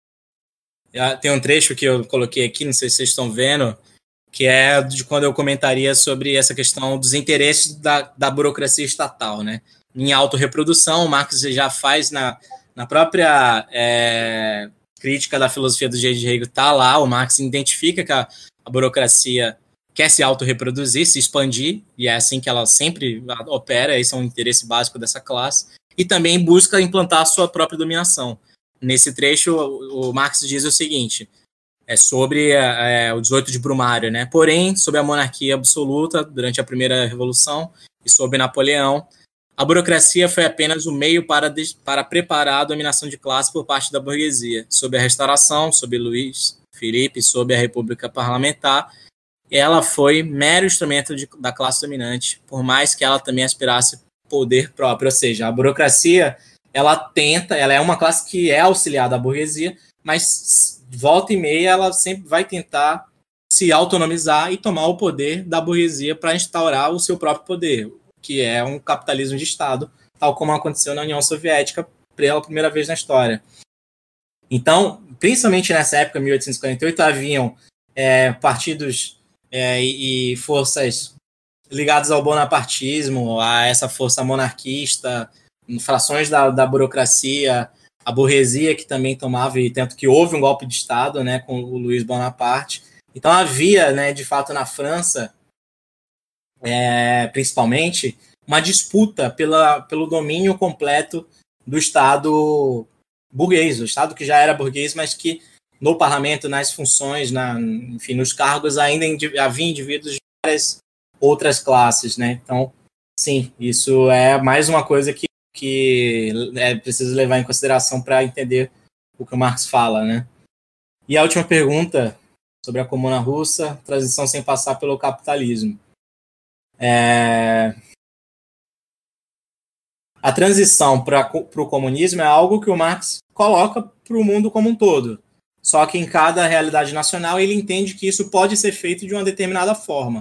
Tem um trecho que eu coloquei aqui, não sei se vocês estão vendo, que é de quando eu comentaria sobre essa questão dos interesses da burocracia estatal, né? Em autorreprodução, Marx já faz na própria crítica da filosofia do J.J. Hegel, está lá, o Marx identifica que a burocracia quer se autorreproduzir, se expandir, e é assim que ela sempre opera, esse é um interesse básico dessa classe, e também busca implantar a sua própria dominação. Nesse trecho, o Marx diz o seguinte, sobre o 18 de Brumário, né? Porém, sob a monarquia absoluta, durante a primeira revolução, e sob Napoleão, a burocracia foi apenas o meio para preparar a dominação de classe por parte da burguesia. Sob a Restauração, sob Luís Filipe, sob a República Parlamentar, ela foi mero instrumento da classe dominante, por mais que ela também aspirasse poder próprio. Ou seja, a burocracia, ela é uma classe que é auxiliada à burguesia, mas volta e meia ela sempre vai tentar se autonomizar e tomar o poder da burguesia para instaurar o seu próprio poder, que é um capitalismo de Estado, tal como aconteceu na União Soviética pela primeira vez na história. Então, principalmente nessa época, 1848, haviam partidos e forças ligadas ao bonapartismo, a essa força monarquista, frações da burocracia, a burguesia que também tomava, e tanto que houve um golpe de Estado, né, com o Luiz Bonaparte. Então havia, né, de fato, na França, principalmente, uma disputa pelo domínio completo do Estado burguês, o Estado que já era burguês, mas que no parlamento, nas funções, enfim, nos cargos, ainda havia indivíduos de várias outras classes, né? Então, sim, isso é mais uma coisa que é preciso levar em consideração para entender o que o Marx fala, né? E a última pergunta sobre a Comuna Russa, transição sem passar pelo capitalismo. A transição para o comunismo é algo que o Marx coloca para o mundo como um todo. Só que em cada realidade nacional ele entende que isso pode ser feito de uma determinada forma.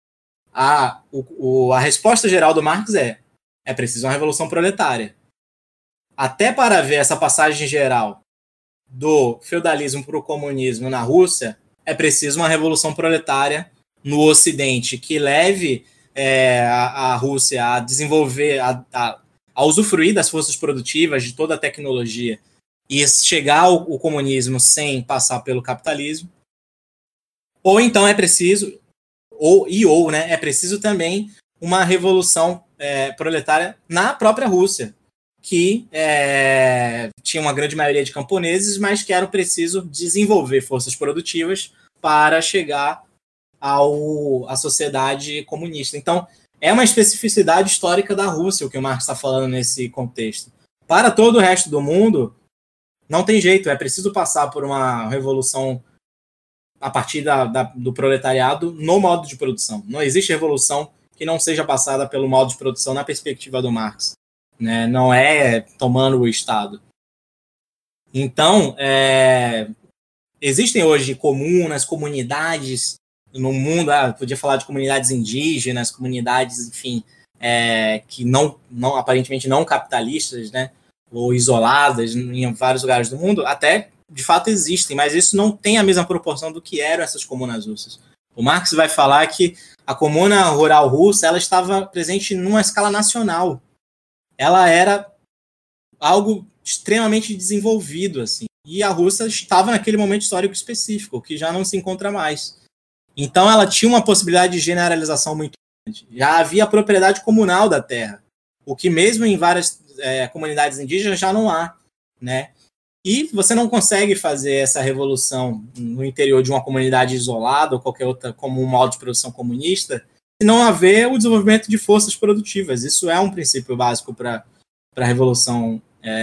A resposta geral do Marx é preciso uma revolução proletária. Até para ver essa passagem geral do feudalismo para o comunismo na Rússia, é preciso uma revolução proletária no Ocidente que leve a Rússia a desenvolver, a usufruir das forças produtivas, de toda a tecnologia, e chegar ao comunismo sem passar pelo capitalismo. Ou então é preciso, né, é preciso também uma revolução proletária na própria Rússia, que tinha uma grande maioria de camponeses, mas que era preciso desenvolver forças produtivas para chegar à sociedade comunista. Então, é uma especificidade histórica da Rússia o que o Marx está falando nesse contexto. Para todo o resto do mundo, não tem jeito, é preciso passar por uma revolução a partir do proletariado no modo de produção. Não existe revolução que não seja passada pelo modo de produção na perspectiva do Marx, né? Não é tomando o Estado. Então, existem hoje comunas, comunidades no mundo, podia falar de comunidades indígenas, comunidades, enfim, que não aparentemente não capitalistas, né? Ou isoladas em vários lugares do mundo, até de fato existem, mas isso não tem a mesma proporção do que eram essas comunas russas. O Marx vai falar que a comuna rural russa ela estava presente numa escala nacional. Ela era algo extremamente desenvolvido, assim, e a Rússia estava naquele momento histórico específico, que já não se encontra mais. Então ela tinha uma possibilidade de generalização muito grande. Já havia propriedade comunal da terra, o que mesmo em várias comunidades indígenas já não há, né? E você não consegue fazer essa revolução no interior de uma comunidade isolada ou qualquer outra, como um modo de produção comunista, se não haver o desenvolvimento de forças produtivas. Isso é um princípio básico para a revolução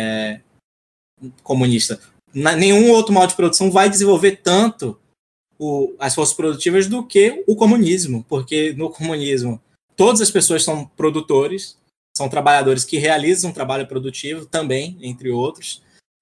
comunista. Nenhum outro modo de produção vai desenvolver tanto as forças produtivas do que o comunismo, porque no comunismo todas as pessoas são produtores, são trabalhadores que realizam um trabalho produtivo também, entre outros.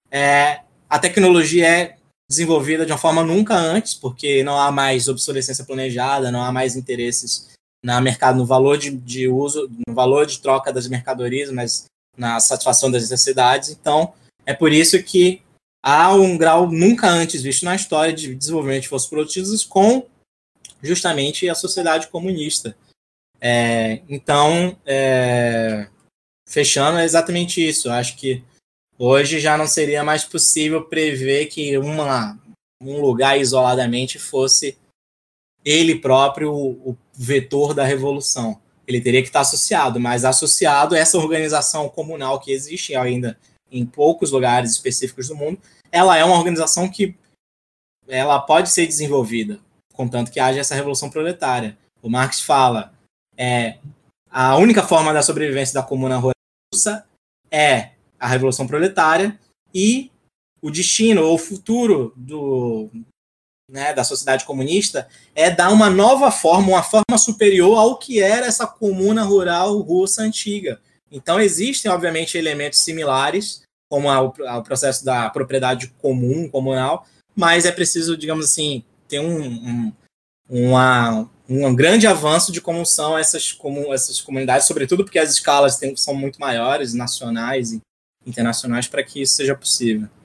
A tecnologia é desenvolvida de uma forma nunca antes, porque não há mais obsolescência planejada, não há mais interesses no valor de uso, no valor de troca das mercadorias, mas na satisfação das necessidades. Então, é por isso que há um grau nunca antes visto na história de desenvolvimento de forças produtivas com justamente a sociedade comunista. Então, fechando, é exatamente isso. Eu acho que hoje já não seria mais possível prever que um lugar isoladamente fosse ele próprio o vetor da revolução. Ele teria que estar associado, mas associado a essa organização comunal que existe ainda em poucos lugares específicos do mundo, ela é uma organização que ela pode ser desenvolvida, contanto que haja essa revolução proletária. O Marx fala, a única forma da sobrevivência da comuna russa é a revolução proletária, e o destino ou o futuro da sociedade comunista é dar uma nova forma, uma forma superior ao que era essa comuna rural russa antiga. Então existem, obviamente, elementos similares, como ao processo da propriedade comum, comunal, mas é preciso, digamos assim, ter um grande avanço de como são essas comunidades, sobretudo porque as escalas são muito maiores, nacionais e internacionais, para que isso seja possível.